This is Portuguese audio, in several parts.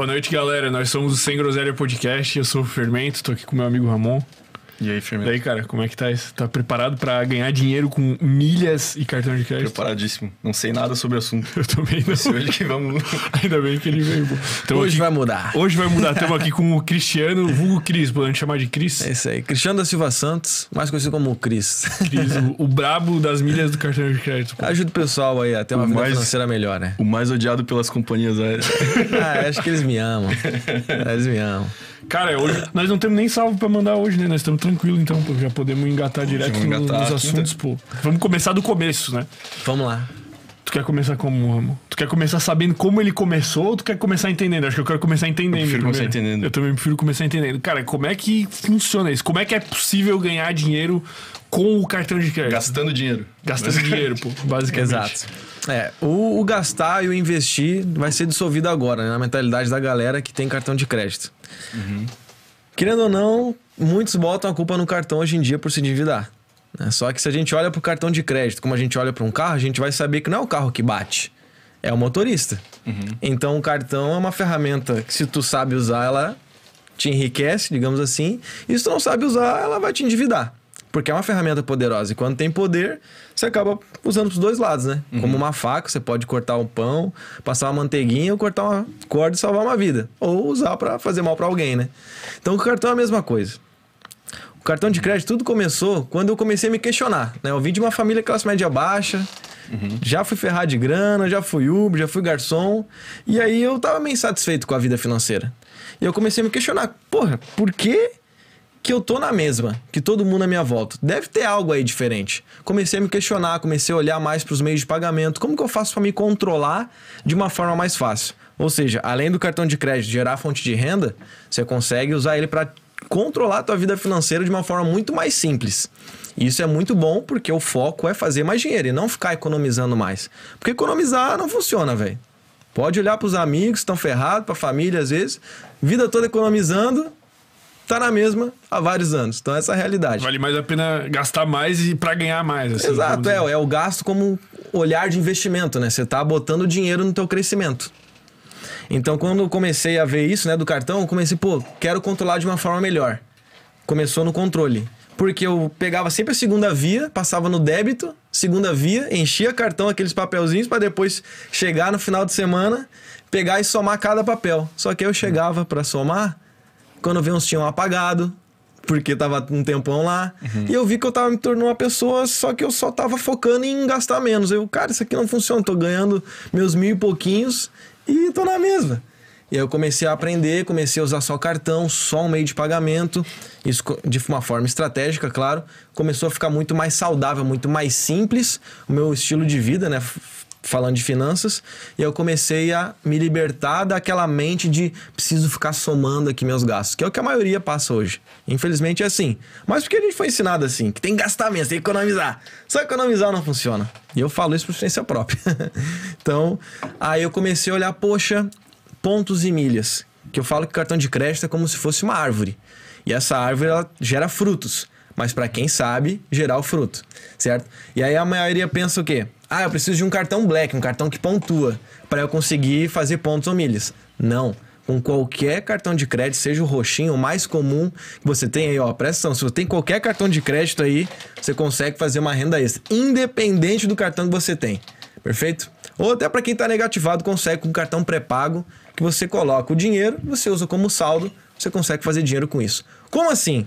Boa noite, galera. Nós somos o Sem Groselha Podcast. Eu sou o Fermento, tô aqui com meu amigo Ramon. E aí, Fermento? E aí, cara, como é que tá isso? Tá preparado pra ganhar dinheiro com milhas e cartão de crédito? Preparadíssimo. Não sei nada sobre o assunto. Eu também não. Hoje que vamos... Ainda bem que ele veio. Então, hoje vai mudar. Hoje vai mudar. Estamos aqui com o Cristiano, vulgo Cris, podemos chamar de Cris? É isso aí. Cristiano da Silva Santos, mais conhecido como o Cris. Cris, o brabo das milhas do cartão de crédito. Pô. Ajuda o pessoal aí a ter uma vida financeira melhor, né? O mais odiado pelas companhias aéreas. Acho que eles me amam. Eles me amam. Cara, hoje nós não temos nem salve pra mandar hoje, né? Nós estamos tranquilos, então, pô. Já podemos engatar direto nos assuntos, pô. Vamos começar do começo, né? Vamos lá. Tu quer começar como, Ramon? Tu quer começar sabendo como ele começou ou tu quer começar entendendo? Acho que eu quero começar entendendo. Eu prefiro começar entendendo. Eu também prefiro começar entendendo. Cara, como é que funciona isso? Como é que é possível ganhar dinheiro com o cartão de crédito? Gastando dinheiro. Gastando dinheiro, pô, basicamente. Exato. O gastar e o investir vai ser dissolvido agora, né? Na mentalidade da galera que tem cartão de crédito. Uhum. Querendo ou não, muitos botam a culpa no cartão hoje em dia por se endividar. Só que se a gente olha pro cartão de crédito como a gente olha para um carro, a gente vai saber que não é o carro que bate, é o motorista. Uhum. Então o cartão é uma ferramenta que, se tu sabe usar, ela te enriquece, digamos assim, e se tu não sabe usar, ela vai te endividar. Porque é uma ferramenta poderosa. E quando tem poder, você acaba usando pros dois lados, né? Uhum. Como uma faca, você pode cortar um pão, passar uma manteiguinha ou cortar uma corda e salvar uma vida. Ou usar para fazer mal para alguém, né? Então o cartão é a mesma coisa. O cartão de crédito, tudo começou quando eu comecei a me questionar, né? Eu vim de uma família classe média baixa, já fui ferrado de grana, já fui Uber, já fui garçom. E aí eu tava meio insatisfeito com a vida financeira. E eu comecei a me questionar, porra, por que eu tô na mesma que todo mundo à minha volta? Deve ter algo aí diferente. Comecei a me questionar, comecei a olhar mais para os meios de pagamento. Como que eu faço para me controlar de uma forma mais fácil? Ou seja, além do cartão de crédito gerar fonte de renda, você consegue usar ele para controlar a tua vida financeira de uma forma muito mais simples. Isso é muito bom porque o foco é fazer mais dinheiro e não ficar economizando mais. Porque economizar não funciona, velho. Pode olhar para os amigos que estão ferrados, para a família às vezes, vida toda economizando, tá na mesma há vários anos. Então essa é a realidade. Vale mais a pena gastar mais e para ganhar mais. Assim, exato, é o gasto como olhar de investimento, né? Você tá botando dinheiro no teu crescimento. Então quando eu comecei a ver isso, né, do cartão, eu comecei, quero controlar de uma forma melhor. Começou no controle. Porque eu pegava sempre a segunda via, passava no débito, segunda via, enchia cartão, aqueles papelzinhos, para depois chegar no final de semana, pegar e somar cada papel. Só que eu chegava para somar, quando vi uns tinham apagado, porque tava um tempão lá. Uhum. E eu vi que eu tava me tornando uma pessoa, só que eu só tava focando em gastar menos. Cara, isso aqui não funciona, tô ganhando meus 1.000 e pouquinhos e tô na mesma. E aí eu comecei a aprender, comecei a usar só cartão, só um meio de pagamento. Isso de uma forma estratégica, claro. Começou a ficar muito mais saudável, muito mais simples o meu estilo de vida, né? Falando de finanças, e eu comecei a me libertar daquela mente de preciso ficar somando aqui meus gastos, que é o que a maioria passa hoje. Infelizmente é assim. Mas porque a gente foi ensinado assim, que tem que gastar mesmo, tem que economizar. Só economizar não funciona. E eu falo isso por experiência própria. Então, aí eu comecei a olhar, pontos e milhas. Que eu falo que o cartão de crédito é como se fosse uma árvore. E essa árvore, ela gera frutos. Mas para quem sabe, gerar o fruto, certo? E aí a maioria pensa o quê? Eu preciso de um cartão black, um cartão que pontua, para eu conseguir fazer pontos ou milhas. Não. Com qualquer cartão de crédito, seja o roxinho, o mais comum que você tem aí, presta atenção, se você tem qualquer cartão de crédito aí, você consegue fazer uma renda extra, independente do cartão que você tem. Perfeito? Ou até para quem está negativado, consegue com um cartão pré-pago, que você coloca o dinheiro, você usa como saldo, você consegue fazer dinheiro com isso. Como assim?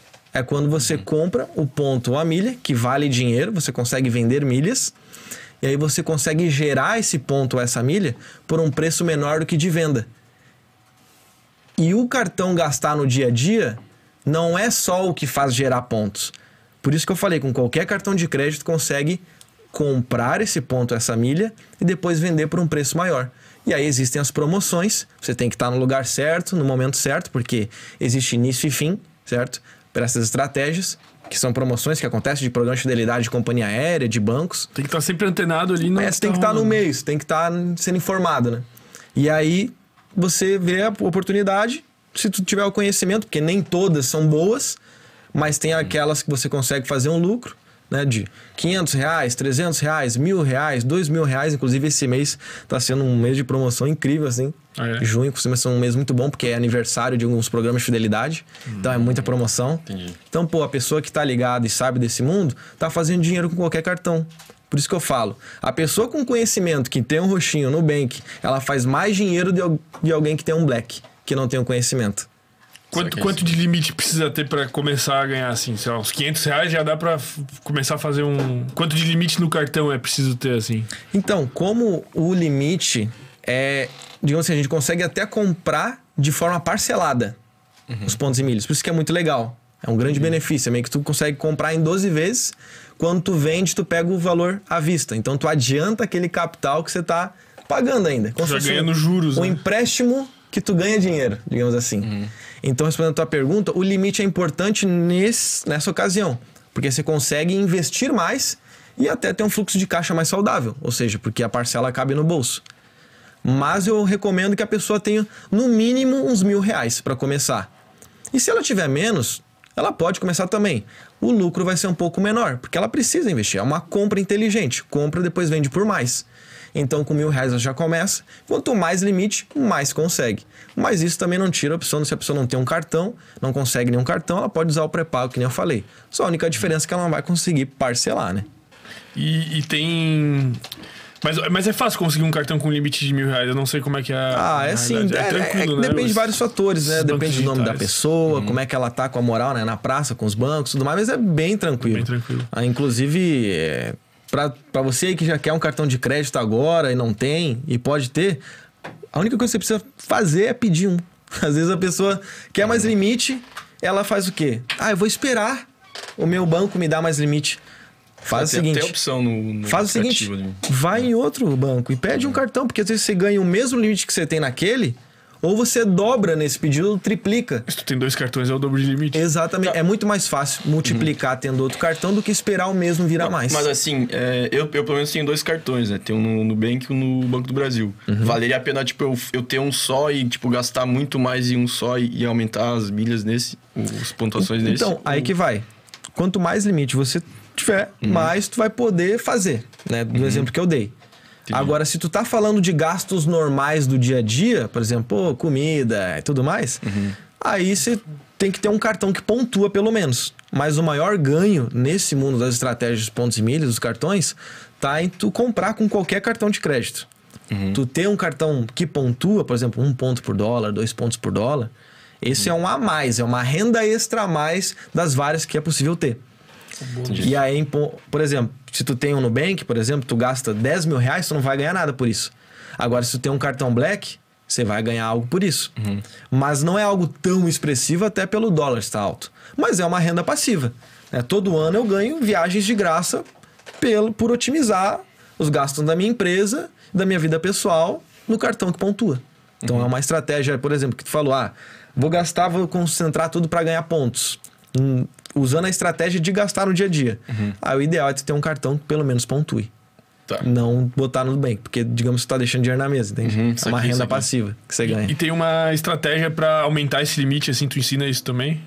É quando você compra o ponto ou a milha, que vale dinheiro, você consegue vender milhas, e aí você consegue gerar esse ponto ou essa milha por um preço menor do que de venda. E o cartão gastar no dia a dia não é só o que faz gerar pontos. Por isso que eu falei, com qualquer cartão de crédito consegue comprar esse ponto, essa milha, e depois vender por um preço maior. E aí existem as promoções, você tem que estar no lugar certo, no momento certo, porque existe início e fim, certo? Para essas estratégias, que são promoções que acontecem de programa de fidelidade de companhia aérea, de bancos. Tem que estar sempre antenado ali. Você tem que estar no meio, você tem que estar sendo informado, né? E aí você vê a oportunidade, se tu tiver o conhecimento, porque nem todas são boas, mas tem aquelas que você consegue fazer um lucro, né, de R$500, R$300, R$1.000, R$2.000. Inclusive, esse mês tá sendo um mês de promoção incrível, assim. Junho costuma ser um mês muito bom, porque é aniversário de alguns programas de fidelidade. Então, é muita promoção. Entendi. Então, pô, a pessoa que tá ligada e sabe desse mundo, tá fazendo dinheiro com qualquer cartão. Por isso que eu falo, a pessoa com conhecimento que tem um roxinho no Nubank, ela faz mais dinheiro de alguém que tem um Black, que não tem o conhecimento. Quanto de limite precisa ter pra começar a ganhar, assim? Sei lá, uns R$500 já dá pra começar a fazer um... Quanto de limite no cartão é preciso ter, assim? Então, como o limite é... Digamos assim, a gente consegue até comprar de forma parcelada os pontos e milhas. Por isso que é muito legal. É um grande benefício. É meio que tu consegue comprar em 12 vezes. Quando tu vende, tu pega o valor à vista. Então, tu adianta aquele capital que você tá pagando ainda. Como já ganha nos juros, um né? empréstimo que tu ganha dinheiro, digamos assim. Então, respondendo a tua pergunta, o limite é importante nessa ocasião. Porque você consegue investir mais e até ter um fluxo de caixa mais saudável. Ou seja, porque a parcela cabe no bolso. Mas eu recomendo que a pessoa tenha, no mínimo, uns R$1.000 para começar. E se ela tiver menos, ela pode começar também. O lucro vai ser um pouco menor, porque ela precisa investir. É uma compra inteligente. Compra, depois vende por mais. Então, com R$1.000 ela já começa. Quanto mais limite, mais consegue. Mas isso também não tira a opção. Se a pessoa não tem um cartão, não consegue nenhum cartão, ela pode usar o pré-pago, que nem eu falei. Só a única diferença é que ela não vai conseguir parcelar, né? E tem... Mas é fácil conseguir um cartão com limite de R$1.000. Eu não sei como é que é. É assim, tranquilo, né? Depende de vários fatores, né? Depende do nome da pessoa, como é que ela tá com a moral, né? Na praça, com os bancos e tudo mais, mas é bem tranquilo. Bem tranquilo. Inclusive, pra você aí que já quer um cartão de crédito agora e não tem, e pode ter, a única coisa que você precisa fazer é pedir um. Às vezes a pessoa quer mais limite, ela faz o quê? Eu vou esperar o meu banco me dar mais limite. Faz o seguinte, tem opção no faz o seguinte, vai em outro banco e pede um cartão, porque às vezes você ganha o mesmo limite que você tem naquele, ou você dobra nesse pedido ou triplica. Se tu tem 2 cartões, é o dobro de limite. Exatamente. É muito mais fácil multiplicar tendo outro cartão do que esperar o mesmo virar mais. Mas assim, eu pelo menos tenho 2 cartões, né? Tenho um no Nubank e um no Banco do Brasil. Valeria a pena, tipo, eu ter um só e, tipo, gastar muito mais em um só e aumentar as milhas nesse, as pontuações nesse? Então, aí que vai. Quanto mais limite você tiver, mais tu vai poder fazer, né? Do exemplo que eu dei. Entendi. Agora, se tu tá falando de gastos normais do dia a dia, por exemplo, comida e tudo mais, aí você tem que ter um cartão que pontua pelo menos. Mas o maior ganho nesse mundo das estratégias de pontos e milhas, dos cartões, tá em tu comprar com qualquer cartão de crédito. Tu ter um cartão que pontua, por exemplo, 1 ponto por dólar, 2 pontos por dólar, esse é um a mais, é uma renda extra a mais das várias que é possível ter. E aí, por exemplo, se tu tem um Nubank, por exemplo, tu gasta R$10.000, tu não vai ganhar nada por isso. Agora, se tu tem um cartão Black, você vai ganhar algo por isso. Mas não é algo tão expressivo, até pelo dólar estar alto. Mas é uma renda passiva. Todo ano eu ganho viagens de graça por otimizar os gastos da minha empresa, da minha vida pessoal, no cartão que pontua. Então é uma estratégia, por exemplo, que tu falou, vou concentrar tudo para ganhar pontos. Usando a estratégia de gastar no dia a dia. O ideal é tu ter um cartão que pelo menos pontue. Tá. Não botar no Nubank, porque, digamos, tu tá deixando dinheiro na mesa, entende? É uma renda passiva que você ganha. E tem uma estratégia para aumentar esse limite, assim, tu ensina isso também?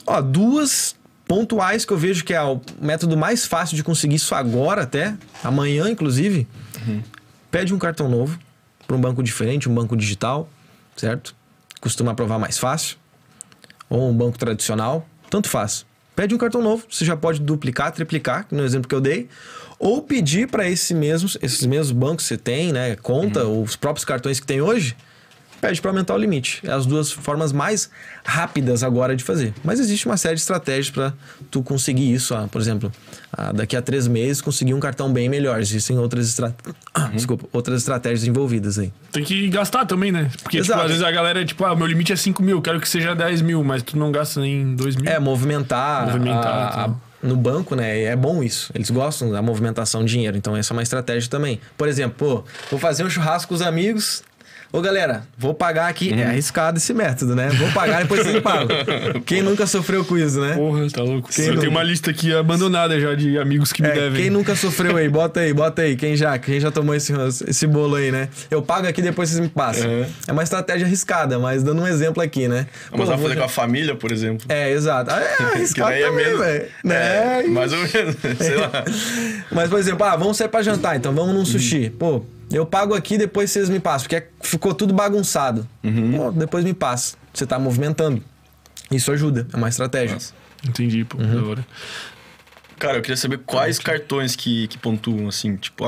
2 pontuais que eu vejo que é o método mais fácil de conseguir isso agora até, amanhã, inclusive. Pede um cartão novo para um banco diferente, um banco digital, certo? Costuma aprovar mais fácil. Ou um banco tradicional, tanto faz. Pede um cartão novo, você já pode duplicar, triplicar, no exemplo que eu dei, ou pedir para esses mesmos bancos que você tem, né, conta, ou os próprios cartões que tem hoje, pede para aumentar o limite. É as 2 formas mais rápidas agora de fazer. Mas existe uma série de estratégias para tu conseguir isso. Por exemplo, daqui a 3 meses conseguir um cartão bem melhor. Existem outras estratégias envolvidas aí. Tem que gastar também, né? Porque tipo, às vezes a galera meu limite é 5.000, quero que seja 10.000, mas tu não gasta nem 2.000. Movimentar no banco, né? É bom isso. Eles gostam da movimentação de dinheiro. Então essa é uma estratégia também. Por exemplo, vou fazer um churrasco com os amigos. Ô, galera, vou pagar aqui. É arriscado esse método, né? Vou pagar e depois vocês me pagam. Quem nunca sofreu com isso, né? Porra, tá louco. Eu tenho uma lista aqui abandonada já de amigos que me devem. Quem nunca sofreu aí? Bota aí. Quem já tomou esse bolo aí, né? Eu pago aqui, depois vocês me passam. É uma estratégia arriscada, mas dando um exemplo aqui, né? Mas vai fazer com a família, por exemplo. Exato. É arriscado também, velho. Né? Mais ou menos, sei lá. Mas, por exemplo, vamos sair pra jantar, então vamos num sushi. Pô, eu pago aqui, depois vocês me passam, porque ficou tudo bagunçado. Pô, depois me passa. Você tá movimentando. Isso ajuda, é uma estratégia. Nossa. Entendi, pô, da hora. Cara, eu queria saber quais cartões que pontuam, assim, tipo,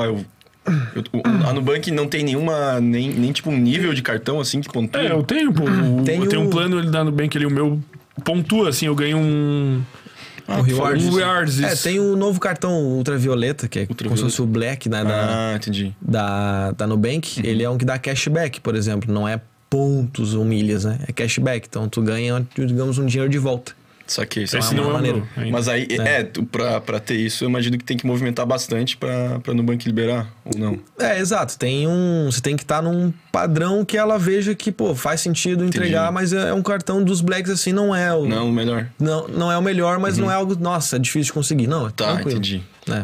a Nubank não tem nenhuma, nem tipo um nível de cartão, assim, que pontua? Eu tenho, pô. Eu tenho um plano ali da Nubank ali, o meu pontua, assim, eu ganho um... O Rewards. Isso. Tem o novo cartão Ultravioleta, que é como se fosse o Black, né? Entendi. Da Nubank. Ele é um que dá cashback, por exemplo. Não é pontos ou milhas, né? É cashback. Então, tu ganha, digamos, um dinheiro de volta. Saquei. Esse não é maneiro. Mas aí, pra ter isso, eu imagino que tem que movimentar bastante pra Nubank liberar, ou não? Exato. Você tem que estar num padrão que ela veja que, pô, faz sentido entregar, mas é um cartão dos Blacks, assim, não é o... Não, o melhor. Não é o melhor, mas não é algo, nossa, é difícil de conseguir. Não, é tranquilo. Entendi.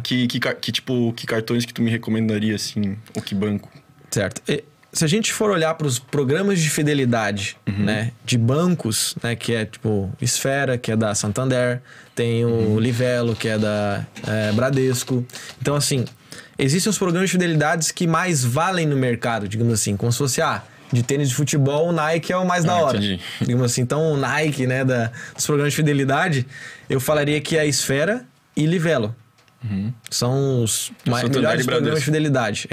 Que cartões que tu me recomendaria, assim, ou que banco? Certo. Se a gente for olhar para os programas de fidelidade, né, de bancos, né, que é tipo Esfera, que é da Santander, tem o Livelo, que é da Bradesco. Então, assim, existem os programas de fidelidades que mais valem no mercado, digamos assim, como se fosse, de tênis de futebol, o Nike é o mais da hora. Entendi. Digamos assim, então o Nike, né, dos programas de fidelidade, eu falaria que é Esfera e Livelo. São os melhores programas de fidelidade,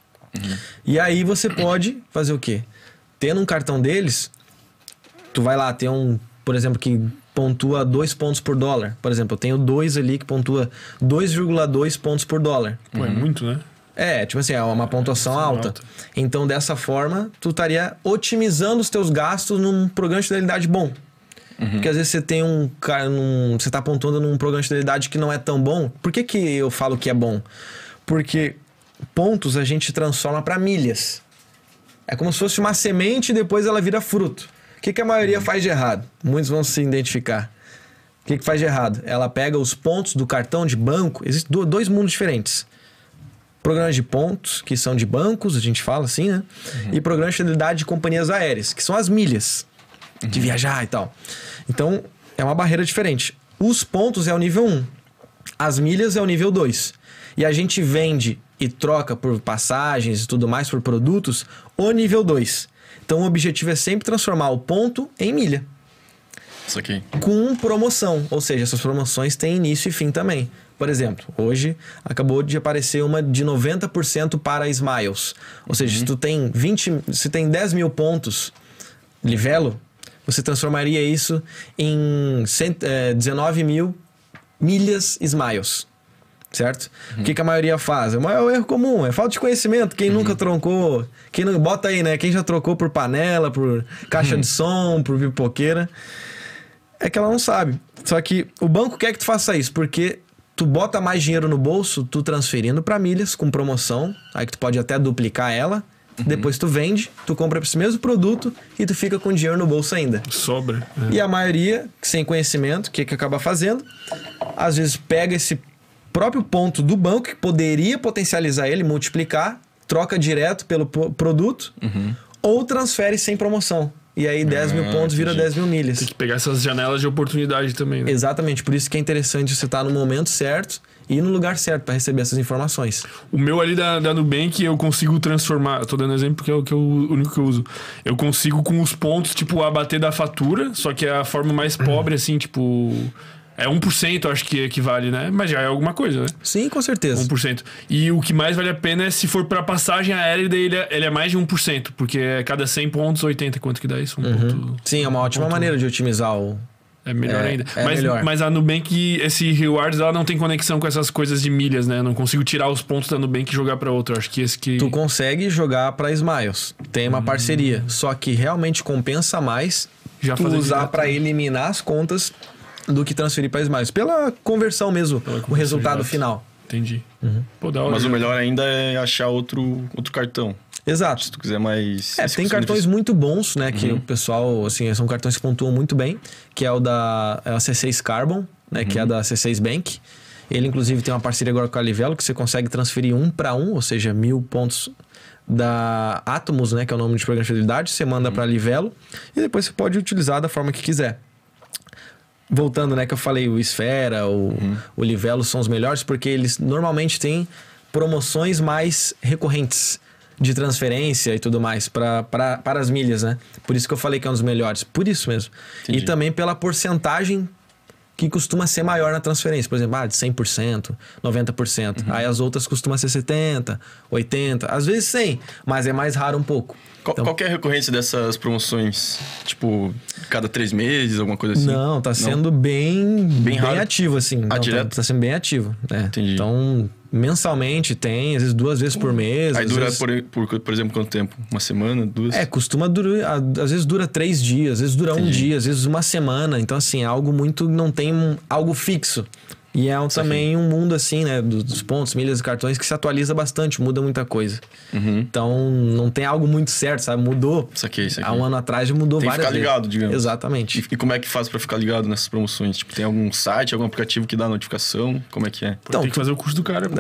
E aí você pode fazer o quê? Tendo um cartão deles, tu vai lá, tem por exemplo, que pontua 2 pontos por dólar. Por exemplo, eu tenho 2 ali que pontua 2,2 pontos por dólar. Pô, é muito, né? Tipo assim, é uma pontuação alta. Então, dessa forma, tu estaria otimizando os teus gastos num programa de fidelidade bom. Porque às vezes você tem você tá pontuando num programa de fidelidade que não é tão bom. Por que eu falo que é bom? Porque pontos a gente transforma para milhas. É como se fosse uma semente e depois ela vira fruto. O que a maioria faz de errado? Muitos vão se identificar. O que faz de errado? Ela pega os pontos do cartão de banco. Existem 2 mundos diferentes. Programas de pontos, que são de bancos, a gente fala assim, né? E programas de fidelidade de companhias aéreas, que são as milhas de viajar e tal. Então, é uma barreira diferente. Os pontos é o nível 1. As milhas é o nível 2. E a gente vende e troca por passagens e tudo mais, por produtos, o nível 2. Então, o objetivo é sempre transformar o ponto em milha. Isso aqui. Com promoção. Ou seja, essas promoções têm início e fim também. Por exemplo, hoje acabou de aparecer uma de 90% para Smiles. Ou seja, se tem 10 mil pontos Livelo, você transformaria isso em 19 mil milhas Smiles. Certo? O que a maioria faz? É um erro comum, é falta de conhecimento. Quem nunca trocou, bota aí, né? Quem já trocou por panela, por caixa de som, por pipoqueira, é que ela não sabe. Só que o banco quer que tu faça isso, porque tu bota mais dinheiro no bolso, tu transferindo para milhas com promoção, aí que tu pode até duplicar ela. Depois tu vende, tu compra esse mesmo produto e tu fica com dinheiro no bolso ainda. Sobra. E a maioria, sem conhecimento, o que acaba fazendo? Às vezes pega esse próprio ponto do banco, que poderia potencializar ele, multiplicar, troca direto pelo produto, ou transfere sem promoção. E aí 10 mil pontos vira 10 mil milhas. Tem que pegar essas janelas de oportunidade também, né? Exatamente, por isso que é interessante você estar no momento certo e ir no lugar certo para receber essas informações. O meu ali da Nubank, eu consigo transformar, tô dando exemplo porque é o único que eu uso. Eu consigo com os pontos, tipo, abater da fatura, só que é a forma mais pobre, assim, tipo... É 1%, acho que equivale, né? Mas já é alguma coisa, né? Sim, com certeza. 1%. E o que mais vale a pena é se for pra passagem aérea, daí ele é mais de 1%. Porque cada 100 pontos, 80. Quanto que dá isso? Ponto... Sim, é uma ótima maneira de otimizar o... É melhor ainda. Melhor. Mas a Nubank, esse Rewards, ela não tem conexão com essas coisas de milhas, né? Eu não consigo tirar os pontos da Nubank e jogar pra outra. Eu acho que esse que... Tu consegue jogar pra Smiles. Tem uma parceria. Só que realmente compensa mais tu usar pra eliminar as contas do que transferir para Smiles. Pela conversão mesmo, o resultado final. Entendi. Pô, da hora. Mas o melhor ainda é achar outro cartão. Exato. Se tu quiser mais... Tem cartões muito bons, né? Que o pessoal, assim, são cartões que pontuam muito bem. Que é o da C6 Carbon, né? Que é da C6 Bank. Ele, inclusive, tem uma parceria agora com a Livelo, que você consegue transferir 1 para 1, ou seja, 1.000 pontos da Atomos, né? Que é o nome de programa de fidelidade. Você manda para a Livelo e depois você pode utilizar da forma que quiser. Voltando, né? Que eu falei, o Esfera, o Livelo são os melhores, porque eles normalmente têm promoções mais recorrentes de transferência e tudo mais para as milhas, né? Por isso que eu falei que é um dos melhores. Por isso mesmo. Entendi. E também pela porcentagem que costuma ser maior na transferência. Por exemplo, de 100%, 90%. Aí as outras costumam ser 70%, 80%. Às vezes 100%, mas é mais raro um pouco. Qual que é a recorrência dessas promoções? Tipo, cada 3 meses, alguma coisa assim? Não, tá sendo bem raro. Ativo, assim. Não, direto? Tá sendo bem ativo. Entendi. Então, mensalmente tem, às vezes 2 vezes por mês. Aí dura, vezes... por exemplo, quanto tempo? Uma semana, 2? Costuma durar, às vezes dura 3 dias, às vezes dura um dia, às vezes uma semana. Então, assim, é algo muito... Não tem algo fixo. E é também um mundo, assim, né? Dos pontos, milhas e cartões que se atualiza bastante, muda muita coisa. Então, não tem algo muito certo, sabe? Mudou. Saquei. Há um ano atrás já mudou várias vezes. Tem que ficar ligado, digamos. Exatamente. E como é que faz pra ficar ligado nessas promoções? Tipo, tem algum site, algum aplicativo que dá notificação? Como é que é? Então, tem que fazer o curso do cara.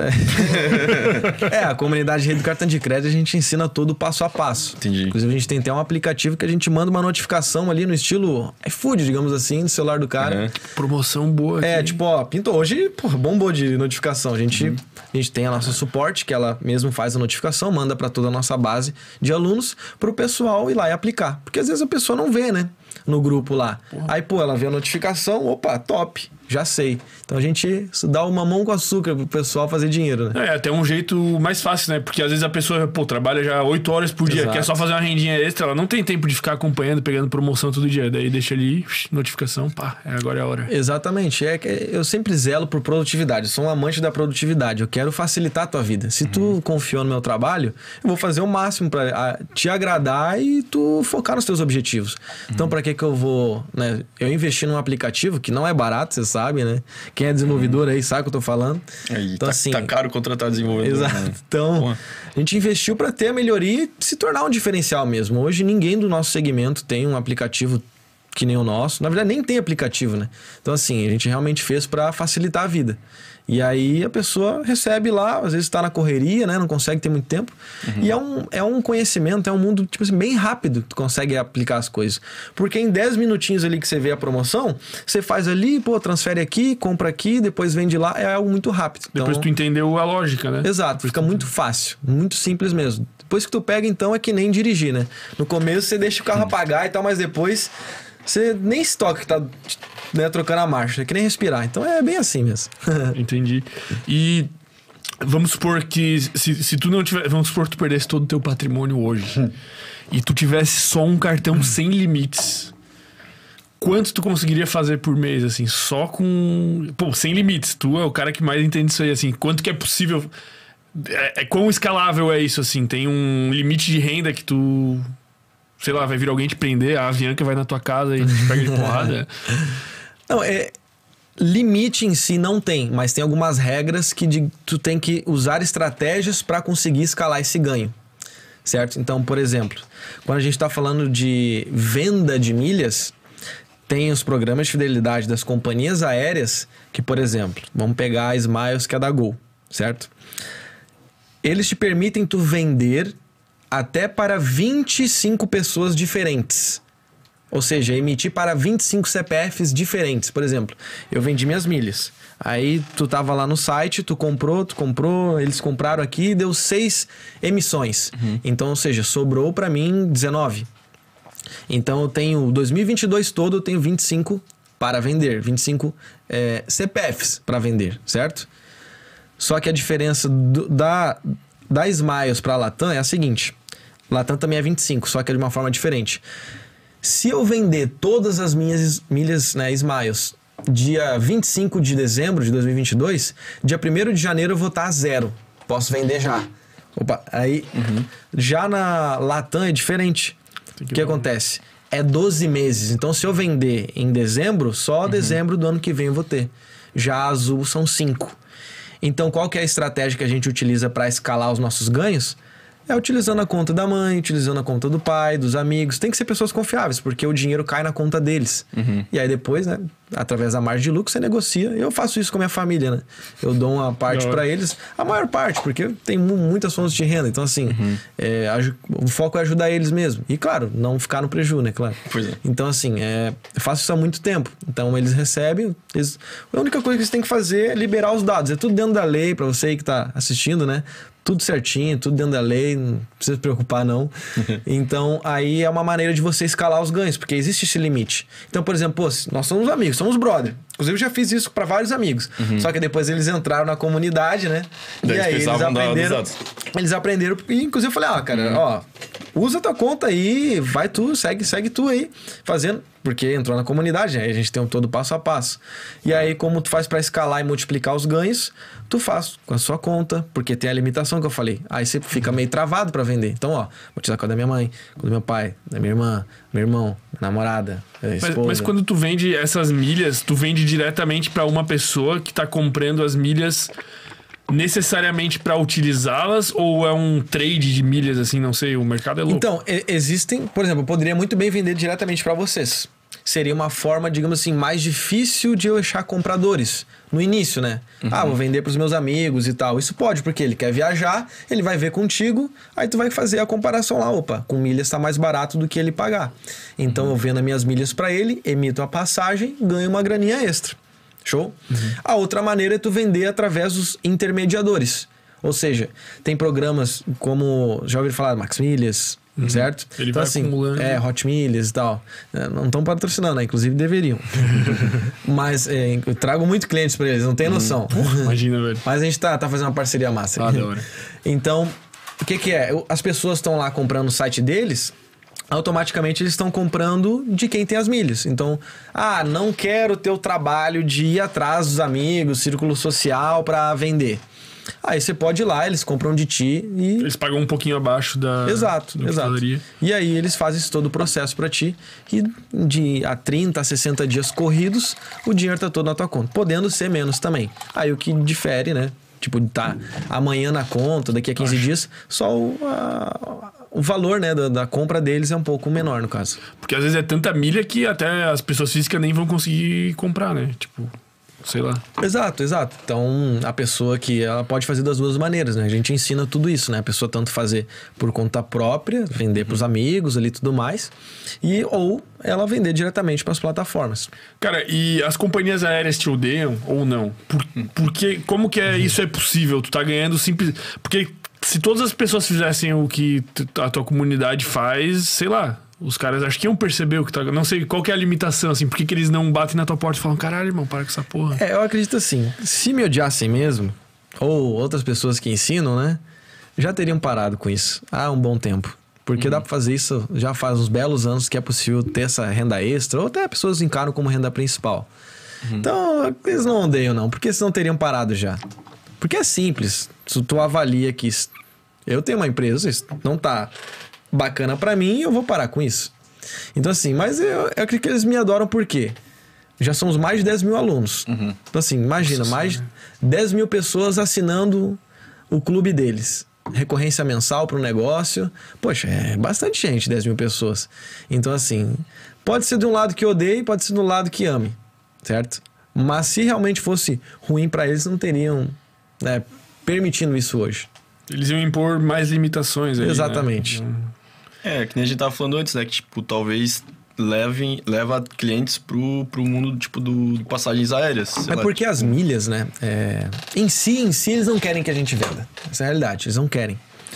A comunidade Rede do Cartão de Crédito a gente ensina todo o passo a passo. Entendi. Inclusive, a gente tem até um aplicativo que a gente manda uma notificação ali no estilo iFood, digamos assim, no celular do cara. Promoção boa aqui. Tipo, ó, pintou hoje, bombou de notificação. A gente tem a nossa suporte, que ela mesmo faz a notificação, manda para toda a nossa base de alunos, pro pessoal ir lá e aplicar. Porque às vezes a pessoa não vê, né? No grupo lá. Aí, ela vê a notificação, opa, top, já sei. Então a gente dá uma mão com açúcar pro pessoal fazer dinheiro, né? Até um jeito mais fácil, né? Porque às vezes a pessoa, trabalha já 8 horas por dia, quer só fazer uma rendinha extra, ela não tem tempo de ficar acompanhando, pegando promoção todo dia. Daí deixa ali, notificação, agora é a hora. Exatamente. Eu sempre zelo por produtividade. Eu sou um amante da produtividade. Eu quero facilitar a tua vida. Se tu confiou no meu trabalho, eu vou fazer o máximo pra te agradar e tu focar nos teus objetivos. Então, pra que eu vou, né? Eu investi num aplicativo que não é barato, você sabe, né? Quem é desenvolvedor aí sabe o que eu tô falando. Aí, então, assim, tá caro contratar desenvolvedor. Exato. Né? Então, a gente investiu para ter a melhoria e se tornar um diferencial mesmo. Hoje, ninguém do nosso segmento tem um aplicativo que nem o nosso. Na verdade, nem tem aplicativo, né? Então, assim, a gente realmente fez para facilitar a vida. E aí, a pessoa recebe lá, às vezes está na correria, né? Não consegue ter muito tempo. E é um conhecimento, é um mundo, tipo assim, bem rápido que tu consegue aplicar as coisas. Porque em 10 minutinhos ali que você vê a promoção, você faz ali, transfere aqui, compra aqui, depois vende lá. É algo muito rápido. Depois tu entendeu a lógica, né? Exato, fica muito fácil, muito simples mesmo. Depois que tu pega, então, é que nem dirigir, né? No começo você deixa o carro apagar e tal, mas depois você nem se toca que tá, né, trocando a marcha. É que nem respirar. Então é bem assim mesmo. Entendi. E vamos supor que se tu não tiver... Vamos supor que tu perdesse todo o teu patrimônio hoje e tu tivesse só um cartão sem limites. Quanto tu conseguiria fazer por mês, assim? Só com... sem limites. Tu é o cara que mais entende isso aí, assim. Quanto que é possível... Quão escalável é isso, assim? Tem um limite de renda que tu... Sei lá, vai vir alguém te prender, a Avianca vai na tua casa e te pega de porrada. Não, limite em si não tem, mas tem algumas regras que tu tem que usar estratégias para conseguir escalar esse ganho, certo? Então, por exemplo, quando a gente está falando de venda de milhas, tem os programas de fidelidade das companhias aéreas que, por exemplo, vamos pegar a Smiles, que é da Gol, certo? Eles te permitem tu vender até para 25 pessoas diferentes. Ou seja, emitir para 25 CPFs diferentes. Por exemplo, eu vendi minhas milhas. Aí tu tava lá no site, tu comprou, eles compraram aqui e deu 6 emissões. Então, ou seja, sobrou para mim 19. Então eu tenho 2022 todo, eu tenho 25 para vender. 25 CPFs para vender, certo? Só que a diferença da Smiles para a Latam é a seguinte. Latam também é 25, só que é de uma forma diferente. Se eu vender todas as minhas milhas, né, Smiles, dia 25 de dezembro de 2022, dia 1º de janeiro eu vou estar a 0. Posso vender já. Opa, aí já na Latam é diferente. O que acontece? É 12 meses. Então, se eu vender em dezembro, só dezembro do ano que vem eu vou ter. Já a Azul são 5. Então, qual que é a estratégia que a gente utiliza para escalar os nossos ganhos? É utilizando a conta da mãe, utilizando a conta do pai, dos amigos. Tem que ser pessoas confiáveis, porque o dinheiro cai na conta deles. E aí depois, né, através da margem de lucro, você negocia. Eu faço isso com a minha família, né? Eu dou uma parte para eles, a maior parte, porque tem muitas fontes de renda. Então, assim, o foco é ajudar eles mesmo. E, claro, não ficar no prejuízo, né? Claro. Pois é. Então, assim, eu faço isso há muito tempo. Então, eles recebem. A única coisa que eles têm que fazer é liberar os dados. É tudo dentro da lei, para você que tá assistindo, né? Tudo certinho, tudo dentro da lei, não precisa se preocupar, não. Então, aí é uma maneira de você escalar os ganhos, porque existe esse limite. Então, por exemplo, nós somos amigos, somos brother. Inclusive, eu já fiz isso para vários amigos. Só que depois eles entraram na comunidade, né? Daí e aí eles aprenderam. Eles aprenderam. E, inclusive, eu falei, cara, usa tua conta aí, vai tu, segue tu aí, fazendo. Porque entrou na comunidade, né? Aí a gente tem todo passo a passo. E aí, como tu faz para escalar e multiplicar os ganhos, tu faz com a sua conta, porque tem a limitação que eu falei. Aí você fica meio travado para vender. Então, vou utilizar com a da minha mãe, com a do meu pai, da minha irmã, meu irmão, minha namorada, minha esposa. Mas quando tu vende essas milhas, tu vende diretamente para uma pessoa que tá comprando as milhas necessariamente para utilizá-las, ou é um trade de milhas, assim, não sei, o mercado é louco. Então, existem, por exemplo, eu poderia muito bem vender diretamente para vocês. Seria uma forma, digamos assim, mais difícil de eu achar compradores no início, né? Vou vender para os meus amigos e tal. Isso pode, porque ele quer viajar, ele vai ver contigo, aí tu vai fazer a comparação lá. Opa, com milhas está mais barato do que ele pagar. Então eu vendo as minhas milhas para ele, emito a passagem, ganho uma graninha extra. Show? A outra maneira é tu vender através dos intermediadores. Ou seja, tem programas como, já ouviram falar, Max Milhas, certo? Ele então, vai assim, acumulando. Hot Milhas e tal. Não estão patrocinando, né? Inclusive deveriam. Mas eu trago muito clientes para eles, não tem noção. Imagina, velho. Mas a gente tá fazendo uma parceria massa. Da hora. Então, o que é? As pessoas estão lá comprando o site deles, automaticamente eles estão comprando de quem tem as milhas. Então, não quero ter o trabalho de ir atrás dos amigos, círculo social para vender. Aí você pode ir lá, eles compram de ti e... Eles pagam um pouquinho abaixo da... Exato. E aí eles fazem todo o processo para ti e de 30 a 60 dias corridos, o dinheiro tá todo na tua conta. Podendo ser menos também. Aí o que difere, né? Tipo, tá amanhã na conta, daqui a 15 dias, só o valor, né, da compra deles é um pouco menor, no caso. Porque às vezes é tanta milha que até as pessoas físicas nem vão conseguir comprar, né? Tipo, sei lá. Exato. Então, a pessoa que ela pode fazer das duas maneiras, né? A gente ensina tudo isso, né? A pessoa tanto fazer por conta própria, vender pros amigos ali e tudo mais, ou ela vender diretamente para as plataformas. Cara, e as companhias aéreas te odeiam ou não? Porque como que isso é possível? Tu tá ganhando simples... Porque se todas as pessoas fizessem o que a tua comunidade faz, sei lá, os caras acho que iam perceber o que tá... Não sei qual que é a limitação, assim, por que eles não batem na tua porta e falam, caralho, irmão, para com essa porra. Eu acredito assim, se me odiassem mesmo, ou outras pessoas que ensinam, né, já teriam parado com isso há um bom tempo. Porque dá pra fazer isso já faz uns belos anos que é possível ter essa renda extra, ou até pessoas encaram como renda principal. Então, eles não odeiam não, porque senão teriam parado já. Porque é simples, se tu avalia que eu tenho uma empresa, isso não tá bacana pra mim, eu vou parar com isso. Então assim, mas eu acredito que eles me adoram por quê? Já somos mais de 10 mil alunos. Então assim, imagina, mais de 10 mil pessoas assinando o clube deles. Recorrência mensal para o negócio. Poxa, é bastante gente, 10 mil pessoas. Então assim, pode ser de um lado que odeie, pode ser do lado que ame, certo? Mas se realmente fosse ruim para eles, não teriam, né, permitindo isso hoje. Eles iam impor mais limitações aí, exatamente. Né? Que nem a gente tava falando antes, né? Que, tipo, talvez leva clientes pro mundo, tipo, do passagens aéreas. Porque as milhas, né? Em si, eles não querem que a gente venda. Essa é a realidade, eles não querem.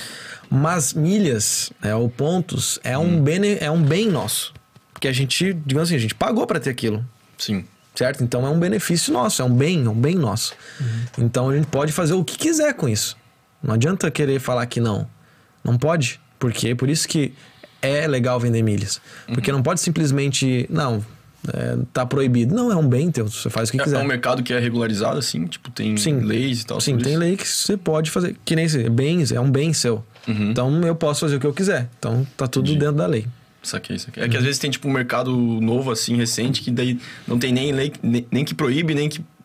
Mas milhas, ou pontos, é um bem nosso. Porque a gente, digamos assim, a gente pagou para ter aquilo. Sim. Certo? Então é um benefício nosso, é um bem nosso. Então a gente pode fazer o que quiser com isso. Não adianta querer falar que não. Não pode. Porque por isso que é legal vender milhas. Porque não pode simplesmente... Não, tá proibido. Não, é um bem teu. Você faz o que quiser. É um mercado que é regularizado, assim? Tipo, tem leis e tal? Sim, tem lei que você pode fazer. Que nem bens, é um bem seu. Então eu posso fazer o que eu quiser. Então tá tudo dentro da lei. Saquei. É que às vezes tem tipo um mercado novo, assim, recente, que daí não tem nem lei, nem que proíbe, nem que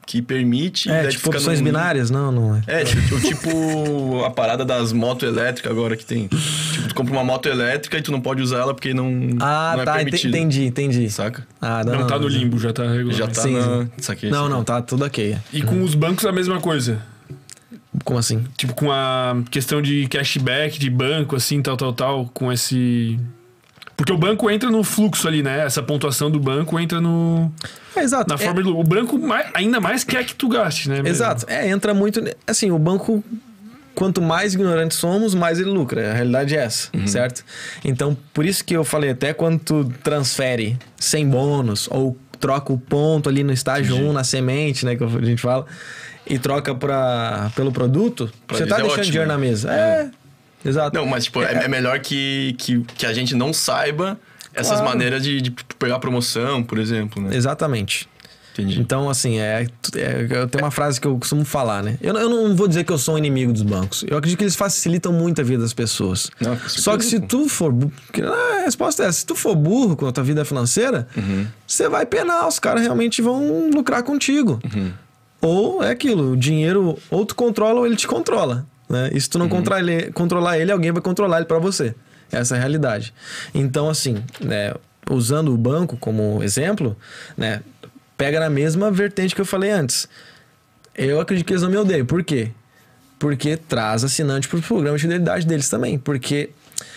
que permite... É, daí tipo fica opções num- binárias? Não é. É, tipo a parada das motos elétricas agora que tem. Tipo, tu compra uma moto elétrica e tu não pode usar ela porque não é Tá, permitido. entendi. Saca? Ah, Não tá no mas- limbo, já tá regulado. Já tá Sim, na... sim. Saquei, Não, saquei. tá tudo ok. E com os bancos a mesma coisa. Como assim? Tipo, com a questão de cashback, de banco, assim, tal, com esse... Porque o banco entra no fluxo ali, né? Essa pontuação do banco entra no... Exato. Na forma do... O banco ainda mais quer que tu gaste, né? mesmo? Exato. Entra muito... Assim, o banco... Quanto mais ignorantes somos, mais ele lucra. A realidade é essa, certo? Então, por isso que eu falei, até quando tu transfere sem bônus ou troca o ponto ali no estágio 1, na semente, né? Que a gente fala, e troca pelo produto, Pra você eles tá é deixando ótimo, dinheiro né? na mesa. Exato. Não, mas tipo, é melhor que a gente não saiba essas Claro. maneiras de pegar promoção, por exemplo, né? Exatamente. Entendi. Então, assim, eu tenho uma frase que eu costumo falar, né? Eu não vou dizer que eu sou um inimigo dos bancos. Eu acredito que eles facilitam muito a vida das pessoas. Não, com certeza, Só que se pô. tu for... A resposta é essa. Se tu for burro com a tua vida financeira, você vai penar. Os caras realmente vão lucrar contigo. Ou é aquilo, o dinheiro ou tu controla ou ele te controla. Né? E se tu não controlar ele, alguém vai controlar ele pra você. Essa é a realidade. Então, assim, né, usando o banco como exemplo, né, pega na mesma vertente que eu falei antes. Eu acredito que eles não me odeiam. Por quê? Porque traz assinante pro programa de fidelidade deles também. Por que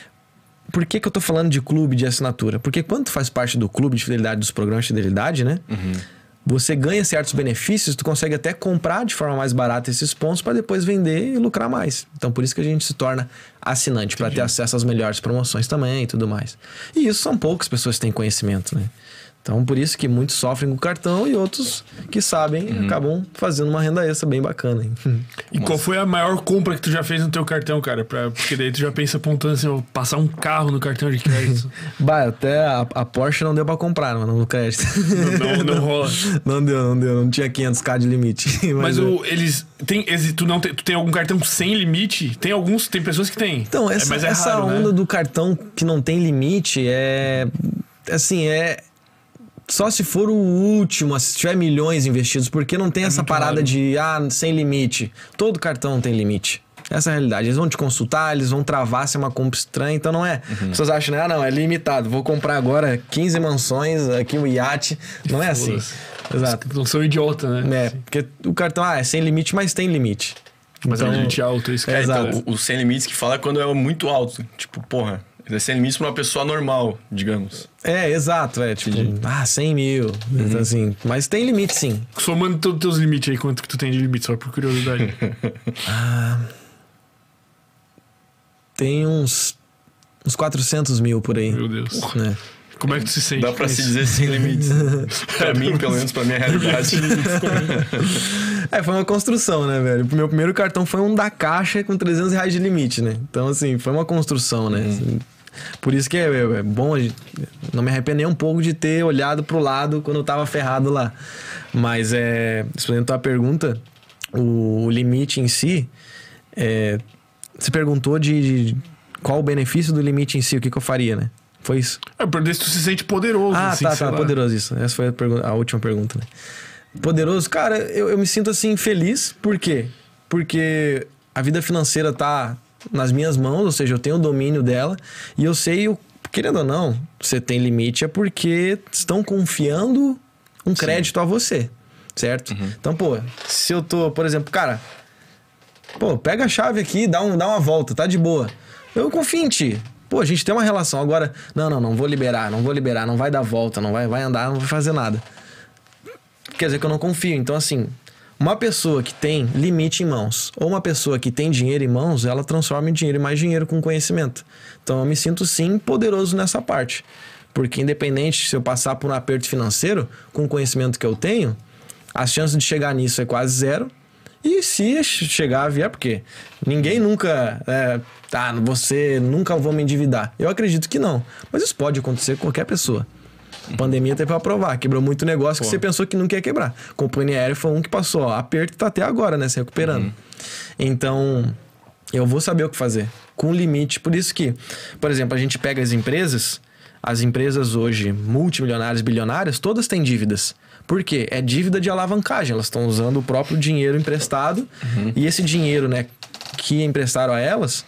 eu tô falando de clube de assinatura? Porque quando tu faz parte do clube de fidelidade, dos programas de fidelidade, né? Você ganha certos benefícios, tu consegue até comprar de forma mais barata esses pontos para depois vender e lucrar mais. Então, por isso que a gente se torna assinante, para ter acesso às melhores promoções também e tudo mais. E isso são poucas pessoas que têm conhecimento, né? Então, por isso que muitos sofrem com o cartão e outros que sabem acabam fazendo uma renda extra bem bacana. Hein? E qual foi a maior compra que tu já fez no teu cartão, cara? Porque daí tu já pensa apontando assim, ó, passar um carro no cartão de crédito. Bah, até a Porsche não deu pra comprar, mano, no crédito. não rola. Não deu. Não tinha 500k de limite. Mas tu tem algum cartão sem limite? Tem pessoas que tem. Então, mas essa raro, onda né? do cartão que não tem limite assim, só se for o último, se tiver milhões investidos, porque não tem essa muito parada raro. de, sem limite. Todo cartão tem limite. Essa é a realidade. Eles vão te consultar, eles vão travar se é uma compra estranha, então não é. As pessoas acham, né? Não, é limitado. Vou comprar agora 15 mansões, aqui um iate. Não é assim. Exato. Não sou idiota, né? Porque o cartão, é sem limite, mas tem limite. Mas é um Então, limite alto, é isso que Exato. Então, o sem limites que fala é quando é muito alto. Tipo, porra, é sem limites pra uma pessoa normal, digamos. exato. Tipo, 100 mil. Então, assim, mas tem limite, sim. Somando todos os teus limites aí, quanto que tu tem de limite, só por curiosidade. Tem uns 400 mil por aí. Meu Deus. Né? Como é que tu se sente? Dá pra com se isso? dizer sem limites. Pra mim, pelo menos pra minha realidade. Foi uma construção, né, velho? O meu primeiro cartão foi um da Caixa com R$300 de limite, né? Então, assim, foi uma construção, né? Assim, por isso que é bom, não me arrependo nem um pouco de ter olhado pro lado quando eu tava ferrado lá. Mas, respondendo a tua pergunta, o limite em si, você perguntou de qual o benefício do limite em si, o que eu faria, né? Foi isso? Por isso tu se sente poderoso, assim, sei lá. Poderoso isso. Essa foi a última pergunta, né? Poderoso, cara, eu me sinto assim feliz, por quê? Porque a vida financeira tá nas minhas mãos, ou seja, eu tenho o domínio dela e eu sei, querendo ou não, você tem limite é porque estão confiando um crédito a você, certo? Então, se eu tô, por exemplo, cara, pega a chave aqui, dá uma volta, tá de boa. Eu confio em ti. A gente tem uma relação. Agora, não vou liberar, não vai dar volta, não vai andar, não vai fazer nada. Quer dizer que eu não confio. Então, assim, uma pessoa que tem limite em mãos ou uma pessoa que tem dinheiro em mãos, ela transforma em dinheiro e mais dinheiro com conhecimento. Então, eu me sinto, sim, poderoso nessa parte. Porque independente se eu passar por um aperto financeiro, com o conhecimento que eu tenho, as chances de chegar nisso é quase zero. E se chegar a vier, porque ninguém nunca... você nunca vou me endividar. Eu acredito que não. Mas isso pode acontecer com qualquer pessoa. A pandemia teve pra provar. Quebrou muito negócio que você pensou que nunca ia quebrar. Companhia aérea foi um que passou. Aperto tá até agora, né? Se recuperando. Então, eu vou saber o que fazer. Com limite. Por isso que, por exemplo, a gente pega as empresas hoje, multimilionárias, bilionárias, todas têm dívidas. Por quê? É dívida de alavancagem. Elas estão usando o próprio dinheiro emprestado. E esse dinheiro, né, que emprestaram a elas,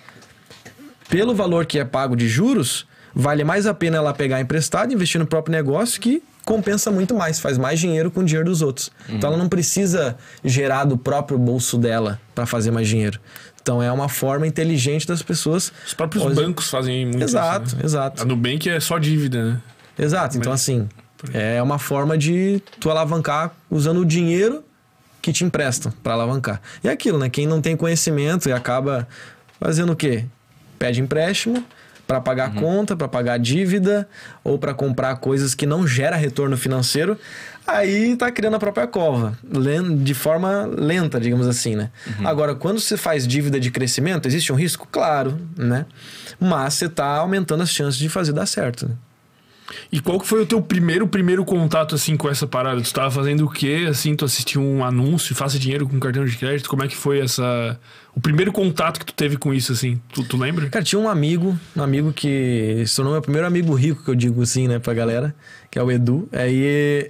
pelo valor que é pago de juros, vale mais a pena ela pegar emprestado e investir no próprio negócio, que compensa muito mais, faz mais dinheiro com o dinheiro dos outros. Então ela não precisa gerar do próprio bolso dela para fazer mais dinheiro. Então é uma forma inteligente das pessoas... Os próprios bancos fazem muito exato, isso, né? Exato. A Nubank é só dívida, né? Exato. Então assim, é uma forma de tu alavancar usando o dinheiro que te emprestam para alavancar. E é aquilo, né? Quem não tem conhecimento e acaba fazendo o quê? Pede empréstimo para pagar a conta, para pagar a dívida ou para comprar coisas que não gera retorno financeiro, aí tá criando a própria cova, de forma lenta, digamos assim, né? Agora, quando você faz dívida de crescimento, existe um risco? Claro, né? Mas você tá aumentando as chances de fazer dar certo, né? E qual que foi o teu primeiro contato, assim, com essa parada? Tu tava fazendo o quê? Assim, tu assistiu um anúncio, faça dinheiro com cartão de crédito? Como é que foi o primeiro contato que tu teve com isso, assim? Tu lembra? Cara, tinha um amigo que se tornou meu primeiro amigo rico, que eu digo assim, né, pra galera, que é o Edu. Aí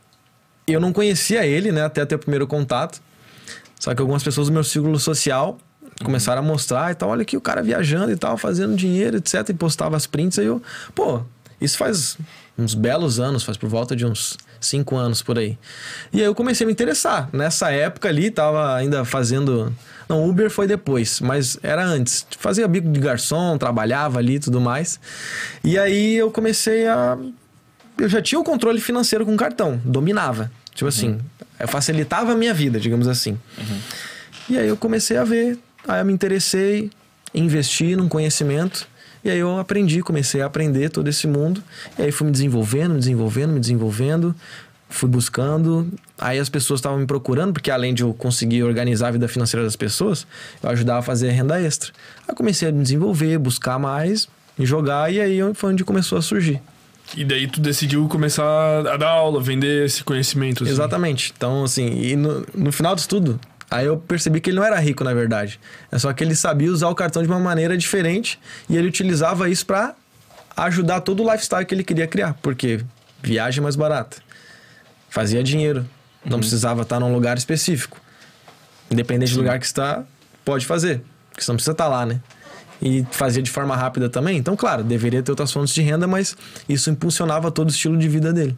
eu não conhecia ele, né, até ter o primeiro contato. Só que algumas pessoas do meu círculo social começaram a mostrar e tal. Olha aqui o cara viajando e tal, fazendo dinheiro, etc. E postava as prints. Aí eu, isso faz uns belos anos, faz por volta de uns 5 anos por aí. E aí eu comecei a me interessar. Nessa época ali, tava ainda fazendo... Não, Uber foi depois, mas era antes. Fazia bico de garçom, trabalhava ali e tudo mais. E aí eu comecei a... Eu já tinha o controle financeiro com cartão, dominava. Tipo assim, facilitava a minha vida, digamos assim. E aí eu comecei a ver, aí eu me interessei, investi num conhecimento... E aí eu comecei a aprender todo esse mundo. E aí fui me desenvolvendo. Fui buscando. Aí as pessoas estavam me procurando, porque além de eu conseguir organizar a vida financeira das pessoas, eu ajudava a fazer renda extra. Aí comecei a me desenvolver, buscar mais, me jogar, e aí foi onde começou a surgir. E daí tu decidiu começar a dar aula, vender esse conhecimento, assim. Exatamente. Então, assim, e no final disso tudo... Aí eu percebi que ele não era rico, na verdade. É só que ele sabia usar o cartão de uma maneira diferente e ele utilizava isso para ajudar todo o lifestyle que ele queria criar. Porque viagem mais barata. Fazia dinheiro. Não precisava estar num lugar específico. Independente do lugar que está, pode fazer. Porque você não precisa estar lá, né? E fazia de forma rápida também. Então, claro, deveria ter outras fontes de renda, mas isso impulsionava todo o estilo de vida dele.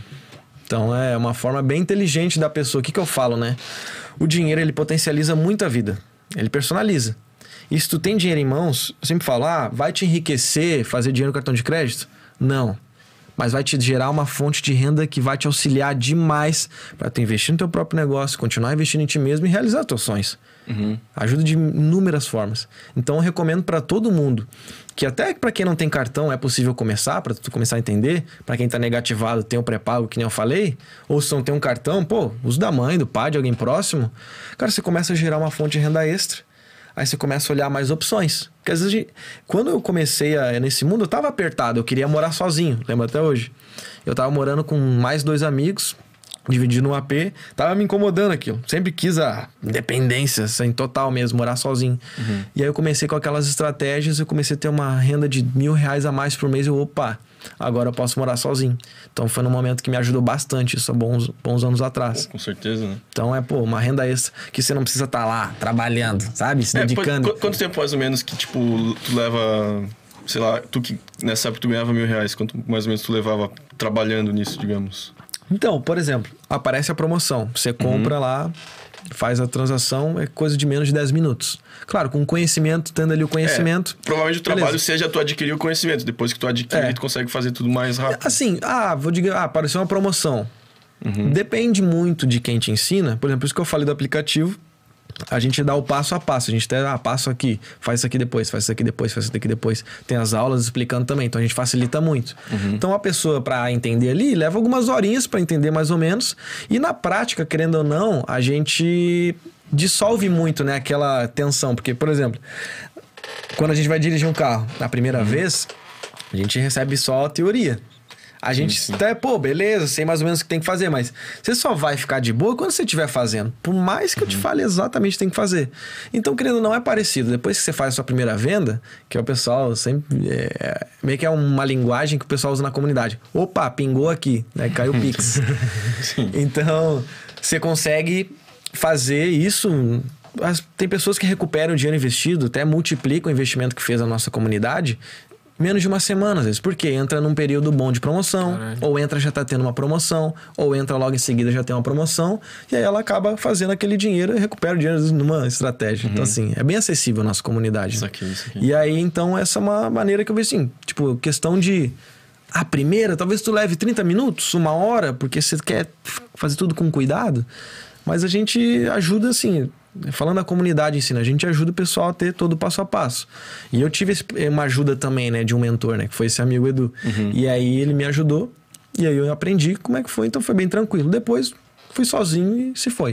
Então, é uma forma bem inteligente da pessoa. O que eu falo, né? O dinheiro, ele potencializa muito a vida. Ele personaliza. E se tu tem dinheiro em mãos, eu sempre falo, vai te enriquecer fazer dinheiro no cartão de crédito? Não. Mas vai te gerar uma fonte de renda que vai te auxiliar demais para tu investir no teu próprio negócio, continuar investindo em ti mesmo e realizar teus sonhos. Ajuda de inúmeras formas. Então eu recomendo para todo mundo que até para quem não tem cartão é possível começar, para tu começar a entender. Para quem tá negativado, tem o pré-pago, que nem eu falei. Ou se não tem um cartão, usa da mãe, do pai, de alguém próximo. Cara, você começa a gerar uma fonte de renda extra. Aí você começa a olhar mais opções. Porque às vezes, quando eu comecei nesse mundo, eu tava apertado. Eu queria morar sozinho, lembro até hoje. Eu tava morando com mais 2 amigos, dividindo um AP. Tava me incomodando aquilo. Sempre quis a independência, assim, total mesmo, morar sozinho. E aí eu comecei com aquelas estratégias, eu comecei a ter uma renda de R$1.000 a mais por mês. Agora eu posso morar sozinho. Então foi num momento que me ajudou bastante, isso há bons anos atrás. Com certeza, né? Então uma renda extra que você não precisa estar lá trabalhando, sabe? Se dedicando. Quanto tempo mais ou menos que, tipo, tu leva... Sei lá, tu que nessa época tu ganhava R$1.000, quanto mais ou menos tu levava trabalhando nisso, digamos? Então, por exemplo, aparece a promoção. Você compra lá, faz a transação, é coisa de menos de 10 minutos. Claro, com conhecimento, tendo ali o conhecimento... provavelmente o trabalho seja tu adquirir o conhecimento. Depois que tu adquirir, tu consegue fazer tudo mais rápido. Assim, apareceu uma promoção. Depende muito de quem te ensina. Por exemplo, isso que eu falei do aplicativo, a gente dá o passo a passo. A gente tem, passo aqui, faz isso aqui depois, faz isso aqui depois, faz isso aqui depois. Tem as aulas explicando também, então a gente facilita muito. Então a pessoa, para entender ali, leva algumas horinhas para entender mais ou menos. E na prática, querendo ou não, a gente dissolve muito, né, aquela tensão. Porque, por exemplo, quando a gente vai dirigir um carro na primeira vez, a gente recebe só a teoria. A gente até, beleza, sei mais ou menos o que tem que fazer, mas você só vai ficar de boa quando você estiver fazendo. Por mais que eu te fale exatamente o que tem que fazer. Então, querido, não é parecido. Depois que você faz a sua primeira venda, que é o pessoal sempre... meio que é uma linguagem que o pessoal usa na comunidade. Opa, pingou aqui, né? Caiu o Pix. Então, você consegue fazer isso... Tem pessoas que recuperam o dinheiro investido, até multiplicam o investimento que fez na nossa comunidade... menos de uma semana, às vezes. Porque entra num período bom de promoção, ou entra já tá tendo uma promoção, ou entra logo em seguida já tem uma promoção, e aí ela acaba fazendo aquele dinheiro e recupera o dinheiro numa estratégia. Então, assim, é bem acessível a nossa comunidade. Isso aqui. E aí, então, essa é uma maneira que eu vejo assim, tipo, questão de... A primeira, talvez tu leve 30 minutos, 1 hora, porque você quer fazer tudo com cuidado, mas a gente ajuda, assim... Falando da comunidade em si, né? A gente ajuda o pessoal a ter todo o passo a passo. E eu tive uma ajuda também, né? De um mentor, né? Que foi esse amigo Edu. E aí ele me ajudou. E aí eu aprendi como é que foi. Então foi bem tranquilo. Depois fui sozinho e se foi.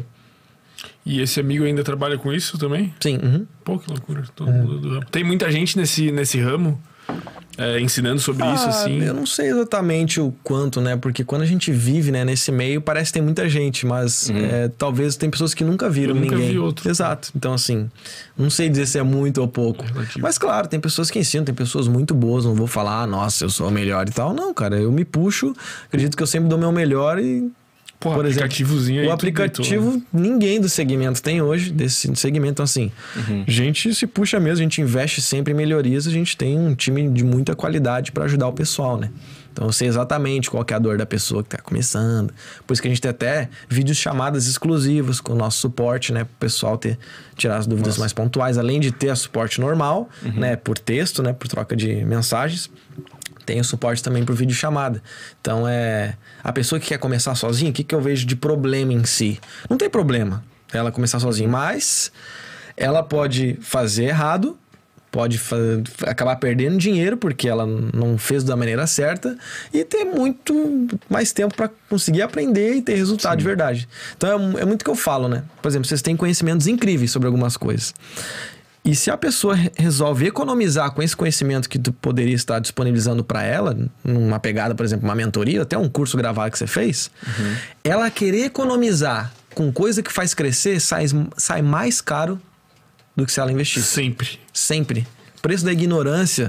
E esse amigo ainda trabalha com isso também? Sim. Pô, que loucura. Todo mundo do ramo. Tem muita gente nesse ramo ensinando sobre isso, assim? Eu não sei exatamente o quanto, né? Porque quando a gente vive, né, nesse meio, parece que tem muita gente, mas talvez tem pessoas que nunca viram ninguém. Nunca vi outro. Exato. Então, assim, não sei dizer se é muito ou pouco. Mas, claro, tem pessoas que ensinam, tem pessoas muito boas, não vou falar, nossa, eu sou o melhor e tal. Não, cara, eu me puxo, acredito que eu sempre dou o meu melhor e... Porra, por exemplo, aplicativozinho aí. O aplicativo, ninguém do segmento tem hoje, desse segmento. Então, assim, a gente se puxa mesmo, a gente investe sempre em melhorias, a gente tem um time de muita qualidade para ajudar o pessoal, né? Então, eu sei exatamente qual que é a dor da pessoa que tá começando. Por isso que a gente tem até vídeos chamadas exclusivas com o nosso suporte, né? Para o pessoal tirar as dúvidas mais pontuais. Além de ter a suporte normal, né? Por texto, né? Por troca de mensagens. Tem o suporte também por videochamada. Então, a pessoa que quer começar sozinha, o que eu vejo de problema em si? Não tem problema ela começar sozinha, mas ela pode fazer errado, pode acabar perdendo dinheiro porque ela não fez da maneira certa e ter muito mais tempo para conseguir aprender e ter resultado de verdade. Então, é muito o que eu falo, né? Por exemplo, vocês têm conhecimentos incríveis sobre algumas coisas. E se a pessoa resolve economizar com esse conhecimento que tu poderia estar disponibilizando para ela, numa pegada, por exemplo, uma mentoria, até um curso gravado que você fez, ela querer economizar com coisa que faz crescer, sai mais caro do que se ela investir. Sempre. O preço da ignorância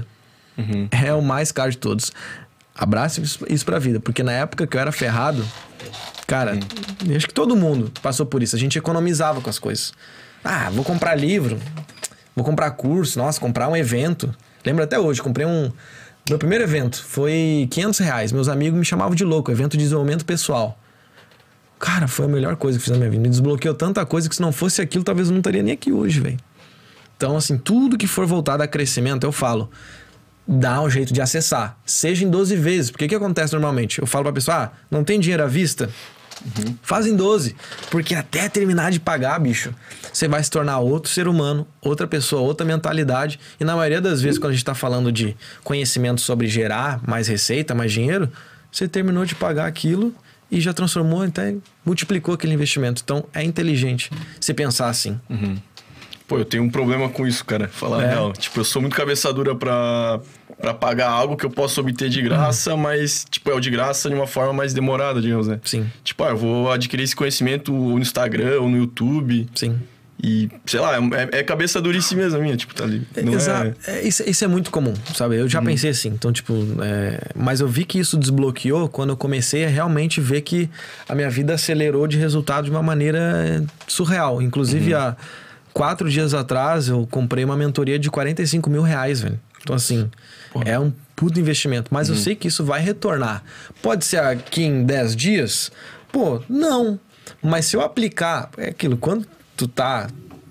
é o mais caro de todos. Abraça isso pra vida, porque na época que eu era ferrado, cara, acho que todo mundo passou por isso. A gente economizava com as coisas. Vou comprar livro... Vou comprar curso, comprar um evento. Lembro até hoje, comprei meu primeiro evento foi R$500. Meus amigos me chamavam de louco, evento de desenvolvimento pessoal. Cara, foi a melhor coisa que fiz na minha vida. Me desbloqueou tanta coisa que se não fosse aquilo, talvez eu não estaria nem aqui hoje, velho. Então, assim, tudo que for voltado a crescimento, eu falo, dá um jeito de acessar. Seja em 12 vezes. Porque o que acontece normalmente? Eu falo pra pessoa, não tem dinheiro à vista? Faz em 12, porque até terminar de pagar, bicho, você vai se tornar outro ser humano, outra pessoa, outra mentalidade. E na maioria das vezes, quando a gente tá falando de conhecimento sobre gerar mais receita, mais dinheiro, você terminou de pagar aquilo e já transformou, até multiplicou aquele investimento. Então é inteligente se pensar assim. Pô, eu tenho um problema com isso, cara, falar a real. Tipo, eu sou muito cabeça dura pra pagar algo que eu posso obter de graça, mas, tipo, é o de graça de uma forma mais demorada, digamos, né? Sim. Tipo, eu vou adquirir esse conhecimento no Instagram ou no YouTube. Sim. E, sei lá, é cabeça durice mesmo a minha, tipo, tá ali. Exato. Isso é muito comum, sabe? Eu já pensei assim. Então, tipo, mas eu vi que isso desbloqueou quando eu comecei a realmente ver que a minha vida acelerou de resultado de uma maneira surreal. Inclusive, há 4 dias atrás, eu comprei uma mentoria de R$45 mil, velho. Então, assim, é um puto investimento. Mas eu sei que isso vai retornar. Pode ser aqui em 10 dias? Pô, não. Mas se eu aplicar... É aquilo, quando tu tá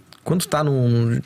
num...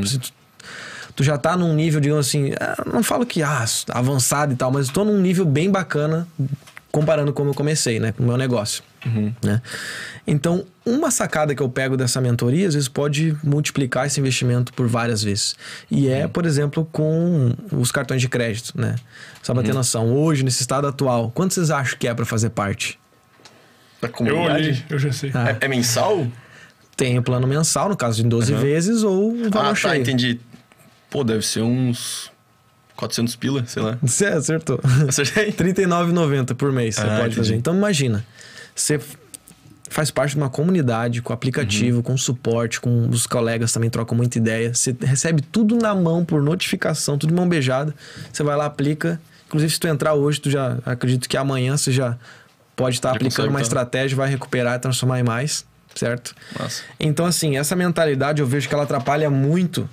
Tu já tá num nível, digamos assim... Não falo que avançado e tal, mas eu tô num nível bem bacana comparando como eu comecei, né? Com o meu negócio. Né? Então, uma sacada que eu pego dessa mentoria, às vezes pode multiplicar esse investimento por várias vezes. E por exemplo, com os cartões de crédito, né? Só pra ter noção, hoje, nesse estado atual, quanto vocês acham que é pra fazer parte? Da comunidade? Eu olhei, eu já sei. É mensal? Tem o plano mensal, no caso de 12 vezes, ou o valor cheio. Entendi. Pô, deve ser uns 400 pila, sei lá. Você acertou. Acertei? R$39,90 por mês você pode entendi. fazer. Então imagina, você faz parte de uma comunidade com aplicativo, com suporte, com os colegas também trocam muita ideia. Você recebe tudo na mão por notificação, tudo de mão beijada. Você vai lá, aplica. Inclusive, se tu entrar hoje, tu já acredito que amanhã você já pode estar aplicando uma estratégia, vai recuperar e transformar em mais, certo? Nossa. Então, assim, essa mentalidade eu vejo que ela atrapalha muito.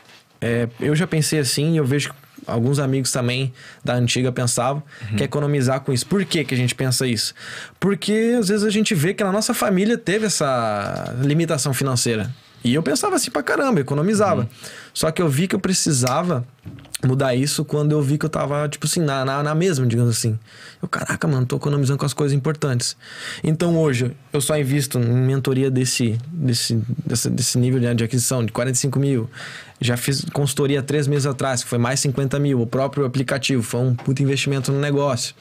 Eu já pensei assim e eu vejo que alguns amigos também da antiga pensavam que é economizar com isso. Por que a gente pensa isso? Porque às vezes a gente vê que na nossa família teve essa limitação financeira. E eu pensava assim pra caramba, economizava. Só que eu vi que eu precisava mudar isso quando eu vi que eu tava, tipo assim, na mesma, digamos assim. Caraca, mano, tô economizando com as coisas importantes. Então hoje eu só invisto em mentoria desse nível de aquisição, de 45 mil. Já fiz consultoria 3 meses atrás, que foi mais 50 mil. O próprio aplicativo foi um puto investimento no negócio.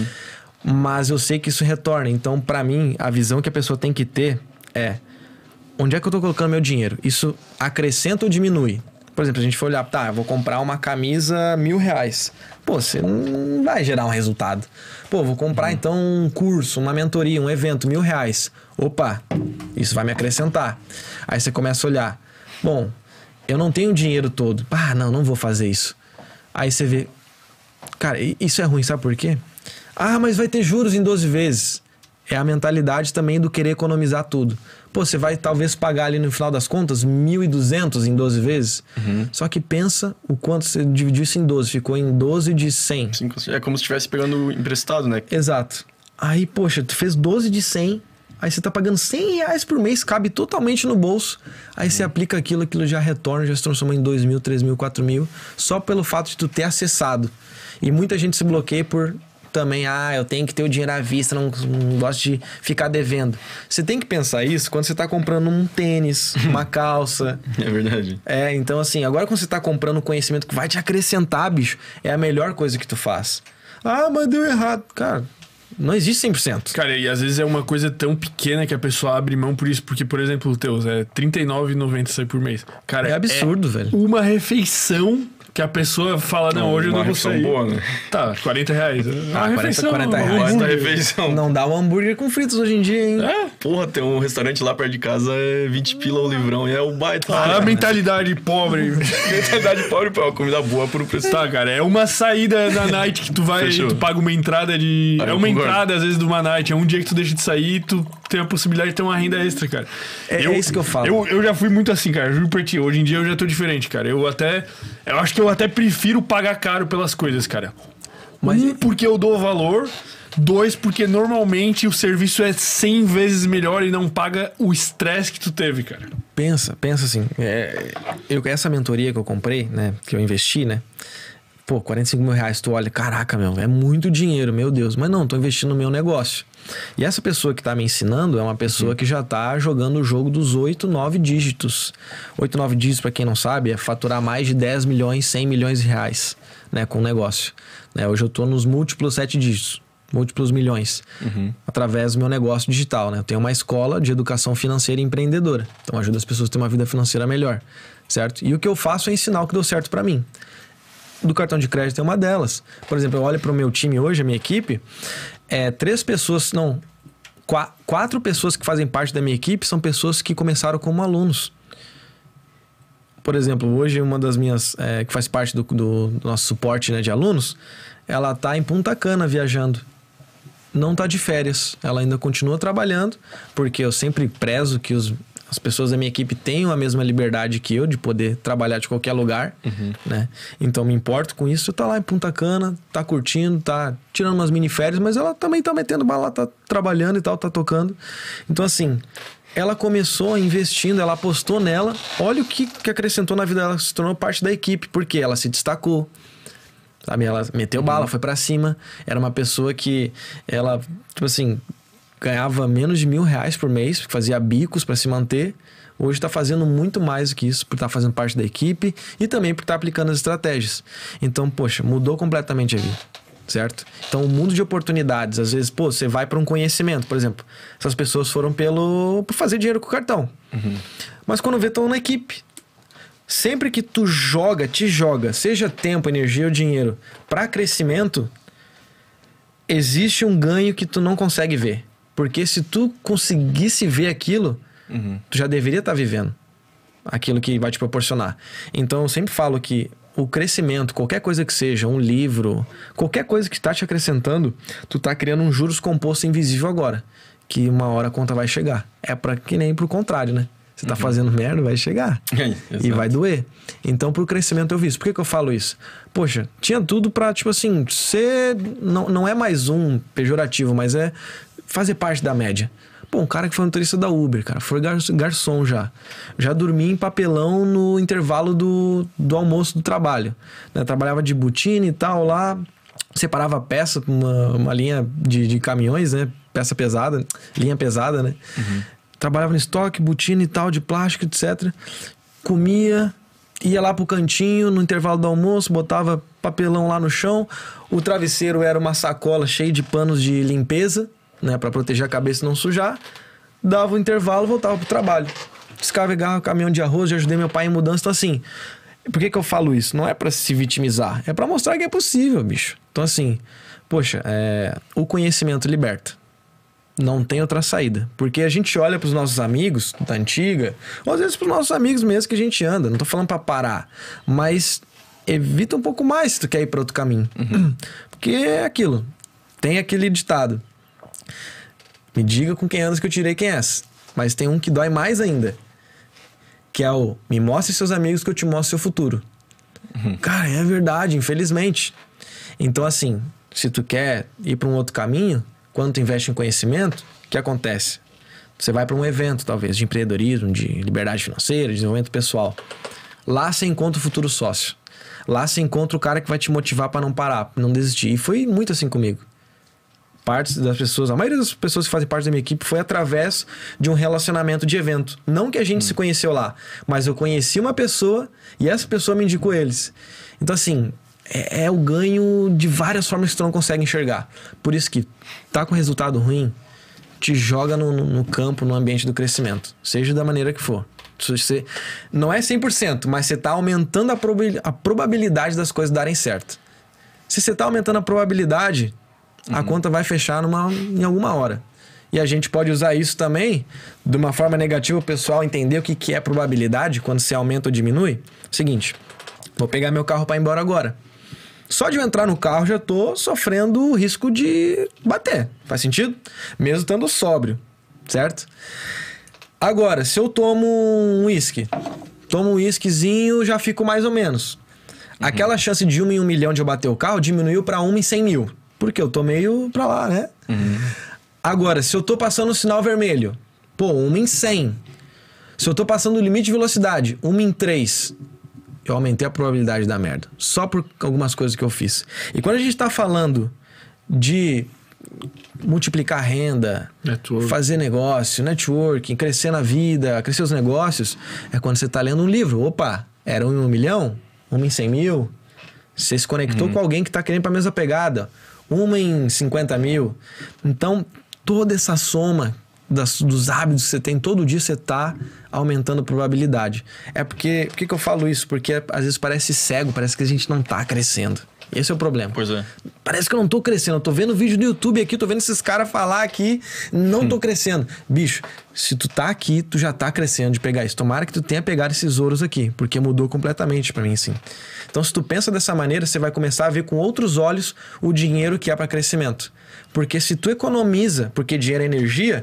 Mas eu sei que isso retorna. Então, pra mim, a visão que a pessoa tem que ter é: onde é que eu tô colocando meu dinheiro? Isso acrescenta ou diminui? Por exemplo, a gente for olhar, eu vou comprar uma camisa R$1.000. Pô, você não vai gerar um resultado. Pô, vou comprar então um curso, uma mentoria, um evento, R$1.000. Opa, isso vai me acrescentar. Aí você começa a olhar. Bom, eu não tenho o dinheiro todo. Não vou fazer isso. Aí você vê, cara, isso é ruim, sabe por quê? Mas vai ter juros em 12 vezes. É a mentalidade também do querer economizar tudo. Pô, você vai talvez pagar ali no final das contas 1.200 em 12 vezes. Só que pensa o quanto você dividiu isso em 12. Ficou em 12 de 100. É como se estivesse pegando emprestado, né? Exato. Aí, poxa, tu fez 12 de 100. Aí você tá pagando R$100 por mês, cabe totalmente no bolso. Aí você aplica aquilo já retorna, já se transforma em 2.000, 3.000, 4.000. Só pelo fato de tu ter acessado. E muita gente se bloqueia por também, eu tenho que ter o dinheiro à vista, não gosto de ficar devendo. Você tem que pensar isso quando você tá comprando um tênis, uma calça. É verdade. Então assim, agora quando você tá comprando um conhecimento que vai te acrescentar, bicho, é a melhor coisa que tu faz. Mas deu errado. Cara, não existe 100%. Cara, e às vezes é uma coisa tão pequena que a pessoa abre mão por isso. Porque, por exemplo, o teus é R$39,90 sair por mês. Cara, é absurdo, velho. Uma refeição que a pessoa fala, hoje eu não vou sair. Boa, né? Tá, R$40. R$40 refeição. Não dá um hambúrguer com fritos hoje em dia, hein? Porra, tem um restaurante lá perto de casa, 20 pila o livrão. E é o baita. A mentalidade pobre. Mentalidade pobre, pô. Comida boa por um preço. Tá, cara. É uma saída na night que tu vai e tu paga uma entrada de... É uma entrada, às vezes, de uma night. É um dia que tu deixa de sair e tu tem a possibilidade de ter uma renda extra, cara. É isso que eu falo. Eu já fui muito assim, cara. Juro por ti. Hoje em dia eu já tô diferente, cara. Eu acho que eu até prefiro pagar caro pelas coisas, cara. Mas... porque eu dou valor. 2, porque normalmente o serviço é 100 vezes melhor e não paga o estresse que tu teve, cara. Pensa assim. Essa mentoria que eu comprei, né? Que eu investi, né? Pô, R$45 mil, tu olha, caraca, é muito dinheiro, meu Deus. Mas não, tô investindo no meu negócio. E essa pessoa que tá me ensinando é uma pessoa que já tá jogando o jogo dos 8, 9 dígitos. 8, 9 dígitos, pra quem não sabe, é faturar mais de 10 milhões, 100 milhões de reais, né, com o negócio. Hoje eu tô nos múltiplos 7 dígitos, múltiplos milhões, através do meu negócio digital, né? Eu tenho uma escola de educação financeira e empreendedora. Então ajuda as pessoas a ter uma vida financeira melhor, certo? E o que eu faço é ensinar o que deu certo pra mim. Do cartão de crédito é uma delas. Por exemplo, eu olho para o meu time hoje, a minha equipe, 4 pessoas que fazem parte da minha equipe são pessoas que começaram como alunos. Por exemplo, hoje uma das minhas, que faz parte do nosso suporte, né, de alunos, ela tá em Punta Cana viajando. Não tá de férias. Ela ainda continua trabalhando, porque eu sempre prezo que as pessoas da minha equipe tenham a mesma liberdade que eu de poder trabalhar de qualquer lugar, né? Então me importo com isso. Tá lá em Punta Cana, tá curtindo, tá tirando umas mini férias, mas ela também tá metendo bala, tá trabalhando e tal, tá tocando. Então assim, ela começou investindo, ela apostou nela. Olha o que acrescentou na vida dela, se tornou parte da equipe, porque ela se destacou. Sabe, ela meteu bala, foi pra cima. Era uma pessoa que ela, tipo assim, ganhava menos de R$1.000 por mês, fazia bicos para se manter. Hoje está fazendo muito mais do que isso, por estar fazendo parte da equipe e também por estar aplicando as estratégias. Então, poxa, mudou completamente a vida, certo? Então, o mundo de oportunidades, às vezes, você vai para um conhecimento, por exemplo, essas pessoas foram por fazer dinheiro com o cartão. Mas quando vê, estão na equipe. Sempre que tu te joga, seja tempo, energia ou dinheiro, para crescimento, existe um ganho que tu não consegue ver. Porque se tu conseguisse ver aquilo, tu já deveria estar vivendo aquilo que vai te proporcionar. Então eu sempre falo que o crescimento, qualquer coisa que seja, um livro, qualquer coisa que está te acrescentando, tu tá criando um juros composto invisível agora. Que uma hora a conta vai chegar. É que nem pro contrário, né? Você tá fazendo merda, vai chegar. E vai doer. Então, pro crescimento eu vi isso. Por que eu falo isso? Poxa, tinha tudo pra, tipo assim, ser... Não é mais um pejorativo, mas é fazer parte da média. Pô, um cara que foi motorista da Uber, cara, foi garçom já. Já dormi em papelão no intervalo do almoço do trabalho. Né? Trabalhava de botina e tal lá. Separava peça, uma linha de caminhões, né? Peça pesada, linha pesada, né? Trabalhava no estoque, botina e tal, de plástico, etc. Comia, ia lá pro cantinho, no intervalo do almoço, botava papelão lá no chão. O travesseiro era uma sacola cheia de panos de limpeza, né? Pra proteger a cabeça e não sujar. Dava o intervalo, voltava pro trabalho. Descarregava o caminhão de arroz, já ajudei meu pai em mudança. Então assim, por que eu falo isso? Não é pra se vitimizar, é pra mostrar que é possível, bicho. Então assim, poxa, o conhecimento liberta. Não tem outra saída. Porque a gente olha pros nossos amigos da antiga, ou às vezes pros nossos amigos mesmo que a gente anda. Não tô falando pra parar. Mas evita um pouco mais se tu quer ir pra outro caminho. Porque é aquilo. Tem aquele ditado. Me diga com quem andas que eu tirei quem és. Mas tem um que dói mais ainda. Que é o me mostre seus amigos que eu te mostro seu futuro. Cara, é verdade, infelizmente. Então assim, se tu quer ir pra um outro caminho... Quando tu investe em conhecimento, o que acontece? Você vai para um evento, talvez, de empreendedorismo, de liberdade financeira, de desenvolvimento pessoal. Lá você encontra o futuro sócio. Lá você encontra o cara que vai te motivar para não parar, pra não desistir. E foi muito assim comigo. Parte das pessoas, a maioria das pessoas que fazem parte da minha equipe foi através de um relacionamento de evento. Não que a gente se conheceu lá, mas eu conheci uma pessoa e essa pessoa me indicou eles. Então assim... É o ganho de várias formas que tu não consegue enxergar. Por isso que tá com resultado ruim, te joga no campo, no ambiente do crescimento. Seja da maneira que for. Você, não é 100%, mas você tá aumentando a probabilidade das coisas darem certo. Se você tá aumentando a probabilidade, a conta vai fechar em alguma hora. E a gente pode usar isso também, de uma forma negativa, o pessoal entender o que é probabilidade, quando você aumenta ou diminui. Seguinte, vou pegar meu carro para ir embora agora. Só de eu entrar no carro já tô sofrendo o risco de bater. Faz sentido? Mesmo estando sóbrio, certo? Agora, se eu tomo um uísquezinho, já fico mais ou menos. Aquela chance de 1 em 1 milhão de eu bater o carro diminuiu para 1 em 100 mil. Porque eu tô meio pra lá, né? Agora, se eu tô passando o sinal vermelho, 1 em 100. Se eu tô passando o limite de velocidade, 1 em 3... eu aumentei a probabilidade da merda. Só por algumas coisas que eu fiz. E quando a gente tá falando de multiplicar renda, fazer negócio, networking, crescer na vida, crescer os negócios, é quando você tá lendo um livro. Opa, era 1 em 1 milhão? 1 em 100 mil? Você se conectou com alguém que tá querendo pra mesma pegada. 1 em 50 mil. Então, toda essa soma... dos hábitos que você tem todo dia, você tá aumentando a probabilidade. Por que eu falo isso? Porque às vezes parece cego, parece que a gente não tá crescendo. Esse é o problema. Pois é. Parece que eu não tô crescendo. Eu tô vendo vídeo no YouTube aqui, tô vendo esses caras falar aqui, não tô crescendo. Bicho, se tu tá aqui, tu já tá crescendo de pegar isso. Tomara que tu tenha pegado esses ouros aqui, porque mudou completamente pra mim, assim. Então, se tu pensa dessa maneira, você vai começar a ver com outros olhos o dinheiro que é pra crescimento. Porque se tu economiza, porque dinheiro é energia,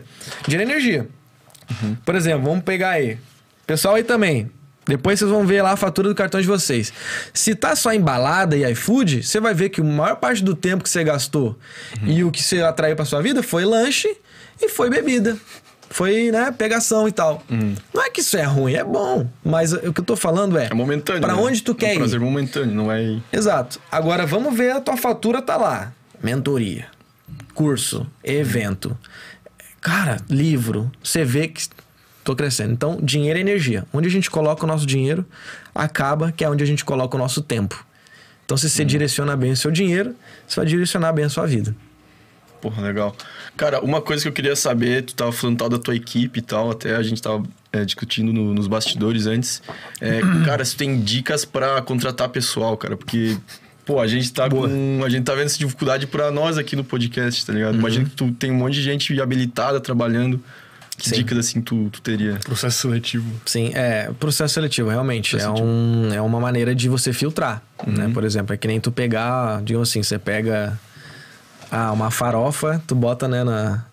Por exemplo, vamos pegar aí. Pessoal aí também. Depois vocês vão ver lá a fatura do cartão de vocês. Se tá só em balada e iFood, você vai ver que a maior parte do tempo que você gastou e o que você atraiu pra sua vida foi lanche e foi bebida. Foi, pegação e tal. Não é que isso é ruim, é bom. Mas o que eu tô falando é momentâneo. Pra onde tu quer ir? É um prazer momentâneo, não é... Exato. Agora vamos ver, a tua fatura tá lá. Mentoria, curso, evento. Cara, livro. Você vê que... tô crescendo. Então, dinheiro é energia. Onde a gente coloca o nosso dinheiro, acaba que é onde a gente coloca o nosso tempo. Então, se você direciona bem o seu dinheiro, você vai direcionar bem a sua vida. Porra, legal. Cara, uma coisa que eu queria saber, tu tava falando tal da tua equipe e tal, até a gente tava discutindo nos bastidores antes. Cara, se tu tem dicas pra contratar pessoal, cara, porque, pô, a gente tá vendo essa dificuldade pra nós aqui no podcast, tá ligado? Imagina que tu tem um monte de gente habilitada trabalhando. Que dicas, assim, tu teria? Processo seletivo. Sim, processo seletivo, realmente. É uma maneira de você filtrar, né? Por exemplo, é que nem tu pegar, digamos assim, você pega uma farofa, tu bota, né, na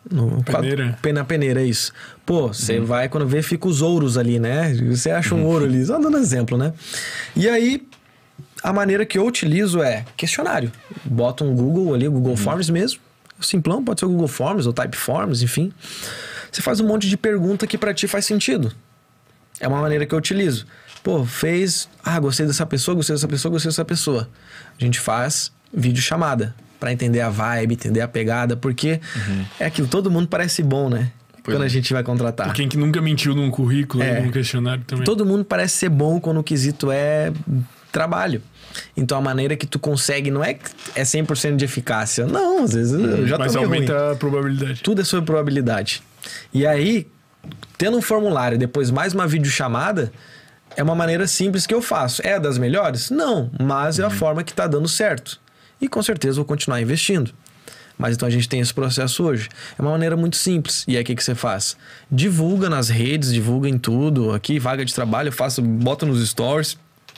peneira, isso. Pô, você vai, quando vê, fica os ouros ali, né? Você acha um ouro ali, só dando exemplo, né? E aí, a maneira que eu utilizo é questionário. Bota um Google ali, Google Forms mesmo. Simplão, pode ser o Google Forms ou Typeforms, enfim. Você faz um monte de pergunta que pra ti faz sentido. É uma maneira que eu utilizo. Pô, gostei dessa pessoa, gostei dessa pessoa, gostei dessa pessoa. A gente faz videochamada pra entender a vibe, entender a pegada, porque é aquilo, todo mundo parece bom, né? Quando a gente vai contratar. Por quem que nunca mentiu num currículo, num questionário também. Todo mundo parece ser bom quando o quesito é trabalho. Então a maneira que tu consegue não é 100% de eficácia. Não, às vezes eu já tô Mas meio aumenta ruim. a probabilidade. Tudo é sobre probabilidade. E aí, tendo um formulário e depois mais uma videochamada, é uma maneira simples que eu faço. É das melhores? Não, mas é a forma que tá dando certo. E com certeza vou continuar investindo. Mas então a gente tem esse processo hoje. É uma maneira muito simples. E aí o que você faz? Divulga nas redes, divulga em tudo. Aqui, vaga de trabalho, bota nos stories.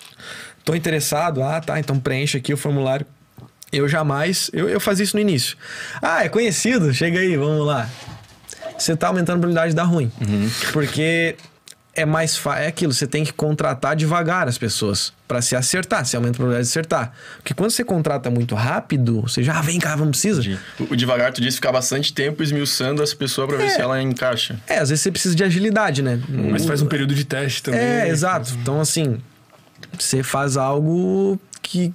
Tô interessado? Tá, então preenche aqui o formulário. Eu fazia isso no início. É conhecido? Chega aí, vamos lá. Você tá aumentando a probabilidade de dar ruim. Porque é mais fácil. É aquilo, você tem que contratar devagar as pessoas para se acertar, se aumenta a probabilidade de acertar. Porque quando você contrata muito rápido, você já vem cá, vamos precisa. O devagar, tu disse, ficar bastante tempo esmiuçando essa pessoa para ver se ela encaixa. Às vezes você precisa de agilidade, né? Mas faz um período de teste também. Exato. Então, assim, você faz algo que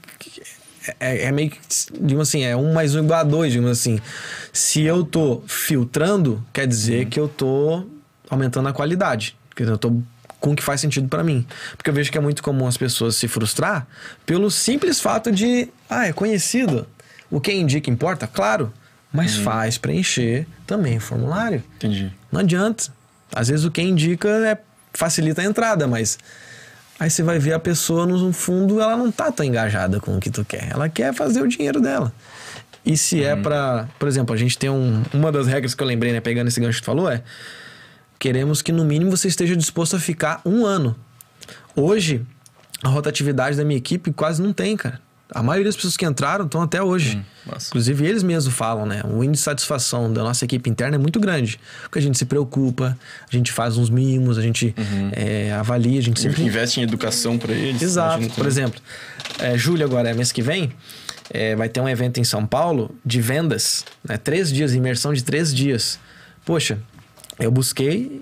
é meio que, digamos assim, 1 mais 1 igual a 2, digamos assim. Se eu tô filtrando, quer dizer que eu tô aumentando a qualidade. Quer dizer, eu tô com o que faz sentido pra mim. Porque eu vejo que é muito comum as pessoas se frustrar pelo simples fato de, é conhecido. O que indica importa? Claro. Mas faz preencher também o formulário. Entendi. Não adianta. Às vezes o que indica facilita a entrada, mas aí você vai ver a pessoa, no fundo, ela não tá tão engajada com o que tu quer. Ela quer fazer o dinheiro dela. E se é pra... Por exemplo, a gente tem uma das regras que eu lembrei, né? Pegando esse gancho que tu falou, queremos que no mínimo você esteja disposto a ficar 1 ano. Hoje, a rotatividade da minha equipe quase não tem, cara. A maioria das pessoas que entraram estão até hoje. Inclusive, eles mesmos falam, né? O índice de satisfação da nossa equipe interna é muito grande. Porque a gente se preocupa, a gente faz uns mimos, a gente avalia, a gente sempre... Investe em educação para eles. Exato. Por exemplo, julho agora, mês que vem, vai ter um evento em São Paulo de vendas, né? 3 dias, imersão de 3 dias. Poxa, eu busquei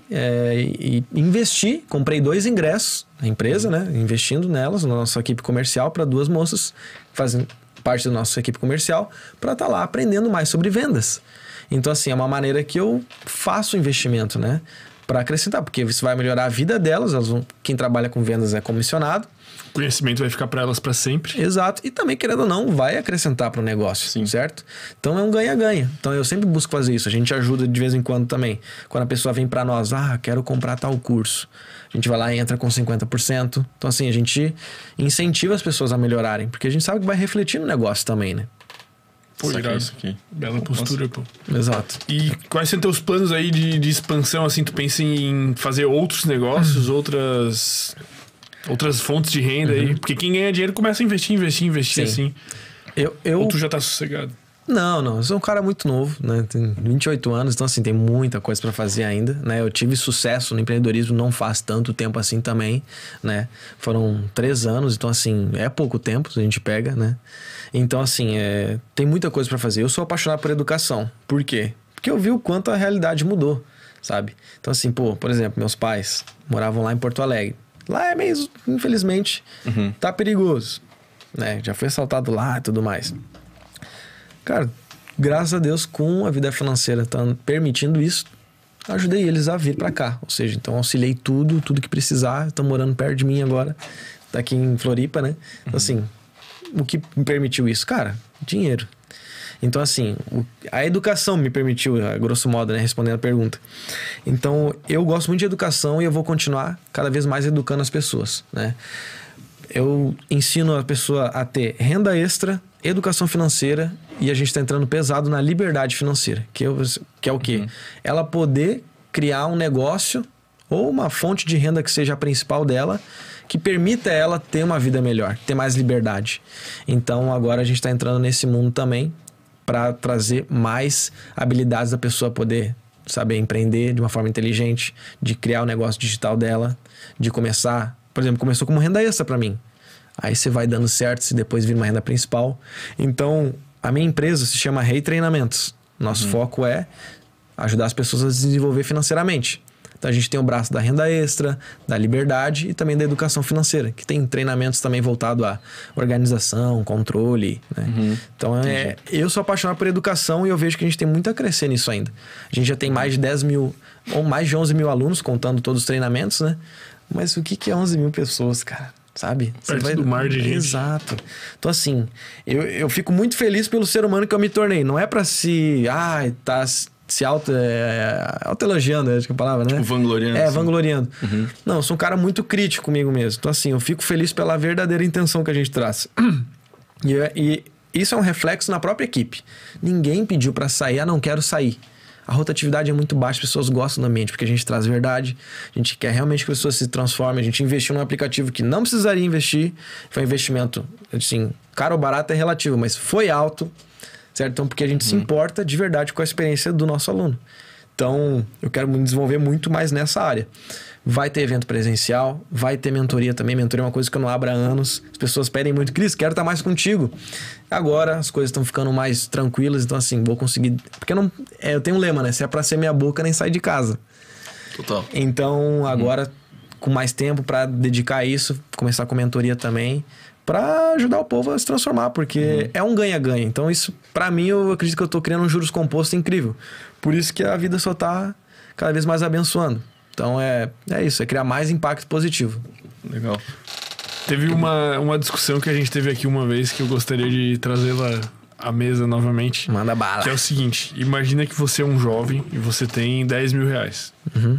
e investi, comprei 2 ingressos na empresa, né? Investindo nelas, na nossa equipe comercial, para 2 moças que fazem parte da nossa equipe comercial, para estar lá aprendendo mais sobre vendas. Então, assim, é uma maneira que eu faço investimento, né? Para acrescentar, porque isso vai melhorar a vida delas. Quem trabalha com vendas é comissionado. O conhecimento vai ficar para elas para sempre. Exato. E também, querendo ou não, vai acrescentar para o negócio, Sim. Certo? Então é um ganha-ganha. Então eu sempre busco fazer isso. A gente ajuda de vez em quando também. Quando a pessoa vem para nós, quero comprar tal curso. A gente vai lá e entra com 50%. Então assim, a gente incentiva as pessoas a melhorarem. Porque a gente sabe que vai refletir no negócio também, né? Pô, irado. Isso aqui. Bela postura, pô. Exato. E quais são teus planos aí de expansão, assim? Tu pensa em fazer outros negócios, outras fontes de renda aí? Porque quem ganha dinheiro começa a investir Sim. assim. Ou tu já tá sossegado? Não. Eu sou um cara muito novo, né? Tenho 28 anos, então assim, tem muita coisa pra fazer ainda, né? Eu tive sucesso no empreendedorismo não faz tanto tempo assim também, né? Foram 3 anos, então assim, é pouco tempo se a gente pega, né? Então assim, tem muita coisa pra fazer. Eu sou apaixonado por educação. Por quê? Porque eu vi o quanto a realidade mudou, sabe? Então assim, por exemplo, meus pais moravam lá em Porto Alegre. Lá é meio, infelizmente, tá perigoso, né? Já foi assaltado lá e tudo mais. Cara, graças a Deus, com a vida financeira tá permitindo isso, ajudei eles a vir pra cá. Ou seja, então auxiliei tudo que precisar. Estão morando perto de mim agora, tá aqui em Floripa, né? Então assim, o que me permitiu isso? Cara, dinheiro. Então, assim, a educação me permitiu, a grosso modo, né, respondendo a pergunta. Então, eu gosto muito de educação e eu vou continuar cada vez mais educando as pessoas, né? Eu ensino a pessoa a ter renda extra, educação financeira, e a gente está entrando pesado na liberdade financeira, que é o quê? Ela poder criar um negócio ou uma fonte de renda que seja a principal dela, que permita ela ter uma vida melhor, ter mais liberdade. Então, agora a gente está entrando nesse mundo também para trazer mais habilidades da pessoa poder saber empreender de uma forma inteligente, de criar o negócio digital dela, de começar... Por exemplo, começou como renda extra para mim. Aí você vai dando certo se depois vir uma renda principal. Então, a minha empresa se chama Rei Treinamentos. Nosso foco é ajudar as pessoas a se desenvolver financeiramente. Então, a gente tem o braço da renda extra, da liberdade e também da educação financeira, que tem treinamentos também voltados à organização, controle, né? Então, eu sou apaixonado por educação e eu vejo que a gente tem muito a crescer nisso ainda. A gente já tem mais de 10 mil, ou mais de 11 mil alunos, contando todos os treinamentos, né? Mas o que é 11 mil pessoas, cara? Sabe? Perto do mar de gente. Exato. Então, assim, eu fico muito feliz pelo ser humano que eu me tornei. Não é pra tá se auto-elogiando, acho que é a palavra, né? Tipo, vangloriando. É, vangloriando. Não, eu sou um cara muito crítico comigo mesmo. Então, assim, eu fico feliz pela verdadeira intenção que a gente traz. E isso é um reflexo na própria equipe. Ninguém pediu pra sair, não quero sair. A rotatividade é muito baixa, as pessoas gostam do ambiente, porque a gente traz verdade, a gente quer realmente que as pessoas se transformem, a gente investiu num aplicativo que não precisaria investir, foi um investimento, assim, caro ou barato é relativo, mas foi alto, certo? Então, porque a gente se importa de verdade com a experiência do nosso aluno. Então, eu quero me desenvolver muito mais nessa área. Vai ter evento presencial, vai ter mentoria também. Mentoria é uma coisa que eu não abro há anos. As pessoas pedem muito, Cris, quero estar mais contigo. Agora as coisas estão ficando mais tranquilas, então assim, vou conseguir... Porque eu tenho um lema, né? Se é pra ser minha boca, nem sai de casa. Total. Então, agora, com mais tempo pra dedicar a isso, começar com mentoria também, pra ajudar o povo a se transformar, porque é um ganha-ganha. Então isso, pra mim, eu acredito que eu tô criando um juros composto incrível. Por isso que a vida só tá cada vez mais abençoando. Então é isso, é criar mais impacto positivo. Legal. Teve uma discussão que a gente teve aqui uma vez que eu gostaria de trazê-la à mesa novamente. Manda bala. Que é o seguinte, imagina que você é um jovem e você tem 10 mil reais.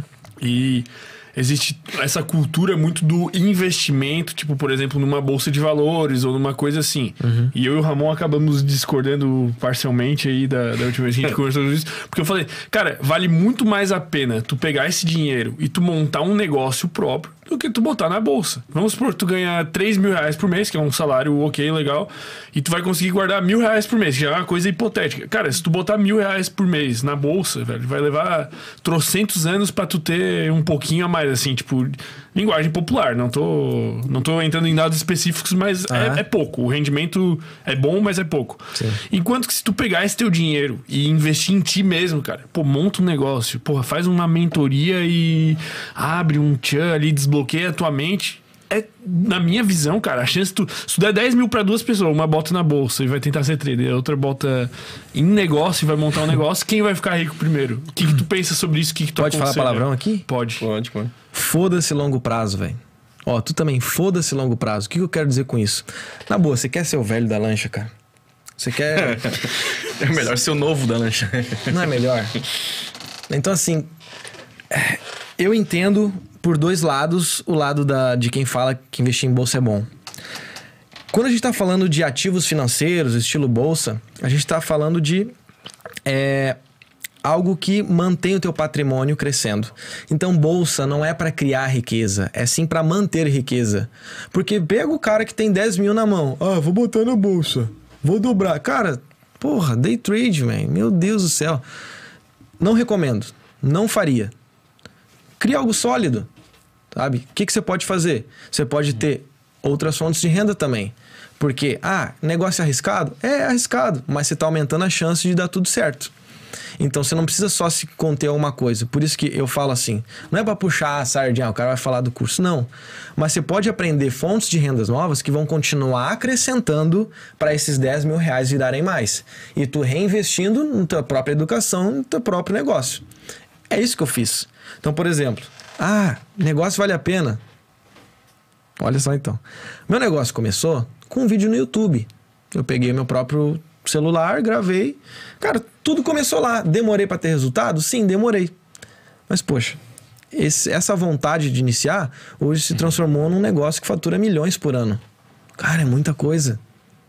E existe essa cultura muito do investimento, tipo, por exemplo, numa bolsa de valores ou numa coisa assim. E eu e o Ramon acabamos discordando parcialmente aí da última vez que a gente conversou sobre isso. Porque eu falei, cara, vale muito mais a pena tu pegar esse dinheiro e tu montar um negócio próprio do que tu botar na bolsa. Vamos supor, tu ganha 3 mil reais por mês, que é um salário ok, legal, e tu vai conseguir guardar 1.000 reais por mês, que já é uma coisa hipotética. Cara, se tu botar 1.000 reais por mês na bolsa, velho, vai levar trocentos anos pra tu ter um pouquinho a mais, assim, tipo, linguagem popular. Não tô entrando em dados específicos, mas é pouco. O rendimento é bom, mas é pouco. Sim. Enquanto que se tu pegar esse teu dinheiro e investir em ti mesmo, cara, pô, monta um negócio, porra, faz uma mentoria e abre um tchan ali, desbloqueia a tua mente. Na minha visão, cara, a chance se tu der 10 mil pra duas pessoas, uma bota na bolsa e vai tentar ser trader, a outra bota em negócio e vai montar um negócio, quem vai ficar rico primeiro? O que tu pensa sobre isso? O que tu Pode falar palavrão aqui? Pode. Foda-se longo prazo, velho. Ó, tu também, foda-se longo prazo. O que eu quero dizer com isso? Na boa, você quer ser o velho da lancha, cara? Você quer... É melhor ser o novo da lancha. Não é melhor? Então, assim, eu entendo por dois lados o lado de quem fala que investir em bolsa é bom. Quando a gente tá falando de ativos financeiros, estilo bolsa, a gente tá falando de algo que mantém o teu patrimônio crescendo. Então, bolsa não é para criar riqueza, é sim para manter riqueza. Porque pega o cara que tem 10 mil na mão. Ah, vou botar na bolsa, vou dobrar. Cara, porra, day trade, velho. Meu Deus do céu. Não recomendo, não faria. Cria algo sólido, sabe? O que você pode fazer? Você pode ter outras fontes de renda também. Porque, negócio arriscado? É arriscado, mas você está aumentando a chance de dar tudo certo. Então, você não precisa só se conter a uma coisa. Por isso que eu falo assim, não é para puxar a sardinha, o cara vai falar do curso, não. Mas você pode aprender fontes de rendas novas que vão continuar acrescentando para esses 10 mil reais virarem mais. E tu reinvestindo na tua própria educação, no teu próprio negócio. É isso que eu fiz. Então, por exemplo, negócio vale a pena. Olha só então. Meu negócio começou com um vídeo no YouTube. Eu peguei meu próprio celular, gravei. Cara, tudo começou lá. Demorei para ter resultado? Sim, demorei. Mas, poxa, essa vontade de iniciar hoje se transformou num negócio que fatura milhões por ano. Cara, é muita coisa.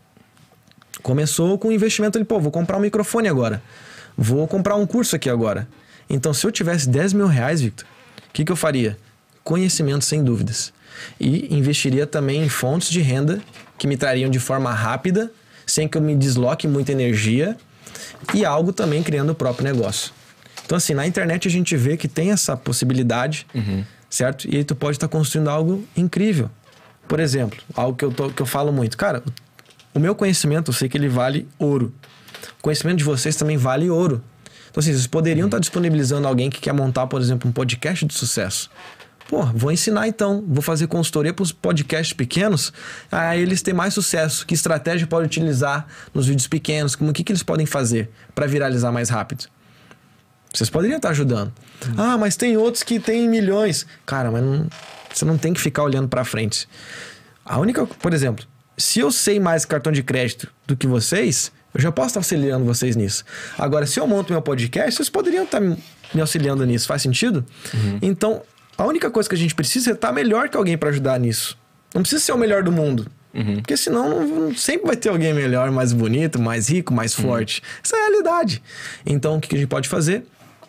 Começou com um investimento ali, vou comprar um microfone agora. Vou comprar um curso aqui agora. Então, se eu tivesse 10 mil reais, Victor, o que eu faria? Conhecimento, sem dúvidas. E investiria também em fontes de renda que me trariam de forma rápida, sem que eu me desloque muita energia, e algo também criando o próprio negócio. Então, assim, na internet a gente vê que tem essa possibilidade, certo? E aí tu pode estar construindo algo incrível. Por exemplo, algo que eu falo muito. Cara, o meu conhecimento, eu sei que ele vale ouro. O conhecimento de vocês também vale ouro. Então, assim, vocês poderiam estar disponibilizando alguém que quer montar, por exemplo, um podcast de sucesso. Vou ensinar então. Vou fazer consultoria para os podcasts pequenos, a eles terem mais sucesso. Que estratégia pode utilizar nos vídeos pequenos? O que eles podem fazer para viralizar mais rápido? Vocês poderiam estar ajudando. Mas tem outros que têm milhões. Cara, mas você não tem que ficar olhando para frente. Por exemplo, se eu sei mais cartão de crédito do que vocês, eu já posso estar auxiliando vocês nisso. Agora, se eu monto meu podcast, vocês poderiam estar me auxiliando nisso. Faz sentido? Então, a única coisa que a gente precisa é estar melhor que alguém para ajudar nisso. Não precisa ser o melhor do mundo. Porque senão sempre vai ter alguém melhor, mais bonito, mais rico, mais forte. Essa é a realidade. Então, o que a gente pode fazer?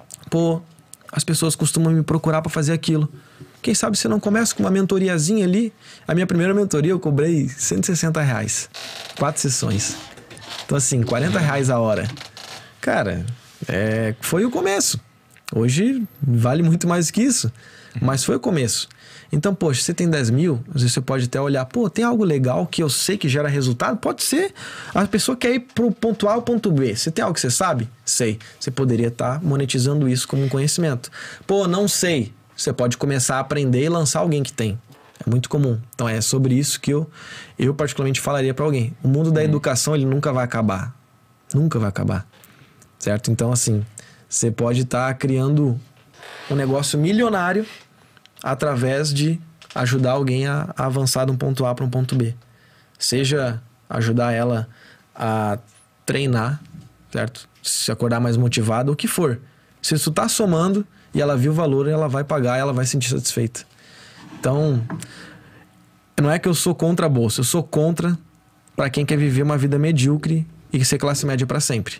As pessoas costumam me procurar para fazer aquilo. Quem sabe você não começa com uma mentoriazinha ali? A minha primeira mentoria eu cobrei R$160. 4 sessões. Então, assim, R$40 a hora. Cara, foi o começo. Hoje vale muito mais que isso. Mas foi o começo. Então, poxa, você tem 10 mil, às vezes você pode até olhar, tem algo legal que eu sei que gera resultado? Pode ser. A pessoa quer ir pro ponto A ao ponto B. Você tem algo que você sabe? Sei. Você poderia estar monetizando isso como um conhecimento. Não sei. Você pode começar a aprender e lançar alguém que tem. É muito comum. Então, é sobre isso que eu particularmente falaria para alguém. O mundo da educação, ele nunca vai acabar. Nunca vai acabar. Certo? Então, assim, você pode estar criando um negócio milionário através de ajudar alguém a avançar de um ponto A para um ponto B. Seja ajudar ela a treinar, certo? Se acordar mais motivada, o que for. Se isso está somando e ela viu o valor, ela vai pagar, ela vai se sentir satisfeita. Então, não é que eu sou contra a bolsa, eu sou contra para quem quer viver uma vida medíocre e ser classe média para sempre.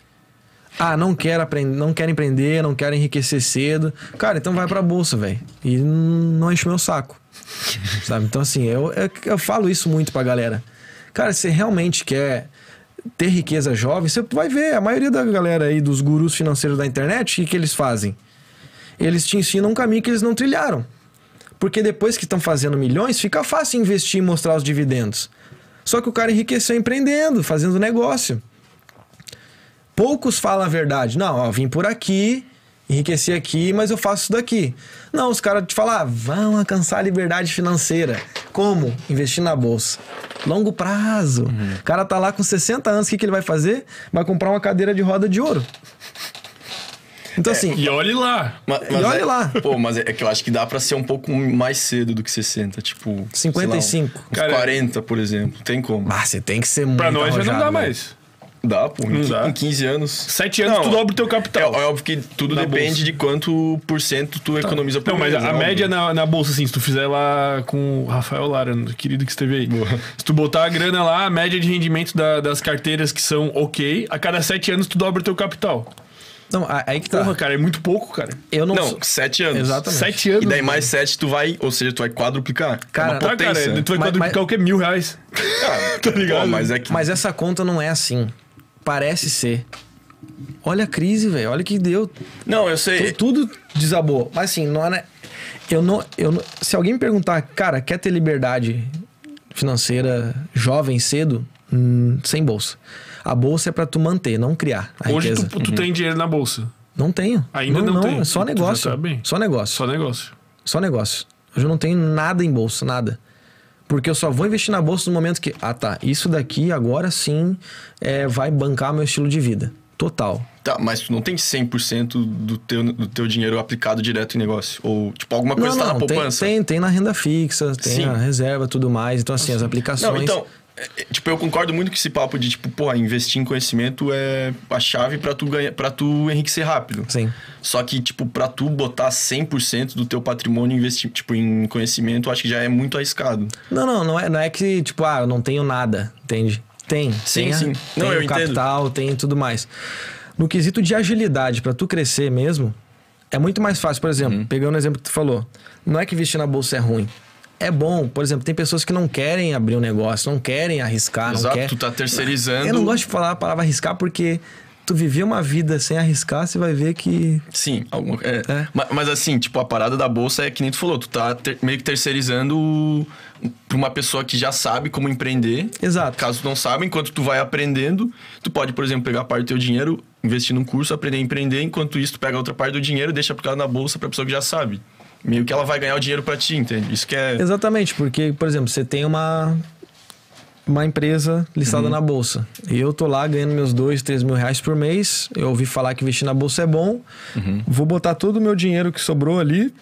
Não quero aprender, não quero empreender, não quero enriquecer cedo. Cara, então vai pra bolsa, velho. E não enche o meu saco. Sabe? Então, assim, eu falo isso muito pra galera. Cara, se você realmente quer ter riqueza jovem, você vai ver a maioria da galera aí, dos gurus financeiros da internet, o que eles fazem? Eles te ensinam um caminho que eles não trilharam. Porque depois que estão fazendo milhões, fica fácil investir e mostrar os dividendos. Só que o cara enriqueceu empreendendo, fazendo negócio. Poucos falam a verdade. Não, vim por aqui, enriqueci aqui, mas eu faço isso daqui. Não, os caras te falam, vão alcançar a liberdade financeira. Como? Investir na bolsa. Longo prazo. O cara tá lá com 60 anos, o que ele vai fazer? Vai comprar uma cadeira de roda de ouro. Então, assim... E olhe lá. Olhe lá. Mas é que eu acho que dá pra ser um pouco mais cedo do que 60. Tipo... 55. Uns 40, por exemplo. Tem como. Você tem que ser muito Pra nós já não dá velho. mais. Dá, dá. Em 15 anos. 7 anos tu dobra o teu capital. É óbvio que tudo Na depende bolsa. de quanto por cento tu economiza por Não, mas mês, a né? média na bolsa, assim, se tu fizer lá com o Rafael Lara, querido que esteve aí. Se tu botar a grana lá, a média de rendimento das carteiras que são ok, a cada 7 anos tu dobra o teu capital. Não, aí que tá. Porra, cara, é muito pouco, cara. Eu não Não, sou... 7 anos. Exatamente. 7 anos. E daí mais mano. 7 tu vai quadruplicar. Cara, é uma Tá, potência. cara, tu vai quadruplicar o quê? R$1.000. Tá ligado? Mas é que... Mas essa conta não é assim. Parece ser. Olha a crise, velho. Olha o que deu. Não, eu sei. Tudo desabou. Mas assim, não é... Eu não... Se alguém me perguntar, cara, quer ter liberdade financeira jovem, cedo? Sem bolsa. A bolsa é pra tu manter, não criar a Hoje riqueza. tu tem dinheiro na bolsa. Não tenho. Ainda não tem. É só Tu já negócio. tá bem. Só negócio. Só negócio. Só negócio. Hoje eu não tenho nada em bolsa, nada. Porque eu só vou investir na bolsa no momento que... isso daqui agora sim vai bancar meu estilo de vida. Total. Tá, mas tu não tem 100% do teu dinheiro aplicado direto em negócio? Ou, tipo, alguma coisa tá na poupança? Tem na renda fixa, tem Sim. a reserva, tudo mais. Então, assim, as aplicações... Não, então, Tipo, eu concordo muito com esse papo de, tipo, porra, investir em conhecimento é a chave pra tu ganhar, para tu enriquecer rápido. Sim. Só que, tipo, pra tu botar 100% do teu patrimônio investir, tipo, em conhecimento, eu acho que já é muito arriscado. Não é que, tipo, eu não tenho nada, entende? Tem. Sim, tem sim. Não, eu tem o capital, tem tudo mais. No quesito de agilidade, pra tu crescer mesmo, é muito mais fácil. Por exemplo, pegando o exemplo que tu falou, não é que investir na bolsa é ruim. É bom, por exemplo, tem pessoas que não querem abrir um negócio, não querem arriscar, Exato, não querem. tu tá terceirizando. Eu não gosto de falar a palavra arriscar porque tu viver uma vida sem arriscar, você vai ver que... Sim, mas assim, tipo, a parada da bolsa é que nem tu falou, tu tá meio que terceirizando pra uma pessoa que já sabe como empreender. Exato. Caso tu não saiba, enquanto tu vai aprendendo, tu pode, por exemplo, pegar parte do teu dinheiro, investir num curso, aprender a empreender, enquanto isso tu pega outra parte do dinheiro e deixa aplicado na bolsa pra pessoa que já sabe. Meio que ela vai ganhar o dinheiro pra ti, entende? Isso que é... Exatamente, porque, por exemplo, você tem uma empresa listada na bolsa. E eu tô lá ganhando meus 2, 3 mil reais por mês. Eu ouvi falar que investir na bolsa é bom. Vou botar todo o meu dinheiro que sobrou ali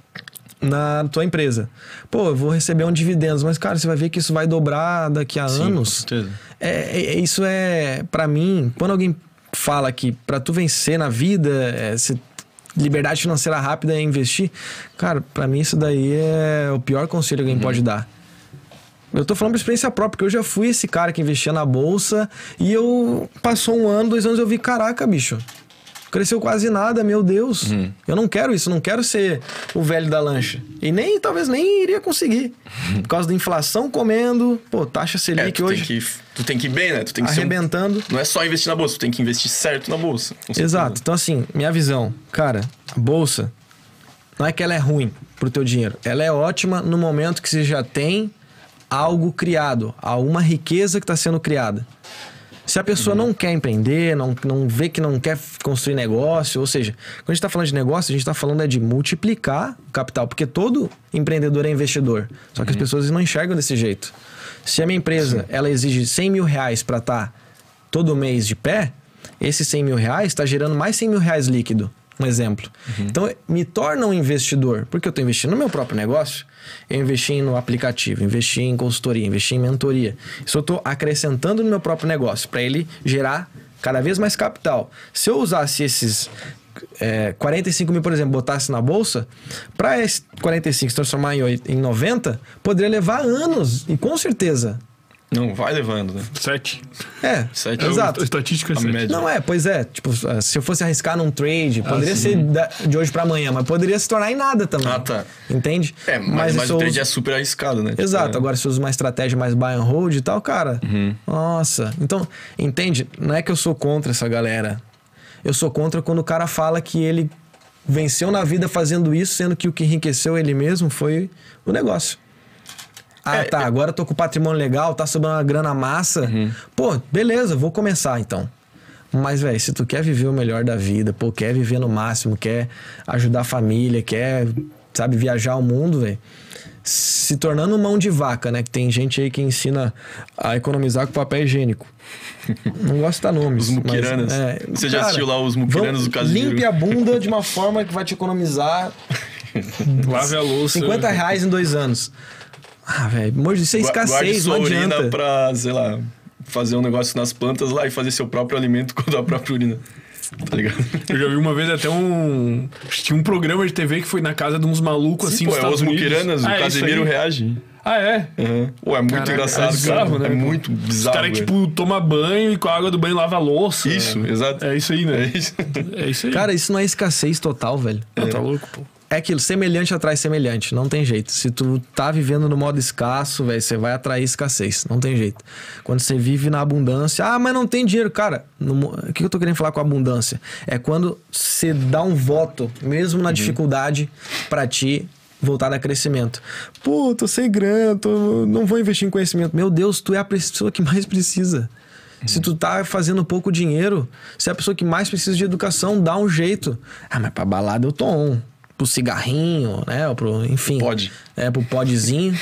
na tua empresa. Pô, eu vou receber um dividendos, mas, cara, você vai ver que isso vai dobrar daqui a anos. Com certeza. Isso é, pra mim, quando alguém fala que pra tu vencer na vida, liberdade financeira rápida é investir, cara, pra mim isso daí é o pior conselho que alguém pode dar. Eu tô falando por experiência própria, porque eu já fui esse cara que investia na bolsa e eu passou 1 ano, 2 anos, eu vi, caraca, bicho, cresceu quase nada, meu Deus. Eu não quero isso, não quero ser o velho da lancha. E talvez nem iria conseguir. Por causa da inflação comendo, taxa Selic hoje. Tu tem que ir bem, né? Tu tem que arrebentando. Não é só investir na bolsa, tu tem que investir certo na bolsa. Exato. Então, assim, minha visão, cara, a bolsa não é que ela é ruim pro teu dinheiro. Ela é ótima no momento que você já tem algo criado, alguma riqueza que está sendo criada. Se a pessoa não quer empreender, não vê que não quer construir negócio, ou seja, quando a gente está falando de negócio, a gente está falando de multiplicar o capital, porque todo empreendedor é investidor. Só que as pessoas não enxergam desse jeito. Se a minha empresa ela exige 100 mil reais para estar todo mês de pé, esses 100 mil reais está gerando mais 100 mil reais líquido. Um exemplo. Então, me torna um investidor, porque eu estou investindo no meu próprio negócio. Eu investi no aplicativo, investi em consultoria, investi em mentoria. Isso eu estou acrescentando no meu próprio negócio, para ele gerar cada vez mais capital. Se eu usasse esses 45 mil, por exemplo, botasse na bolsa, para esse 45 se transformar em 90, poderia levar anos, e com certeza... Não, vai levando, né? 7. 7 exato. A estatística é 7. Não, pois é. Tipo, se eu fosse arriscar num trade, poderia ser de hoje pra amanhã, mas poderia se tornar em nada também. Ah, tá. Entende? Mas o trade é super arriscado, né? Exato. Agora, se eu uso uma estratégia mais buy and hold e tal, cara... Nossa. Então, entende? Não é que eu sou contra essa galera. Eu sou contra quando o cara fala que ele venceu na vida fazendo isso, sendo que o que enriqueceu ele mesmo foi o negócio. Agora eu tô com o patrimônio legal, tá sobrando uma grana massa. Pô, beleza, vou começar então. Mas, velho, se tu quer viver o melhor da vida, quer viver no máximo, quer ajudar a família, quer, sabe, viajar o mundo, velho, se tornando mão de vaca, né? Que tem gente aí que ensina a economizar com papel higiênico. Não gosto de dar nomes. Os muquiranas. Você já assistiu lá os muquiranas do Casimiro? Limpe a bunda de uma forma que vai te economizar Lave a louça. R$50 em 2 anos. Velho, isso é escassez, não adianta. Urina pra, sei lá, fazer um negócio nas plantas lá e fazer seu próprio alimento com a própria urina. Tá ligado? Eu já vi uma vez até tinha um programa de TV que foi na casa de uns malucos assim nos Estados Unidos. Os muquiranas, o Casimiro reage. Ah, é? Pô, é muito engraçado, bizarro, cara. Né? É muito bizarro. Os caras, tipo, toma banho e com a água do banho lava a louça. Isso, exato. É isso aí, né? É isso aí. Cara, isso não é escassez total, velho. Tá louco, pô. É aquilo, semelhante atrai semelhante, não tem jeito. Se tu tá vivendo no modo escasso, velho, você vai atrair escassez, não tem jeito. Quando você vive na abundância, mas não tem dinheiro, cara. O que eu tô querendo falar com abundância? É quando você dá um voto, mesmo na dificuldade, pra ti voltar a crescimento. Pô, tô sem grana, não vou investir em conhecimento. Meu Deus, tu é a pessoa que mais precisa. Se tu tá fazendo pouco dinheiro, você é a pessoa que mais precisa de educação, dá um jeito. Mas pra balada eu tô on. Pro cigarrinho, né? Enfim. Pode. Pro podzinho.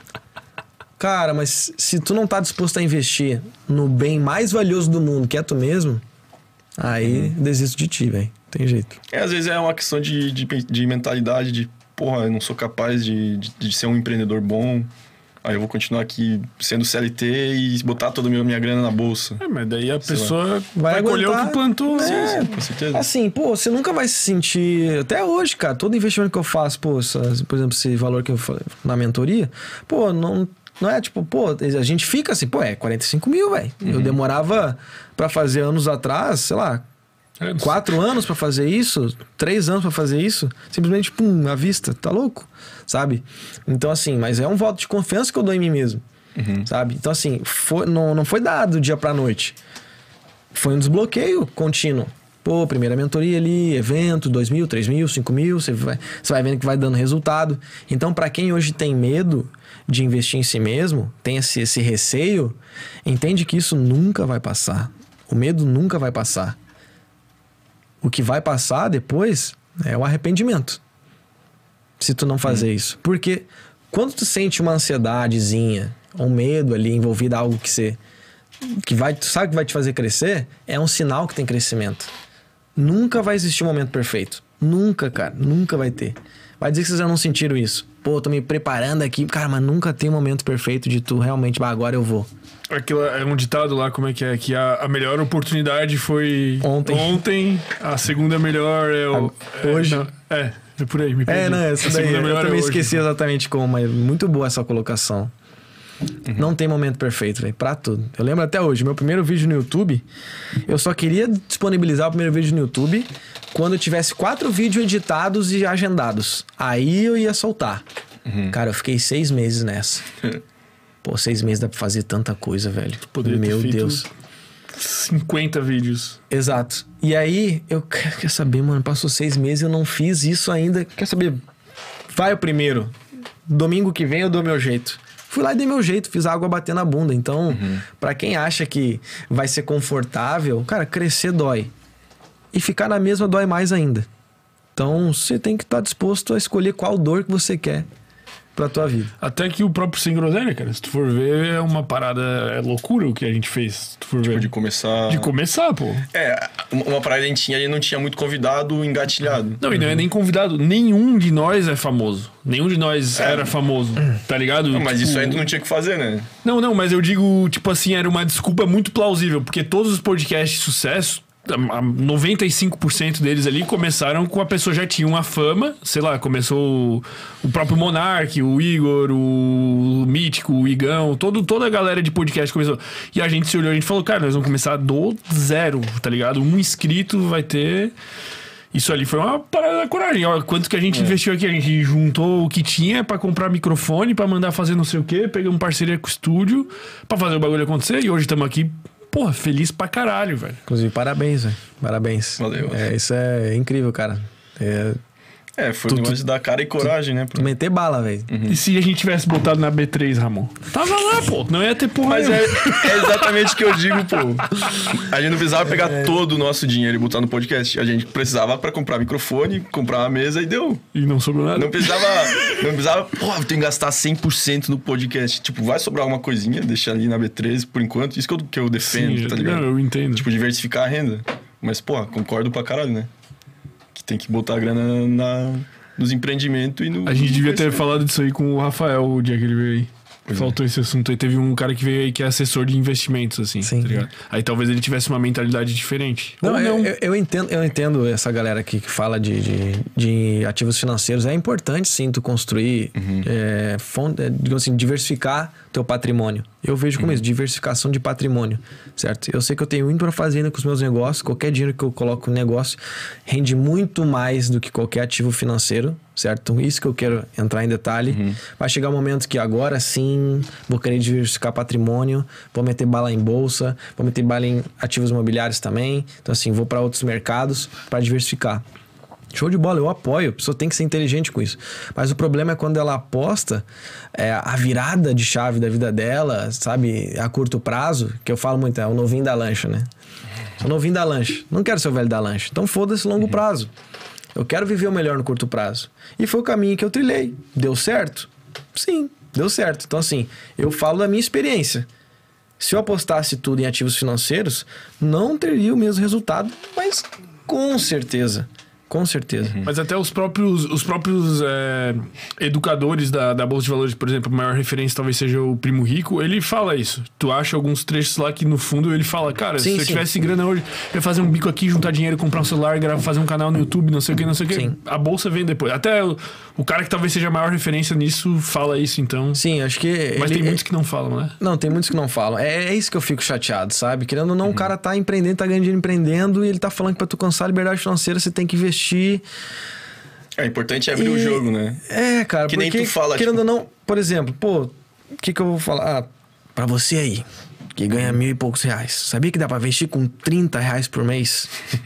Cara, mas se tu não tá disposto a investir no bem mais valioso do mundo, que é tu mesmo, aí desisto de ti, velho. Tem jeito. Às vezes é uma questão de mentalidade de, porra, eu não sou capaz de ser um empreendedor bom. Aí eu vou continuar aqui sendo CLT e botar toda a minha grana na bolsa. Mas daí a pessoa Vai colher o aguentar. que plantou. Sim, com certeza. Assim, pô, você nunca vai se sentir... Até hoje, cara, todo investimento que eu faço, pô, por exemplo, esse valor que eu falei na mentoria, pô, não é tipo, pô, a gente fica assim, pô, 45 mil, velho. Eu demorava pra fazer anos atrás, sei lá, 4 anos pra fazer isso, 3 anos pra fazer isso, simplesmente, pum, à vista, tá louco? Sabe? Então, assim, mas é um voto de confiança que eu dou em mim mesmo, sabe? Então, assim, não foi dado do dia pra noite. Foi um desbloqueio contínuo. Pô, primeira mentoria ali, evento, 2 mil, 3 mil, 5 mil, você vai vendo que vai dando resultado. Então, pra quem hoje tem medo de investir em si mesmo, tem esse receio, entende que isso nunca vai passar. O medo nunca vai passar. O que vai passar depois é o arrependimento. Se tu não fazer isso. Porque quando tu sente uma ansiedadezinha, um medo ali envolvido, algo que tu sabe que vai te fazer crescer, é um sinal que tem crescimento. Nunca vai existir um momento perfeito. Nunca, cara. Nunca vai ter. Vai dizer que vocês já não sentiram isso. Pô, tô me preparando aqui. Cara, mas nunca tem um momento perfeito de tu realmente, agora eu vou. Aquilo é um ditado lá, como é que é? Que a melhor oportunidade foi ontem, a segunda melhor é hoje. É por aí, me perdi. Essa daí eu também esqueci exatamente como, mas muito boa essa colocação. Não tem momento perfeito, velho, pra tudo. Eu lembro até hoje, meu primeiro vídeo no YouTube, eu só queria disponibilizar o primeiro vídeo no YouTube quando eu tivesse 4 vídeos editados e agendados. Aí eu ia soltar. Cara, eu fiquei 6 meses nessa. Pô, 6 meses dá pra fazer tanta coisa, velho. Poderia Meu ter feito Deus. 50 vídeos. Exato. E aí, eu quer saber, mano, passou 6 meses e eu não fiz isso ainda. Quer saber? Vai o primeiro. Domingo que vem eu dou meu jeito. Fui lá e dei meu jeito, fiz a água bater na bunda. Então, pra quem acha que vai ser confortável, cara, crescer dói. E ficar na mesma dói mais ainda. Então, você tem que estar disposto a escolher qual dor que você quer pra tua vida. Até que o próprio Sem Groselha, cara, se tu for ver, é uma parada, é loucura o que a gente fez, se tu for ver. De começar... De começar, pô. Uma parada a gente tinha, não tinha muito convidado engatilhado. Não, e não é nem convidado. Nenhum de nós é famoso. Nenhum de nós era famoso, tá ligado? Não, mas tipo, isso ainda não tinha que fazer, né? Não, mas eu digo, tipo assim, era uma desculpa muito plausível, porque todos os podcasts de sucesso, 95% deles ali começaram com a pessoa já tinha uma fama, sei lá, começou o próprio Monark, o Igor, o Mítico, o Igão, toda a galera de podcast começou. E a gente se olhou, a gente falou, cara, nós vamos começar do zero, tá ligado? 1 inscrito vai ter... Isso ali foi uma parada da coragem. Olha quanto que a gente investiu aqui. A gente juntou o que tinha pra comprar microfone, pra mandar fazer não sei o quê, pegamos parceria com o estúdio pra fazer o bagulho acontecer. E hoje estamos aqui, porra, feliz pra caralho, velho. Inclusive, parabéns, velho. Parabéns. Valeu. Isso é incrível, cara. Foi um negócio de dar cara e coragem, né? Meter bala, velho. E se a gente tivesse botado na B3, Ramon? Tava lá, pô. Não ia ter porra. Mas nenhuma. é exatamente o que eu digo, pô. A gente não precisava pegar todo o nosso dinheiro e botar no podcast. A gente precisava pra comprar microfone, comprar uma mesa e deu. E não sobrou nada. Não precisava, pô, eu tenho que gastar 100% no podcast. Tipo, vai sobrar alguma coisinha, deixar ali na B13 por enquanto. Isso que eu defendo, Sim, tá ligado? Não, eu entendo. Tipo, diversificar a renda. Mas, pô, concordo pra caralho, né? Que tem que botar a grana nos empreendimentos e no... A gente devia ter falado disso aí com o Rafael o dia que ele veio aí. Faltou esse assunto aí. Teve um cara que veio aí que é assessor de investimentos, assim. Sim. Tá ligado? Aí talvez ele tivesse uma mentalidade diferente. Não, Ou não. eu entendo essa galera aqui que fala de ativos financeiros. É importante, sim, tu construir digamos assim, diversificar teu patrimônio. Eu vejo como isso, diversificação de patrimônio, certo? Eu sei que eu tenho muito para fazer ainda com os meus negócios. Qualquer dinheiro que eu coloco no negócio rende muito mais do que qualquer ativo financeiro, certo? Então, isso que eu quero entrar em detalhe. Vai chegar um momento que agora sim vou querer diversificar patrimônio, vou meter bala em bolsa, vou meter bala em ativos imobiliários também. Então, assim, vou para outros mercados para diversificar. Show de bola, eu apoio, a pessoa tem que ser inteligente com isso. Mas o problema é quando ela aposta a virada de chave da vida dela, sabe, a curto prazo, que eu falo muito, é o novinho da lancha, né? O novinho da lancha, não quero ser o velho da lancha. Então foda-se longo prazo. Eu quero viver o melhor no curto prazo. E foi o caminho que eu trilhei. Deu certo? Sim, deu certo. Então assim, eu falo da minha experiência. Se eu apostasse tudo em ativos financeiros, não teria o mesmo resultado, mas com certeza Com certeza. Mas até os próprios educadores da Bolsa de Valores, por exemplo, a maior referência talvez seja o Primo Rico, ele fala isso. Tu acha alguns trechos lá que no fundo ele fala, cara, se eu tivesse grana hoje, eu ia fazer um bico aqui, juntar dinheiro, comprar um celular, fazer um canal no YouTube, não sei o que. Sim. A Bolsa vem depois. Até o cara que talvez seja a maior referência nisso fala isso, então... Sim, acho que... Mas tem muitos que não falam, né? Não, tem muitos que não falam. É isso que eu fico chateado, sabe? Querendo ou não, o cara tá empreendendo, tá ganhando dinheiro empreendendo e ele tá falando que pra tu alcançar a liberdade financeira você tem que investir. É importante abrir o jogo, né? É, cara, que porque, nem tu fala, querendo ou não, por exemplo, o que eu vou falar? Pra você aí, que ganha 1.000 e poucos reais, sabia que dá pra investir com 30 reais por mês?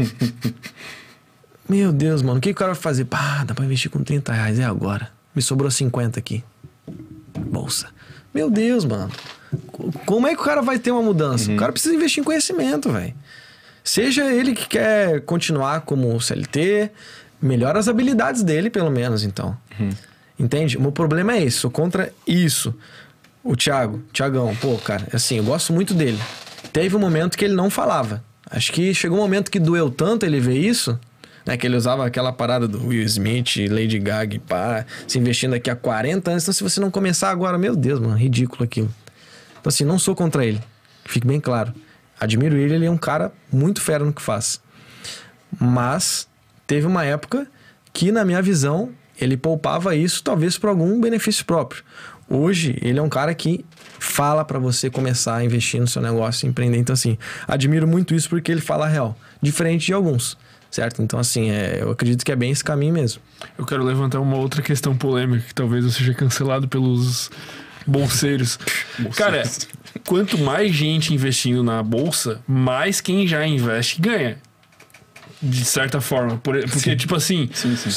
Meu Deus, mano, o que o cara vai fazer? Dá pra investir com 30 reais, é agora. Me sobrou 50 aqui. Bolsa. Meu Deus, mano. Como é que o cara vai ter uma mudança? O cara precisa investir em conhecimento, velho. Seja ele que quer continuar como CLT, melhora as habilidades dele, pelo menos, então. Entende? O meu problema é esse, sou contra isso. O Thiagão, cara, assim, eu gosto muito dele. Teve um momento que ele não falava. Acho que chegou um momento que doeu tanto ele ver isso, né? Que ele usava aquela parada do Will Smith, Lady Gaga, se investindo aqui há 40 anos. Então, se você não começar agora, meu Deus, mano, ridículo aquilo. Então, assim, não sou contra ele. Fique bem claro. Admiro ele é um cara muito fera no que faz. Mas teve uma época que, na minha visão, ele poupava isso talvez por algum benefício próprio. Hoje, ele é um cara que fala pra você começar a investir no seu negócio e empreender. Então, assim, admiro muito isso porque ele fala a real. Diferente de alguns, certo? Então, assim, eu acredito que é bem esse caminho mesmo. Eu quero levantar uma outra questão polêmica que talvez eu seja cancelado pelos bolseiros. Cara, quanto mais gente investindo na bolsa, mais quem já investe ganha. De certa forma. Porque, tipo assim,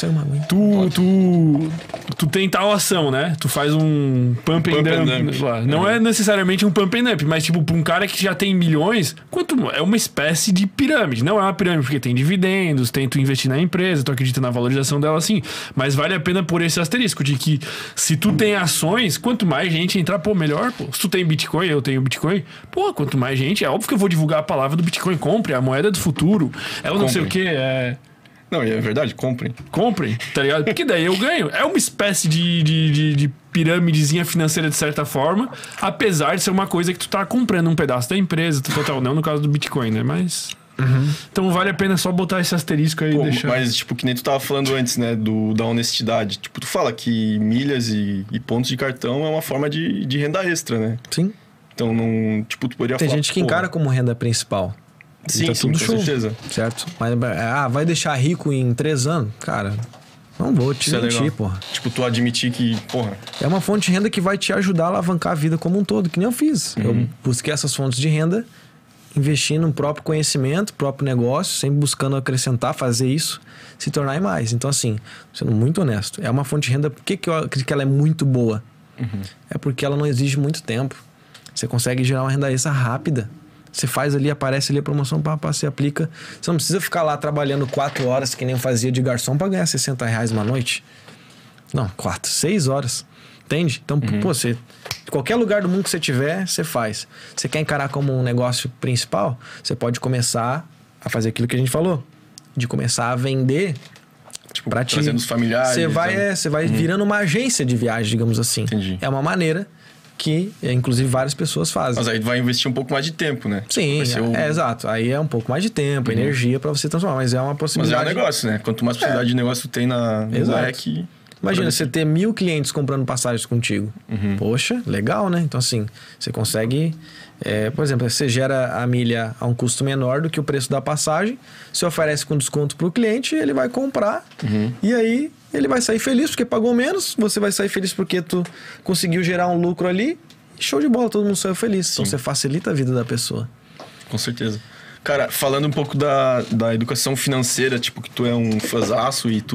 tu tem tal ação, né? Tu faz um pump and dump lá. Não é necessariamente um pump and dump, mas tipo, pra um cara que já tem milhões, é uma espécie de pirâmide. Não é uma pirâmide porque tem dividendos, tem tu investir na empresa, tu acredita na valorização dela assim. Mas vale a pena por esse asterisco de que se tu tem ações, quanto mais gente entrar, melhor. Se tu tem Bitcoin, eu tenho Bitcoin, quanto mais gente, é óbvio que eu vou divulgar a palavra do Bitcoin. Compre, a moeda do futuro. Ela não sei o que, Não, é verdade, comprem, tá ligado? Porque daí eu ganho. É uma espécie de pirâmidezinha financeira de certa forma, apesar de ser uma coisa que tu tá comprando um pedaço da empresa, total, não no caso do Bitcoin, né? Mas... Então vale a pena só botar esse asterisco aí e deixar... Mas, tipo, que nem tu tava falando antes, né? Da honestidade. Tipo, tu fala que milhas e pontos de cartão é uma forma de renda extra, né? Sim. Então, não... Tipo, tu poderia falar... Tem gente que encara como renda principal. Sim, tá tudo com show, certeza. Certo? Mas, vai deixar rico em 3 anos? Cara, não vou te mentir, porra. Tipo, tu admitir que, porra... É uma fonte de renda que vai te ajudar a alavancar a vida como um todo, que nem eu fiz. Eu busquei essas fontes de renda, investindo no próprio conhecimento, próprio negócio, sempre buscando acrescentar, fazer isso, se tornar em mais. Então, assim, sendo muito honesto, é uma fonte de renda... Por que eu acredito que ela é muito boa? É porque ela não exige muito tempo. Você consegue gerar uma renda extra rápida. Você faz ali, aparece ali a promoção, você aplica. Você não precisa ficar lá trabalhando 4 horas, que nem eu fazia de garçom, pra ganhar 60 reais uma noite. Não, 6 horas. Entende? Então, você... Qualquer lugar do mundo que você tiver, você faz. Você quer encarar como um negócio principal? Você pode começar a fazer aquilo que a gente falou. De começar a vender... Tipo, pra trazendo os familiares. Você vai virando uma agência de viagem, digamos assim. Entendi. É uma maneira... que, inclusive, várias pessoas fazem. Mas aí vai investir um pouco mais de tempo, né? Sim, exato. Aí é um pouco mais de tempo, energia pra você transformar. Mas é uma possibilidade... Mas é um negócio, né? Quanto mais possibilidade de negócio tu tem no leque... Imagina, você ter 1.000 clientes comprando passagens contigo. Poxa, legal, né? Então, assim, você consegue... por exemplo, você gera a milha a um custo menor do que o preço da passagem, você oferece com desconto pro cliente, ele vai comprar, e aí ele vai sair feliz porque pagou menos, você vai sair feliz porque tu conseguiu gerar um lucro ali, show de bola, todo mundo saiu feliz. Sim. Então, você facilita a vida da pessoa. Com certeza. Cara, falando um pouco da educação financeira, tipo, que tu é um fãzaço e tu...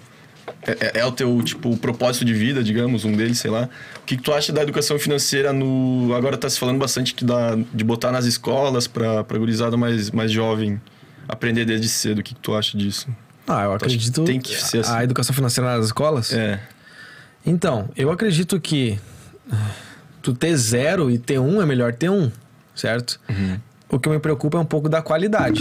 É o teu, tipo, propósito de vida, digamos, um deles, sei lá. O que tu acha da educação financeira no... Agora tá se falando bastante de botar nas escolas pra gurizada mais jovem aprender desde cedo. O que tu acha disso? Eu acredito... Tem que ser assim. A educação financeira nas escolas? Então, eu acredito que tu ter 0 e ter 1 é melhor ter 1, certo? O que me preocupa é um pouco da qualidade.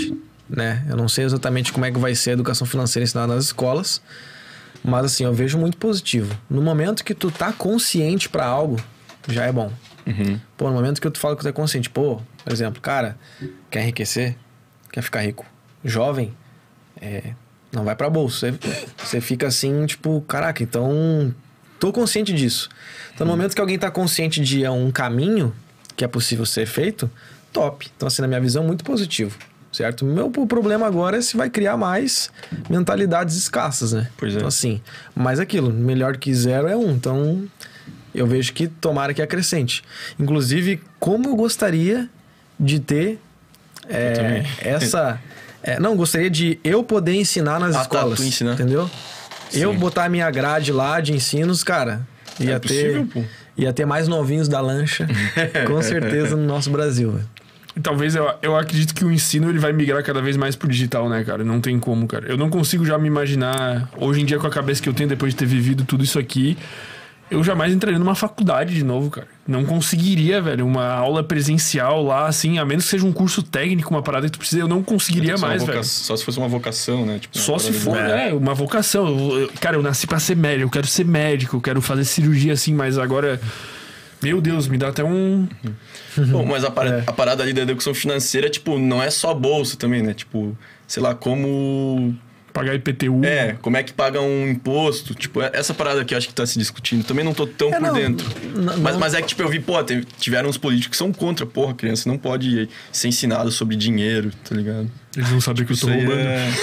né? Eu não sei exatamente como é que vai ser a educação financeira ensinada nas escolas, mas assim, eu vejo muito positivo. No momento que tu tá consciente pra algo, já é bom. Pô, no momento que tu fala que tu é consciente, pô, por exemplo, cara, quer enriquecer? Quer ficar rico? Jovem, não vai pra bolsa. Você fica assim, tipo, caraca, então tô consciente disso. Então, no momento que alguém tá consciente de um caminho que é possível ser feito, top. Então, assim, na minha visão, muito positivo, certo? O problema agora é se vai criar mais mentalidades escassas, né? Pois é. Então, assim, mas aquilo, melhor que 0 é 1. Então, eu vejo que tomara que acrescente. Inclusive, como eu gostaria de ter essa... não, gostaria de eu poder ensinar nas escolas. Tu ensinar. Entendeu? Sim. Eu botar a minha grade lá de ensinos, cara, ia ter mais novinhos da lancha, com certeza, no nosso Brasil, velho. E talvez eu acredito que o ensino ele vai migrar cada vez mais pro digital, né, cara? Não tem como, cara. Eu não consigo já me imaginar, hoje em dia, com a cabeça que eu tenho depois de ter vivido tudo isso aqui, eu jamais entraria numa faculdade de novo, cara. Não conseguiria, velho, uma aula presencial lá, assim, a menos que seja um curso técnico, uma parada que tu precisa, eu não conseguiria mais, velho. Só se fosse uma vocação, né? Tipo, só se for, uma vocação. Cara, eu nasci pra ser médico, eu quero ser médico, eu quero fazer cirurgia, assim, mas agora... Meu Deus, me dá até um... Bom, mas a parada ali da educação financeira, tipo, não é só bolsa também, né? Tipo, sei lá, como... Pagar IPTU. Como é que paga um imposto. Tipo, essa parada que eu acho que tá se discutindo. Também não tô tão por dentro. Mas é que, tipo, eu vi, tiveram uns políticos que são contra, porra, criança não pode ser ensinada sobre dinheiro, tá ligado? Eles não sabem que eu tô roubando.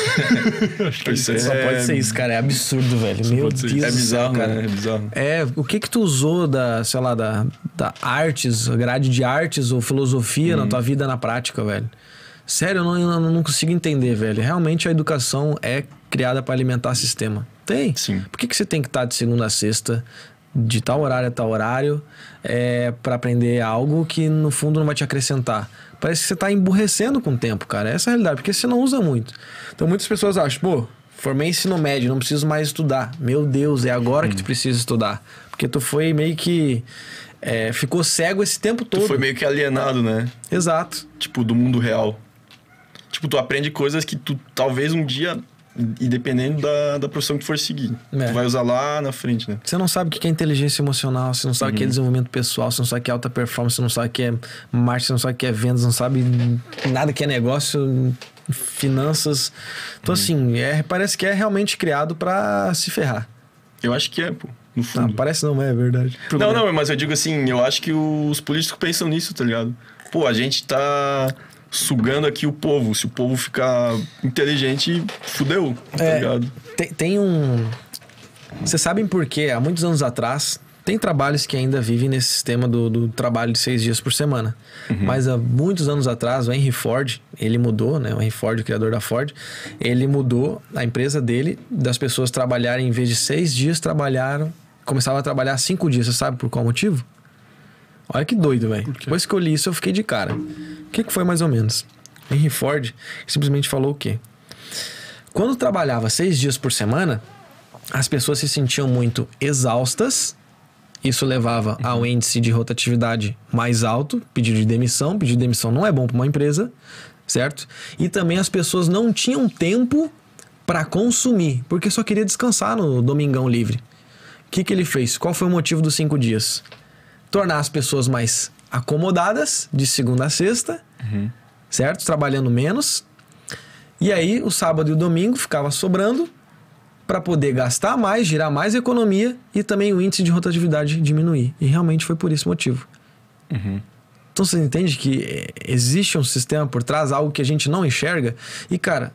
Só pode ser isso, cara. É absurdo, velho. Meu Deus. É bizarro, cara. Né? É bizarro. O que tu usou da artes, grade de artes ou filosofia na tua vida na prática, velho? Sério, eu não consigo entender, velho. Realmente a educação é criada para alimentar sistema. Tem. Sim. Por que você tem que estar de segunda a sexta, de tal horário a tal horário, para aprender algo que no fundo não vai te acrescentar? Parece que você tá emburrecendo com o tempo, cara. Essa é a realidade, porque você não usa muito. Então muitas pessoas acham, pô, formei ensino médio, não preciso mais estudar. Meu Deus, é agora que tu precisa estudar. Porque tu foi meio que... ficou cego esse tempo todo. Tu foi meio que alienado, né? Exato. Tipo, do mundo real. Tipo, tu aprende coisas que tu talvez um dia, e dependendo da profissão que tu for seguir, tu vai usar lá na frente, né? Você não sabe o que é inteligência emocional, você não sabe o que é desenvolvimento pessoal, você não sabe o que é alta performance, você não sabe o que é marketing, você não sabe o que é vendas, você não sabe nada que é negócio, finanças. Então, assim, parece que é realmente criado pra se ferrar. Eu acho que pô. No fundo. Não, parece não, é verdade. Não, mas eu digo assim, eu acho que os políticos pensam nisso, tá ligado? Pô, a gente tá sugando aqui o povo. Se o povo ficar inteligente, fudeu, tá ligado? Tem um... Vocês sabem por quê? Há muitos anos atrás, tem trabalhos que ainda vivem nesse sistema do trabalho de 6 dias por semana. Mas há muitos anos atrás, o Henry Ford, ele mudou, né? O Henry Ford, o criador da Ford, ele mudou a empresa dele, das pessoas trabalharem, em vez de 6 dias, começavam a trabalhar 5 dias. Você sabe por qual motivo? Olha que doido, velho. Depois que eu li isso, eu fiquei de cara. O que foi mais ou menos? Henry Ford simplesmente falou o quê? Quando trabalhava 6 dias por semana, as pessoas se sentiam muito exaustas. Isso levava ao índice de rotatividade mais alto, pedido de demissão. Pedido de demissão não é bom para uma empresa, certo? E também as pessoas não tinham tempo para consumir, porque só queria descansar no domingão livre. O que ele fez? Qual foi o motivo dos 5 dias? Tornar as pessoas mais acomodadas de segunda a sexta, certo? Trabalhando menos. E aí, o sábado e o domingo ficava sobrando para poder gastar mais, girar mais economia e também o índice de rotatividade diminuir. E realmente foi por esse motivo. Então, você entende que existe um sistema por trás, algo que a gente não enxerga. E, cara,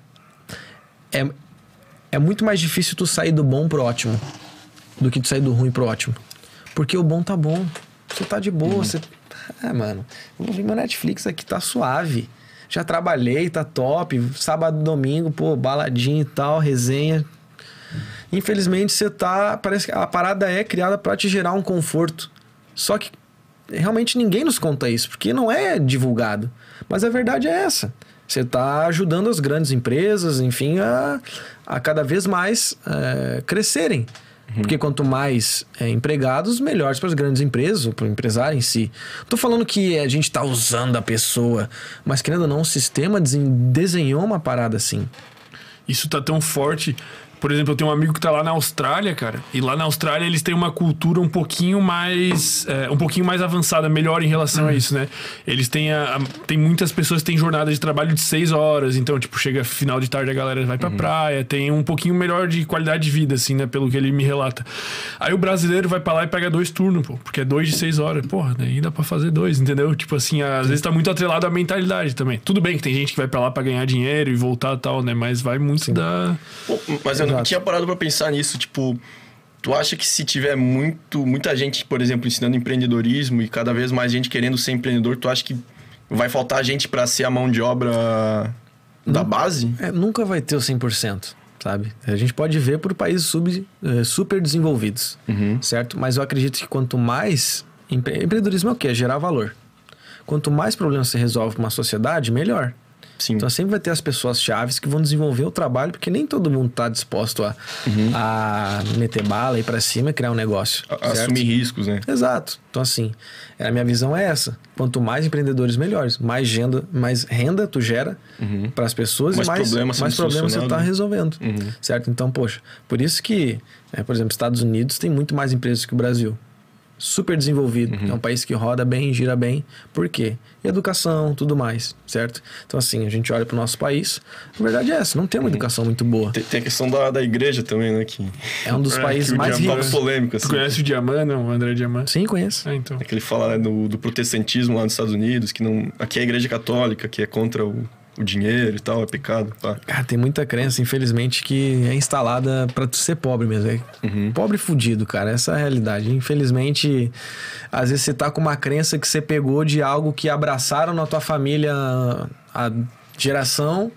é muito mais difícil tu sair do bom pro ótimo do que tu sair do ruim pro ótimo. Porque o bom tá bom. Você tá de boa, você... mano, eu vou ver meu Netflix aqui, tá suave. Já trabalhei, tá top. Sábado, domingo, pô, baladinha e tal, resenha. Infelizmente, você tá... Parece que a parada é criada pra te gerar um conforto. Só que realmente ninguém nos conta isso, porque não é divulgado. Mas a verdade é essa. Você tá ajudando as grandes empresas, enfim, a cada vez mais crescerem. Porque quanto mais empregados, melhores para as grandes empresas, ou para o empresário em si. Não tô falando que a gente tá usando a pessoa, mas querendo ou não, o sistema desenhou uma parada assim. Isso tá tão forte. Por exemplo, eu tenho um amigo que tá lá na Austrália, cara. E lá na Austrália eles têm uma cultura um pouquinho mais avançada, melhor em relação a isso, né? Eles têm tem muitas pessoas que têm jornada de trabalho de 6 horas. Então, tipo, chega final de tarde a galera vai pra praia. Tem um pouquinho melhor de qualidade de vida, assim, né? Pelo que ele me relata. Aí o brasileiro vai pra lá e pega 2 turnos, pô. Porque é 2 de 6 horas. Porra, daí dá pra fazer 2, entendeu? Tipo assim, às vezes tá muito atrelado à mentalidade também. Tudo bem que tem gente que vai pra lá pra ganhar dinheiro e voltar e tal, né? Mas vai muito da... Pô, mas eu não tinha parado pra pensar nisso, tipo, tu acha que se tiver muita gente, por exemplo, ensinando empreendedorismo e cada vez mais gente querendo ser empreendedor, tu acha que vai faltar gente pra ser a mão de obra da base? Nunca vai ter o 100%, sabe? A gente pode ver por países super desenvolvidos, certo? Mas eu acredito que quanto mais... Empreendedorismo é o quê? É gerar valor. Quanto mais problemas você resolve com uma sociedade, melhor. Sim. Então sempre vai ter as pessoas chaves que vão desenvolver o trabalho, porque nem todo mundo está disposto a meter bala e ir para cima e criar um negócio. Assumir riscos, né? Exato. Então assim, a minha visão é essa. Quanto mais empreendedores, melhores. Mais renda tu gera para as pessoas e mais problemas você está resolvendo. Certo? Então, poxa, por isso que, por exemplo, Estados Unidos tem muito mais empresas que o Brasil. Super desenvolvido. É um país que roda bem, gira bem. Por quê? Educação, tudo mais, certo? Então, assim, a gente olha pro nosso país, a verdade é essa, não tem uma educação muito boa. Tem a questão da igreja também, né? Que é um dos países mais ricos. Polêmico, assim. Tu conhece o Diamant, não? O André Diamant? Sim, conheço. Então. É que ele fala, né, do protestantismo lá nos Estados Unidos, que não... Aqui é a igreja católica, que é contra o dinheiro e tal, é pecado. Pá. Cara, tem muita crença, infelizmente, que é instalada pra tu ser pobre mesmo. Pobre fudido, cara. Essa é a realidade. Infelizmente, às vezes você tá com uma crença que você pegou de algo que abraçaram na tua família a geração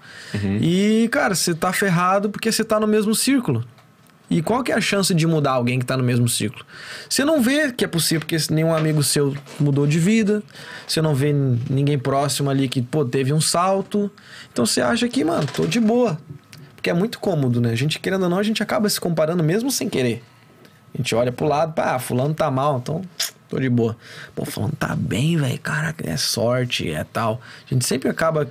e, cara, você tá ferrado porque você tá no mesmo círculo. E qual que é a chance de mudar alguém que tá no mesmo ciclo? Você não vê que é possível, porque nenhum amigo seu mudou de vida. Você não vê ninguém próximo ali que, pô, teve um salto. Então você acha que, mano, tô de boa. Porque é muito cômodo, né? A gente, querendo ou não, a gente acaba se comparando mesmo sem querer. A gente olha pro lado, pá, fulano tá mal, então tô de boa. Pô, fulano tá bem, velho. Caraca, é sorte, é tal. A gente sempre acaba...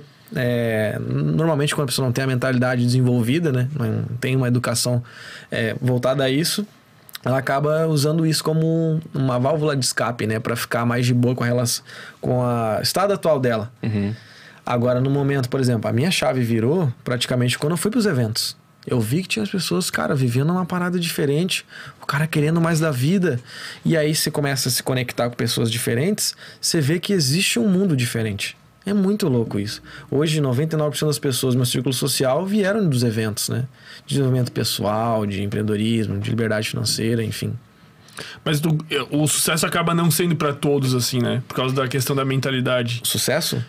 normalmente quando a pessoa não tem a mentalidade desenvolvida, né, não tem uma educação voltada a isso, ela acaba usando isso como uma válvula de escape, né, para ficar mais de boa com o estado atual dela. Agora, no momento, por exemplo, a minha chave virou praticamente quando eu fui pros eventos. Eu vi que tinha as pessoas, cara, vivendo uma parada diferente, o cara querendo mais da vida, e aí você começa a se conectar com pessoas diferentes, você vê que existe um mundo diferente. É muito louco isso. Hoje, 99% das pessoas no meu círculo social vieram dos eventos, né? De desenvolvimento pessoal, de empreendedorismo, de liberdade financeira, enfim. Mas o sucesso acaba não sendo pra todos, assim, né? Por causa da questão da mentalidade. O sucesso?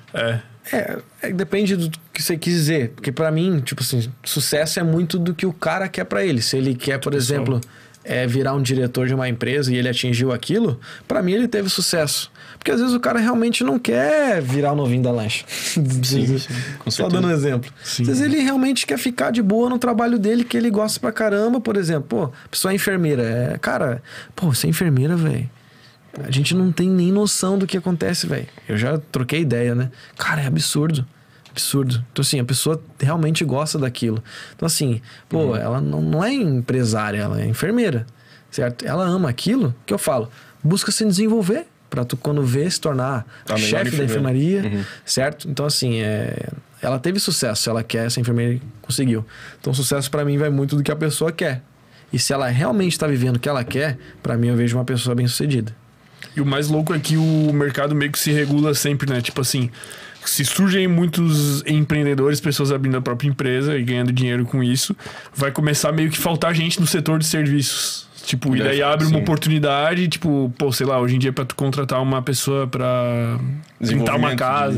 Depende do que você quis dizer. Porque pra mim, tipo assim, sucesso é muito do que o cara quer pra ele. Se ele quer, por exemplo... virar um diretor de uma empresa e ele atingiu aquilo, pra mim ele teve sucesso. Porque às vezes o cara realmente não quer virar o novinho da lancha. Sim, só dando um exemplo. Sim. Às vezes ele realmente quer ficar de boa no trabalho dele, que ele gosta pra caramba, por exemplo. Pô, a pessoa é enfermeira. Cara, você é enfermeira, velho. A gente não tem nem noção do que acontece, velho. Eu já troquei ideia, né? Cara, é absurdo. Então, assim, a pessoa realmente gosta daquilo. Então, assim, ela não é empresária, ela é enfermeira, certo? Ela ama aquilo que eu falo. Busca se desenvolver pra tu, quando vê, se tornar chefe da enfermaria, certo? Então, assim, ela teve sucesso. Se ela quer, essa enfermeira conseguiu. Então, sucesso pra mim vai muito do que a pessoa quer. E se ela realmente tá vivendo o que ela quer, pra mim eu vejo uma pessoa bem-sucedida. E o mais louco é que o mercado meio que se regula sempre, né? Tipo assim... Se surgem muitos empreendedores, pessoas abrindo a própria empresa e ganhando dinheiro com isso, vai começar meio que faltar gente no setor de serviços. Tipo, e daí abre uma oportunidade, tipo, sei lá, hoje em dia pra tu contratar uma pessoa pra pintar uma casa.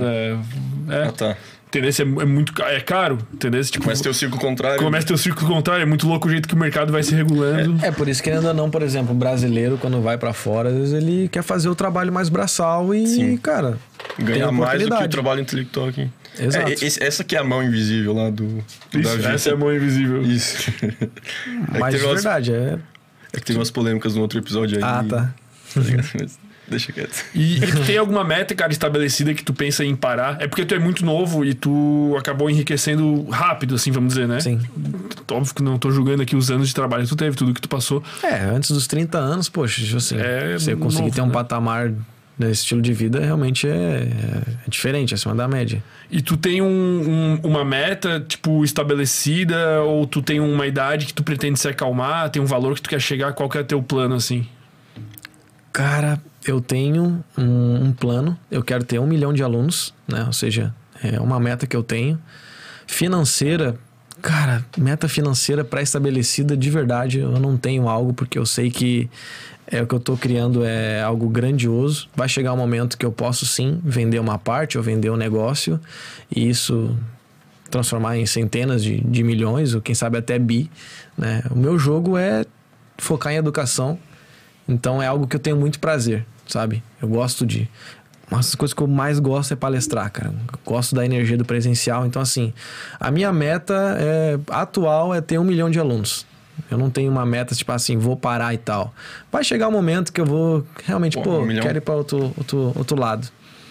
Entendeu? É muito caro, entendeu? Tipo, começa a ter o círculo contrário. É muito louco o jeito que o mercado vai se regulando. Por isso que ainda não, por exemplo, o brasileiro, quando vai pra fora, às vezes ele quer fazer o trabalho mais braçal e, cara... Ganhar mais do que o trabalho intelectual aqui. Exato. Essa aqui é a mão invisível lá do Davi. Essa é a mão invisível. Isso. Mas de verdade, É que teve umas polêmicas no outro episódio aí. Ah, tá. Tá ligado? Mas deixa quieto. E tu tem alguma meta, cara, estabelecida que tu pensa em parar? É porque tu é muito novo e tu acabou enriquecendo rápido, assim, vamos dizer, né? Sim. Óbvio que não tô julgando aqui os anos de trabalho que tu teve, tudo que tu passou. Antes dos 30 anos, poxa, assim, se eu conseguir novo, ter um né? patamar nesse estilo de vida, realmente é diferente, acima da média. E tu tem uma meta, tipo, estabelecida? Ou tu tem uma idade que tu pretende se acalmar? Tem um valor que tu quer chegar? Qual que é o teu plano, assim? Cara, eu tenho um plano. Eu quero ter 1 milhão de alunos, né? Ou seja, é uma meta que eu tenho. Financeira, cara, meta financeira pré-estabelecida de verdade, eu não tenho algo, porque eu sei que o que eu tô criando é algo grandioso. Vai chegar um momento que eu posso sim vender uma parte ou vender um negócio e isso transformar em centenas de milhões ou quem sabe até bi, né? O meu jogo é focar em educação, então é algo que eu tenho muito prazer, sabe? Eu gosto de... Uma das coisas que eu mais gosto é palestrar, cara. Eu gosto da energia do presencial. Então, assim, a minha meta atual é ter 1 milhão de alunos. Eu não tenho uma meta, tipo assim, vou parar e tal. Vai chegar um momento que eu vou realmente, 1 milhão. quero ir para outro lado.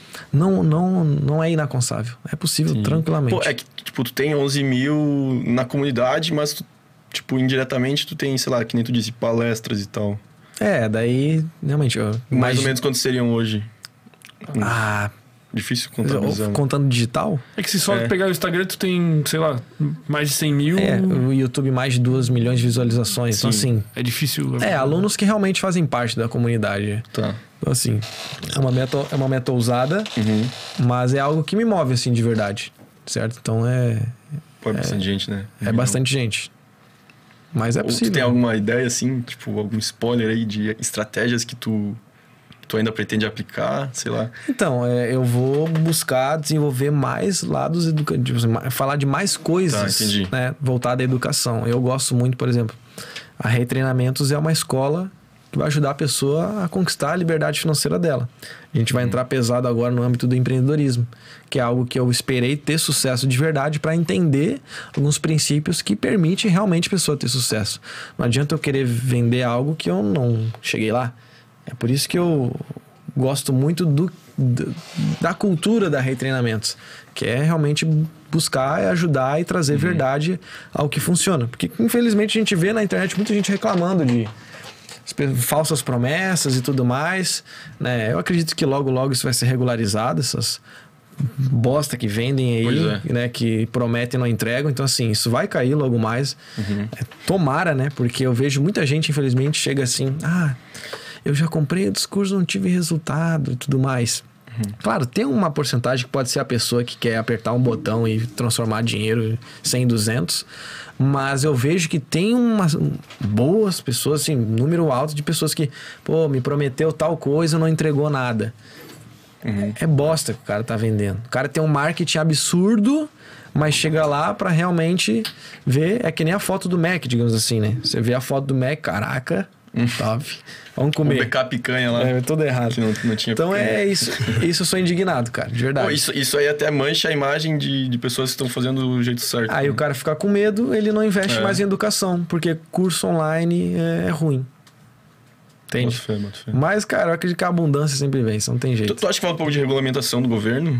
Não é inaconsável. É possível tranquilamente. Pô, é que, tipo, tu tem 11 mil na comunidade, mas, tu, tipo, indiretamente tu tem, sei lá, que nem tu disse, palestras e tal. Daí, realmente... Mais ou menos quantos seriam hoje? Difícil contabilizar. Contando digital? É que se só pegar o Instagram, tu tem, sei lá, mais de 100 mil. O YouTube mais de 2 milhões de visualizações. Então, assim... É difícil. Alunos que realmente fazem parte da comunidade. Tá. Então, assim, é uma meta ousada, mas é algo que me move, assim, de verdade. Certo? Então, Pô, é bastante gente, né? bastante gente. Mas é possível. Tu tem alguma ideia, assim, tipo, algum spoiler aí de estratégias que tu ainda pretende aplicar, sei lá? Então, eu vou buscar desenvolver mais lados educativos, falar de mais coisas, né, voltada à educação. Eu gosto muito, por exemplo, a Retreinamentos é uma escola que vai ajudar a pessoa a conquistar a liberdade financeira dela. A gente vai entrar pesado agora no âmbito do empreendedorismo, que é algo que eu esperei ter sucesso de verdade para entender alguns princípios que permitem realmente a pessoa ter sucesso. Não adianta eu querer vender algo que eu não cheguei lá. É por isso que eu gosto muito da cultura da Retreinamentos, que é realmente buscar, ajudar e trazer verdade ao que funciona. Porque, infelizmente, a gente vê na internet muita gente reclamando de falsas promessas e tudo mais, né? Eu acredito que logo isso vai ser regularizado, essas bosta que vendem aí, né? Que prometem e não entregam. Então, assim, isso vai cair logo mais. Tomara, né? Porque eu vejo muita gente, infelizmente, chega assim... eu já comprei o discurso, não tive resultado e tudo mais. Claro, tem uma porcentagem que pode ser a pessoa que quer apertar um botão e transformar dinheiro em 100, 200. Mas eu vejo que tem umas boas pessoas, assim, número alto de pessoas que, me prometeu tal coisa e não entregou nada. É bosta que o cara tá vendendo. O cara tem um marketing absurdo, mas chega lá pra realmente ver. É que nem a foto do Mac, digamos assim, né? Você vê a foto do Mac, caraca... Top. Vamos comer. Vou becar picanha lá. Tudo errado. Que não tinha então picanha. É isso. Isso eu sou indignado, cara. De verdade. Pô, isso aí até mancha a imagem de pessoas que estão fazendo do jeito certo. Aí o cara fica com medo, ele não investe mais em educação. Porque curso online é ruim. Entende? Muito feio. Mas, cara, eu acredito que a abundância sempre vem. Isso não tem jeito. Tu acha que fala um pouco de regulamentação do governo?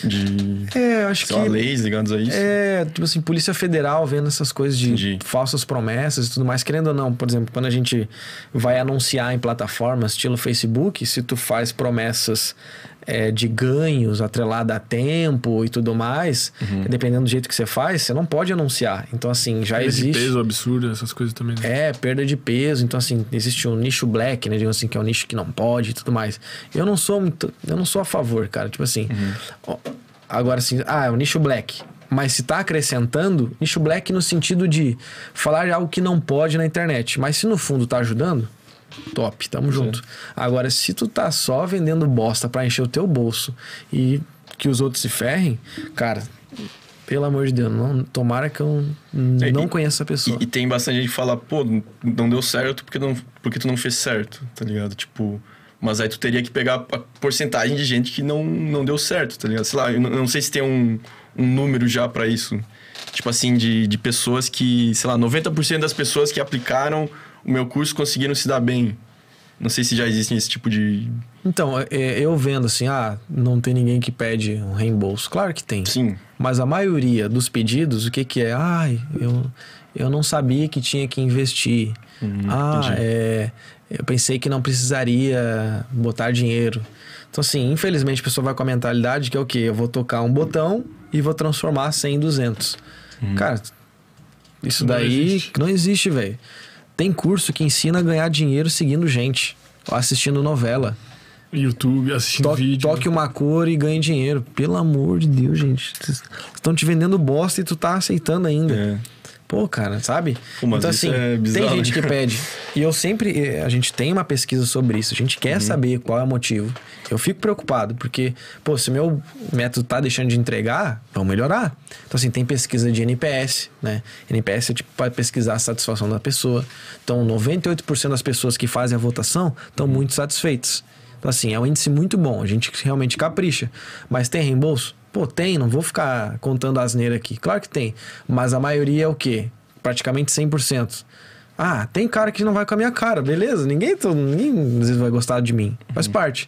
Acho que... leis ligadas a isso? Tipo assim, Polícia Federal vendo essas coisas de falsas promessas e tudo mais. Querendo ou não, por exemplo, quando a gente vai anunciar em plataformas estilo Facebook, se tu faz promessas de ganhos atrelada a tempo e tudo mais, dependendo do jeito que você faz, você não pode anunciar. Então, assim, já existe... Perda de peso absurdo, essas coisas também. Né? Perda de peso. Então, assim, existe um nicho black, né? Digamos assim, que é um nicho que não pode e tudo mais. Eu não sou a favor, cara. Tipo assim... Agora, assim... é um nicho black. Mas se tá acrescentando, nicho black no sentido de falar de algo que não pode na internet. Mas se no fundo tá ajudando... Top, tamo junto. Agora, se tu tá só vendendo bosta pra encher o teu bolso e que os outros se ferrem, cara, pelo amor de Deus, tomara que eu não conheça a pessoa. E tem bastante gente que fala, não deu certo porque tu não fez certo, tá ligado? Tipo, mas aí tu teria que pegar a porcentagem de gente que não deu certo, tá ligado? Sei lá, eu não sei se tem um número já pra isso. Tipo assim, de pessoas que, sei lá, 90% das pessoas que aplicaram o meu curso conseguiram se dar bem? Não sei se já existe esse tipo de... Então, eu vendo assim, não tem ninguém que pede um reembolso. Claro que tem. Sim. Mas a maioria dos pedidos, o que é? Eu não sabia que tinha que investir. Eu pensei que não precisaria botar dinheiro. Então, assim, infelizmente a pessoa vai com a mentalidade que é o quê? Eu vou tocar um botão e vou transformar 100 em 200. Cara, isso daí não existe, velho. Tem curso que ensina a ganhar dinheiro seguindo gente, assistindo novela. YouTube, assistindo vídeo. Toque uma cor e ganhe dinheiro. Pelo amor de Deus, gente. Vocês estão te vendendo bosta e tu tá aceitando ainda. Pô, cara, sabe? Então, assim, tem gente que pede. E a gente tem uma pesquisa sobre isso. A gente quer saber qual é o motivo. Eu fico preocupado, porque, pô, se meu método tá deixando de entregar, vamos melhorar. Então, assim, tem pesquisa de NPS, né? NPS é tipo para pesquisar a satisfação da pessoa. Então, 98% das pessoas que fazem a votação estão muito satisfeitas. Então, assim, é um índice muito bom. A gente realmente capricha. Mas tem reembolso? Pô, tem. Não vou ficar contando asneira aqui. Claro que tem. Mas a maioria é o quê? Praticamente 100%. Tem cara que não vai com a minha cara. Beleza. Ninguém às vezes vai gostar de mim. Faz parte.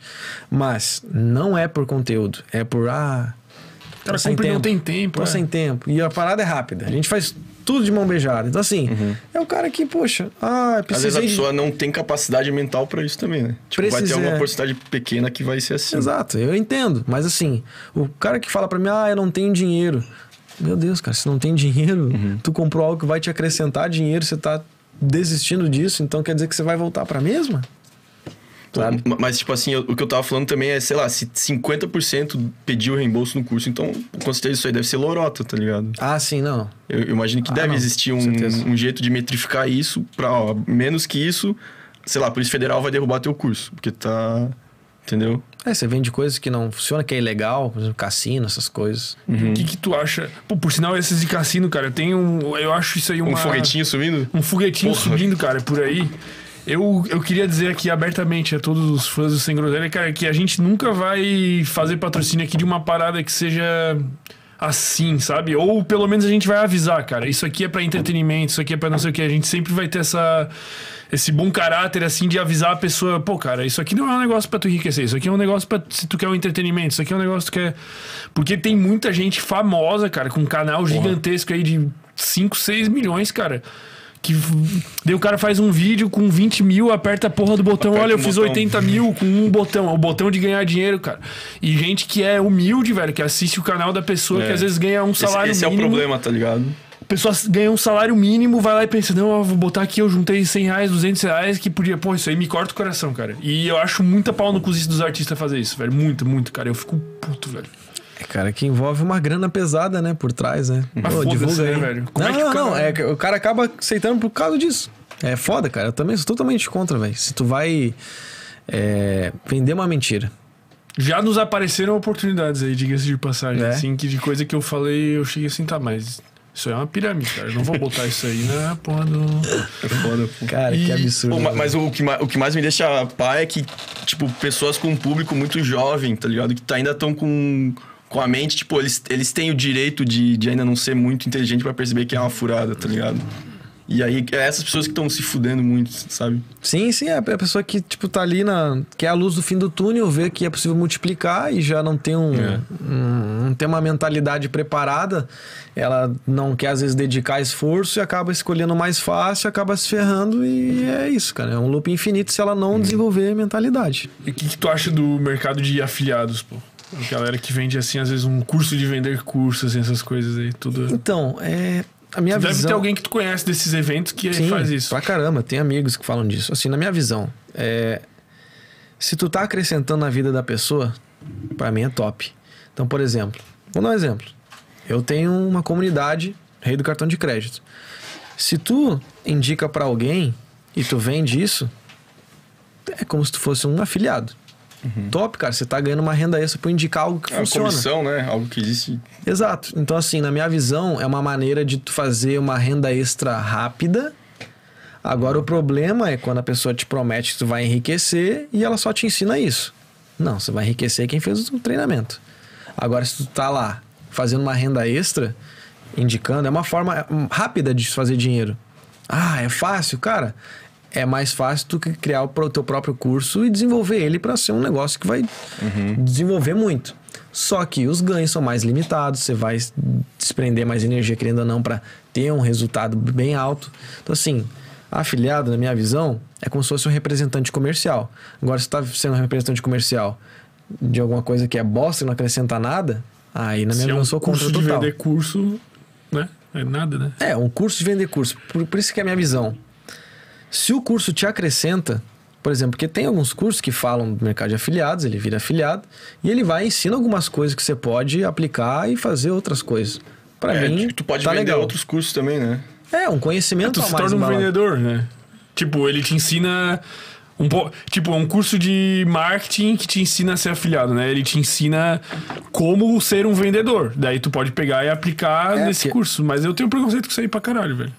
Mas não é por conteúdo. É por... cara, sempre não tem tempo. Tô sem tempo. E a parada é rápida. A gente faz tudo de mão beijada. Então, assim, é o cara que, poxa... Às vezes a pessoa não tem capacidade mental pra isso também, né? Tipo, vai ter uma porcentagem pequena que vai ser assim. Exato, eu entendo. Mas, assim, o cara que fala pra mim, eu não tenho dinheiro. Meu Deus, cara, se não tem dinheiro, tu comprou algo que vai te acrescentar dinheiro, você tá desistindo disso, então quer dizer que você vai voltar pra mesma? Sabe? Mas, tipo assim, o que eu tava falando também é, sei lá, se 50% pediu reembolso no curso, então, com certeza isso aí deve ser lorota, tá ligado? Sim, não. Eu imagino que deve existir um jeito de metrificar isso pra, menos que isso, sei lá, a Polícia Federal vai derrubar teu curso, porque tá... Entendeu? Você vende coisas que não funcionam, que é ilegal, por exemplo, cassino, essas coisas. O que tu acha? Pô, por sinal, esses de cassino, cara, eu acho isso aí um foguetinho subindo? Um foguetinho subindo, cara, por aí. Eu queria dizer aqui abertamente a todos os fãs do Sem Groselha, cara, que a gente nunca vai fazer patrocínio aqui de uma parada que seja assim, sabe? Ou pelo menos a gente vai avisar, cara. Isso aqui é pra entretenimento, isso aqui é pra não sei o que. A gente sempre vai ter esse bom caráter, assim, de avisar a pessoa, pô, cara, isso aqui não é um negócio pra tu enriquecer, isso aqui é um negócio pra, se tu quer um entretenimento, isso aqui é um negócio que tu quer... Porque tem muita gente famosa, cara, com um canal gigantesco aí de 5, 6 milhões, cara, que daí o cara faz um vídeo com 20 mil, aperta a porra do botão, olha, eu fiz 80 mil com um botão, é o botão de ganhar dinheiro, cara. E gente que é humilde, velho, que assiste o canal da pessoa, que às vezes ganha um salário esse mínimo. É o problema, tá ligado? A pessoa ganha um salário mínimo, vai lá e pensa, não, eu vou botar aqui, eu juntei 100 reais, 200 reais, que podia... Pô, isso aí me corta o coração, cara. E eu acho muita pau no cozice dos artistas fazer isso, velho. Muito, muito, cara. Eu fico puto, velho. Cara, que envolve uma grana pesada, né, por trás, né? Mas divulga aí, velho. O cara acaba aceitando por causa disso. É foda, cara. Eu também sou totalmente contra, velho. Se tu vai vender uma mentira. Já nos apareceram oportunidades aí, diga-se de passagem. Assim, que de coisa que eu falei, eu cheguei assim, tá, mas... Isso é uma pirâmide, cara. Eu não vou botar isso aí na porra do... É foda, pô. Cara, que absurdo. Pô, mas o que mais me deixa pá é que, tipo, pessoas com um público muito jovem, tá ligado? Que ainda estão com a mente, tipo, eles têm o direito de ainda não ser muito inteligente pra perceber que é uma furada, tá ligado? E aí, é essas pessoas que estão se fudendo muito, sabe? Sim, é a pessoa que, tipo, tá ali que é a luz do fim do túnel, vê que é possível multiplicar e já não tem não tem uma mentalidade preparada. Ela não quer, às vezes, dedicar esforço e acaba escolhendo o mais fácil, acaba se ferrando e é isso, cara. É um loop infinito se ela não desenvolver mentalidade. E o que tu acha do mercado de afiliados, pô? A galera que vende, assim, às vezes, um curso de vender cursos, assim, essas coisas aí, tudo... Então, a minha visão... Deve ter alguém que tu conhece desses eventos que faz isso. Pra caramba, tem amigos que falam disso. Assim, na minha visão, se tu tá acrescentando na vida da pessoa, pra mim é top. Então, por exemplo, vou dar um exemplo. Eu tenho uma comunidade, Rei do Cartão de Crédito. Se tu indica pra alguém e tu vende isso, é como se tu fosse um afiliado. Top, cara. Você tá ganhando uma renda extra por indicar algo que funciona. Uma comissão, né? Algo que existe. Exato. Então, assim, na minha visão, é uma maneira de tu fazer uma renda extra rápida. Agora, o problema é quando a pessoa te promete que tu vai enriquecer e ela só te ensina isso. Não, você vai enriquecer quem fez o treinamento. Agora, se tu tá lá fazendo uma renda extra, indicando, é uma forma rápida de fazer dinheiro. É fácil, cara. é mais fácil do que criar o teu próprio curso e desenvolver ele para ser um negócio que vai desenvolver muito. Só que os ganhos são mais limitados, você vai desprender mais energia, querendo ou não, para ter um resultado bem alto. Então, assim, afiliado, na minha visão, é como se fosse um representante comercial. Agora, se você está sendo um representante comercial de alguma coisa que é bosta e não acrescenta nada, aí, na minha visão, eu sou contra curso total. de vender curso, né? É nada, né? É, um curso de vender curso. Por isso que é a minha visão. Se o curso te acrescenta, por exemplo, porque tem alguns cursos que falam do mercado de afiliados, ele vira afiliado e ele vai ensina algumas coisas que você pode aplicar e fazer outras coisas. Pra mim, tu pode tá vender legal. outros cursos também, né? É, um conhecimento Tu a se mais torna um embalado. vendedor, né? Tipo, ele te ensina um curso de marketing que te ensina a ser afiliado, né? Ele te ensina como ser um vendedor. Daí tu pode pegar e aplicar nesse curso. Mas eu tenho preconceito com isso aí pra caralho, velho.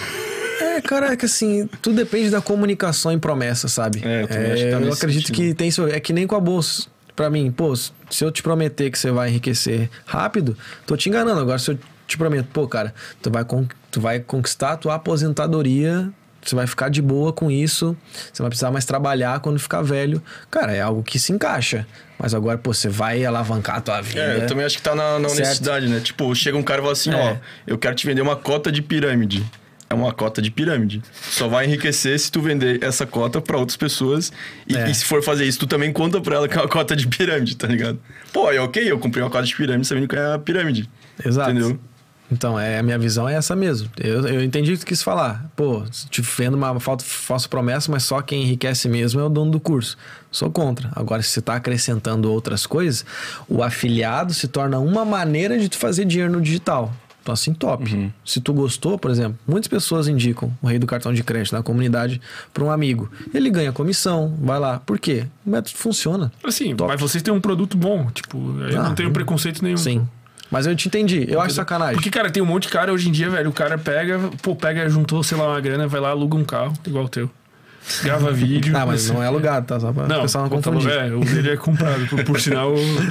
É, cara, é que assim, tudo depende da comunicação e promessa, sabe? Eu também acho que tá eu nesse acredito sentido. que tem isso. É que nem com a bolsa. Pra mim, pô, se eu te prometer que você vai enriquecer rápido, tô te enganando. Agora, se eu te prometo, pô, cara, tu vai conquistar a tua aposentadoria, você vai ficar de boa com isso, você vai precisar mais trabalhar quando ficar velho. Cara, é algo que se encaixa. Mas agora, pô, você vai alavancar a tua vida. Eu também acho que tá na honestidade, né? Tipo, chega um cara e fala assim, ó, eu quero te vender uma cota de pirâmide. É uma cota de pirâmide. Só vai enriquecer se tu vender essa cota pra outras pessoas. E se for fazer isso, tu também conta pra ela que é uma cota de pirâmide, tá ligado? Pô, ok, eu comprei uma cota de pirâmide sabendo que é a pirâmide. Exato. Entendeu? Então, a minha visão é essa mesmo. Eu entendi o que tu quis falar. Pô, te vendo uma falsa promessa, mas só quem enriquece mesmo é o dono do curso. Sou contra. Agora, se você está acrescentando outras coisas, o afiliado se torna uma maneira de tu fazer dinheiro no digital. Então, assim, top. Se tu gostou, por exemplo, muitas pessoas indicam o rei do cartão de crédito na comunidade para um amigo. Ele ganha comissão, vai lá. Por quê? O método funciona. Assim, Top. mas vocês têm um produto bom. Tipo, eu não tenho preconceito nenhum. Sim. Mas eu te entendi. Eu acho sacanagem. Porque, cara, tem um monte de cara hoje em dia, velho. O cara juntou, sei lá, uma grana, vai lá, aluga um carro, igual o teu. Grava vídeo. Mas não é alugado, tá? Só pra o pessoal não confundir. O dele é comprado. Por sinal,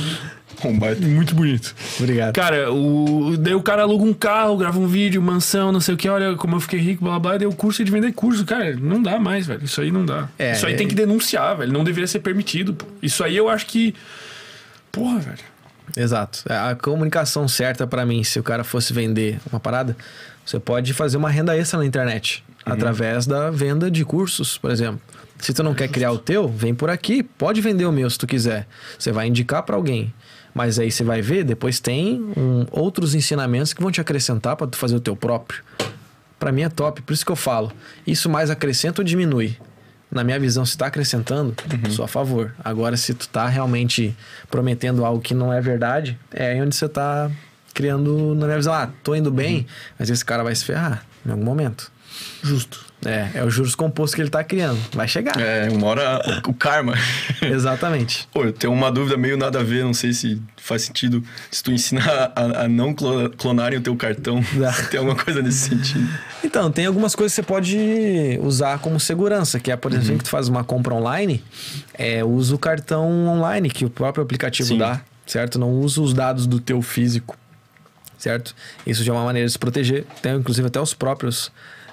muito bonito. Obrigado. Cara, daí o cara aluga um carro, grava um vídeo, mansão, não sei o que, olha como eu fiquei rico, blá blá, daí o curso é de vender curso. Cara, não dá mais, velho. Isso aí não dá. Isso aí tem que denunciar, velho. Não deveria ser permitido, pô. Isso aí eu acho que. Porra, velho. Exato. A comunicação certa pra mim, se o cara fosse vender uma parada, você pode fazer uma renda extra na internet. Através da venda de cursos, por exemplo. Se tu não quer criar o teu, vem por aqui. Pode vender o meu se tu quiser. Você vai indicar pra alguém. Mas aí você vai ver, depois tem outros ensinamentos que vão te acrescentar pra tu fazer o teu próprio. Pra mim é top. Por isso que eu falo. Isso mais acrescenta ou diminui? Na minha visão, se tá acrescentando, sou a favor. Agora, se tu tá realmente prometendo algo que não é verdade, é aí onde você tá criando, na minha visão, tô indo bem, mas esse cara vai se ferrar em algum momento. Justo. É o juros composto que ele tá criando. Vai chegar. Uma hora o karma. Exatamente. Pô, eu tenho uma dúvida meio nada a ver, não sei se faz sentido. Se tu ensina a não clonarem o teu cartão, se tem alguma coisa nesse sentido. Então, tem algumas coisas que você pode usar como segurança, que é, por exemplo, que tu faz uma compra online, usa o cartão online que o próprio aplicativo dá, certo? Não usa os dados do teu físico, certo? Isso já é uma maneira de se proteger. Tem, inclusive, até os próprios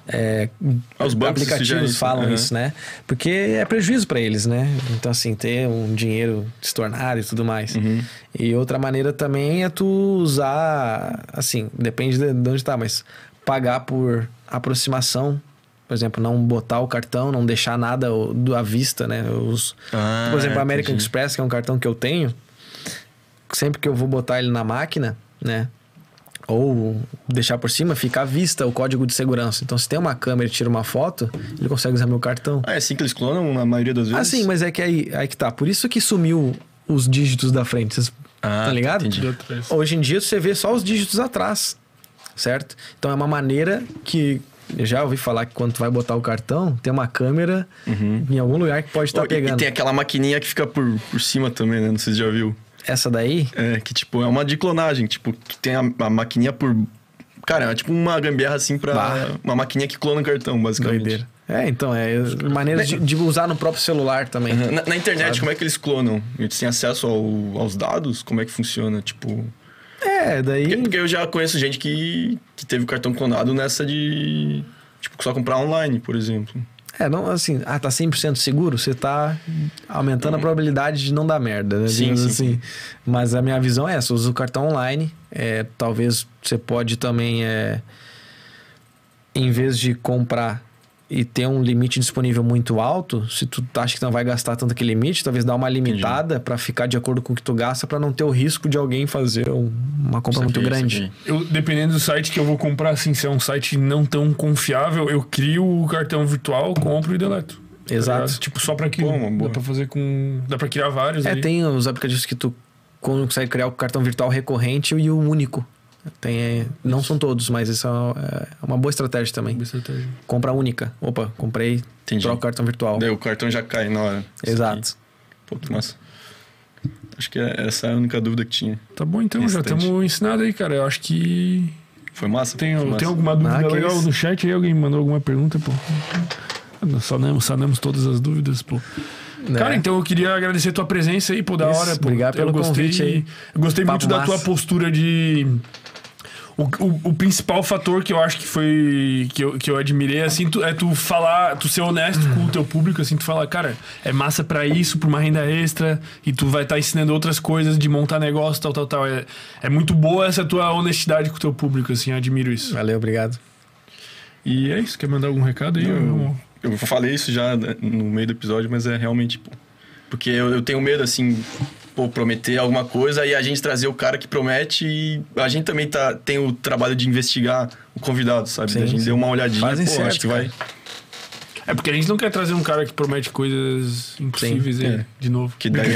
os bancos aplicativos falam isso, né? Porque é prejuízo para eles, né? Então, assim, ter um dinheiro estornado e tudo mais. E outra maneira também é tu usar, assim, depende de onde tá, mas pagar por aproximação. Por exemplo, não botar o cartão, não deixar nada à vista, né? Por exemplo, a American Express, que é um cartão que eu tenho, sempre que eu vou botar ele na máquina, né? Ou deixar por cima, fica à vista o código de segurança. Então, se tem uma câmera e tira uma foto, ele consegue usar meu cartão. É assim que eles clonam na maioria das vezes? Ah, sim, mas é que aí que tá. Por isso que sumiu os dígitos da frente. Vocês tá ligado? Entendi. Hoje em dia, você vê só os dígitos atrás, certo? Então, é uma maneira que... Eu já ouvi falar que quando tu vai botar o cartão, tem uma câmera em algum lugar que pode estar pegando. E tem aquela maquininha que fica por cima também, né? Não sei se já viu. Essa daí? Que tipo, é uma de clonagem. Tipo, que tem a maquininha por... Cara, é tipo uma gambiarra assim pra... Uma maquininha que clona o cartão, basicamente. Doideira. Então, maneiras de usar no próprio celular também. Na internet, sabe? Como é que eles clonam? Eles têm acesso aos dados? Como é que funciona? Tipo... daí... Porque eu já conheço gente que teve o cartão clonado nessa de... Tipo, só comprar online, por exemplo. Não, assim, tá 100% seguro, você tá aumentando a probabilidade de não dar merda, né? Sim, Digamos sim. assim. Mas a minha visão é essa, usa o cartão online, talvez você pode também, em vez de comprar e ter um limite disponível muito alto, se tu acha que não vai gastar tanto aquele limite, talvez dar uma limitada para ficar de acordo com o que tu gasta, para não ter o risco de alguém fazer uma compra muito grande. Dependendo do site que eu vou comprar, assim, se é um site não tão confiável, eu crio o cartão virtual, compro e deleto. Exato. Tá, tipo, só pra aquilo. Dá pra fazer com... Dá pra criar vários aí. Tem os aplicativos que tu consegue criar o cartão virtual recorrente e o único. Não são todos, mas isso é uma boa estratégia também. Boa estratégia. Compra única. Opa, comprei, troca o cartão virtual. Daí o cartão já cai na hora. Exato. Pô, que massa. Acho que essa é a única dúvida que tinha. Tá bom, então, já estamos ensinados aí, cara. Eu acho que... Foi massa? Tem alguma dúvida legal isso. no chat aí? Alguém mandou alguma pergunta, pô? Nós sanamos todas as dúvidas, pô. Cara, então eu queria agradecer a tua presença aí, pô, da hora. Pô. Obrigado pelo convite aí. Eu gostei Papo muito da tua massa. postura de... O principal fator que eu acho que foi... Que eu admirei, assim, tu falar... Tu ser honesto com o teu público, assim, tu falar, cara, é massa pra isso, pra uma renda extra, e tu vai estar ensinando outras coisas de montar negócio, tal. É muito boa essa tua honestidade com o teu público, assim, eu admiro isso. Valeu, obrigado. E é isso, quer mandar algum recado aí? Eu falei isso já no meio do episódio, mas é realmente, pô, porque eu tenho medo, assim, pô, prometer alguma coisa e a gente trazer o cara que promete e a gente também tem o trabalho de investigar o convidado, sabe? Sim, A gente deu uma olhadinha, Fazem pô, certo, acho que cara. vai... É porque a gente não quer trazer um cara que promete coisas impossíveis Sim, aí, de novo. Que daí...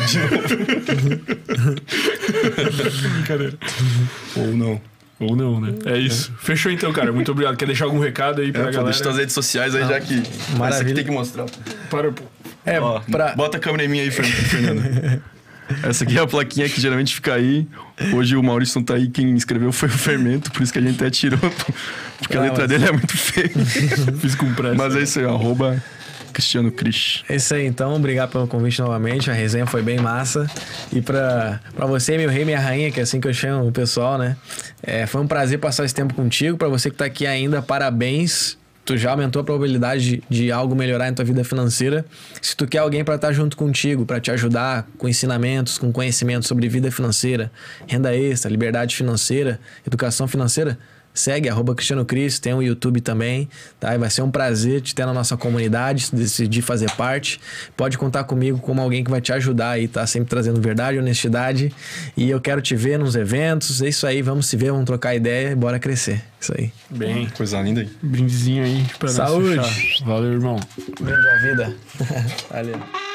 Brincadeira. Ou não. Ou não, né? É isso. Fechou então, cara. Muito obrigado. Quer deixar algum recado aí pra galera? Deixa tuas redes sociais aí, já que... Maravilha. Essa aqui tem que mostrar. Para, pô. Ó, bota a câmera em mim aí, Fernando. Essa aqui é a plaquinha que geralmente fica aí. Hoje o Maurício não tá aí, quem escreveu foi o Fermento, por isso que a gente até tirou, porque a letra dele é muito feia. Fiz com pressa. Mas é isso aí, @Cristiano Cris. É isso aí, então. Obrigado pelo convite novamente. A resenha foi bem massa. E pra você, meu rei, minha rainha, que é assim que eu chamo o pessoal, né? Foi um prazer passar esse tempo contigo. Pra você que tá aqui ainda, parabéns. Tu já aumentou a probabilidade de algo melhorar em tua vida financeira. Se tu quer alguém para estar junto contigo, para te ajudar com ensinamentos, com conhecimento sobre vida financeira, renda extra, liberdade financeira, educação financeira, segue @Cristiano Cris, tem o YouTube também, tá? E vai ser um prazer te ter na nossa comunidade, se decidir fazer parte. Pode contar comigo como alguém que vai te ajudar aí, tá? Sempre trazendo verdade, honestidade. E eu quero te ver nos eventos. É isso aí, vamos se ver, vamos trocar ideia e bora crescer. Isso aí. Bem. Coisa linda aí. Brindezinho aí pra nós Saúde. fechar. Valeu, irmão. Brinde a vida. Valeu.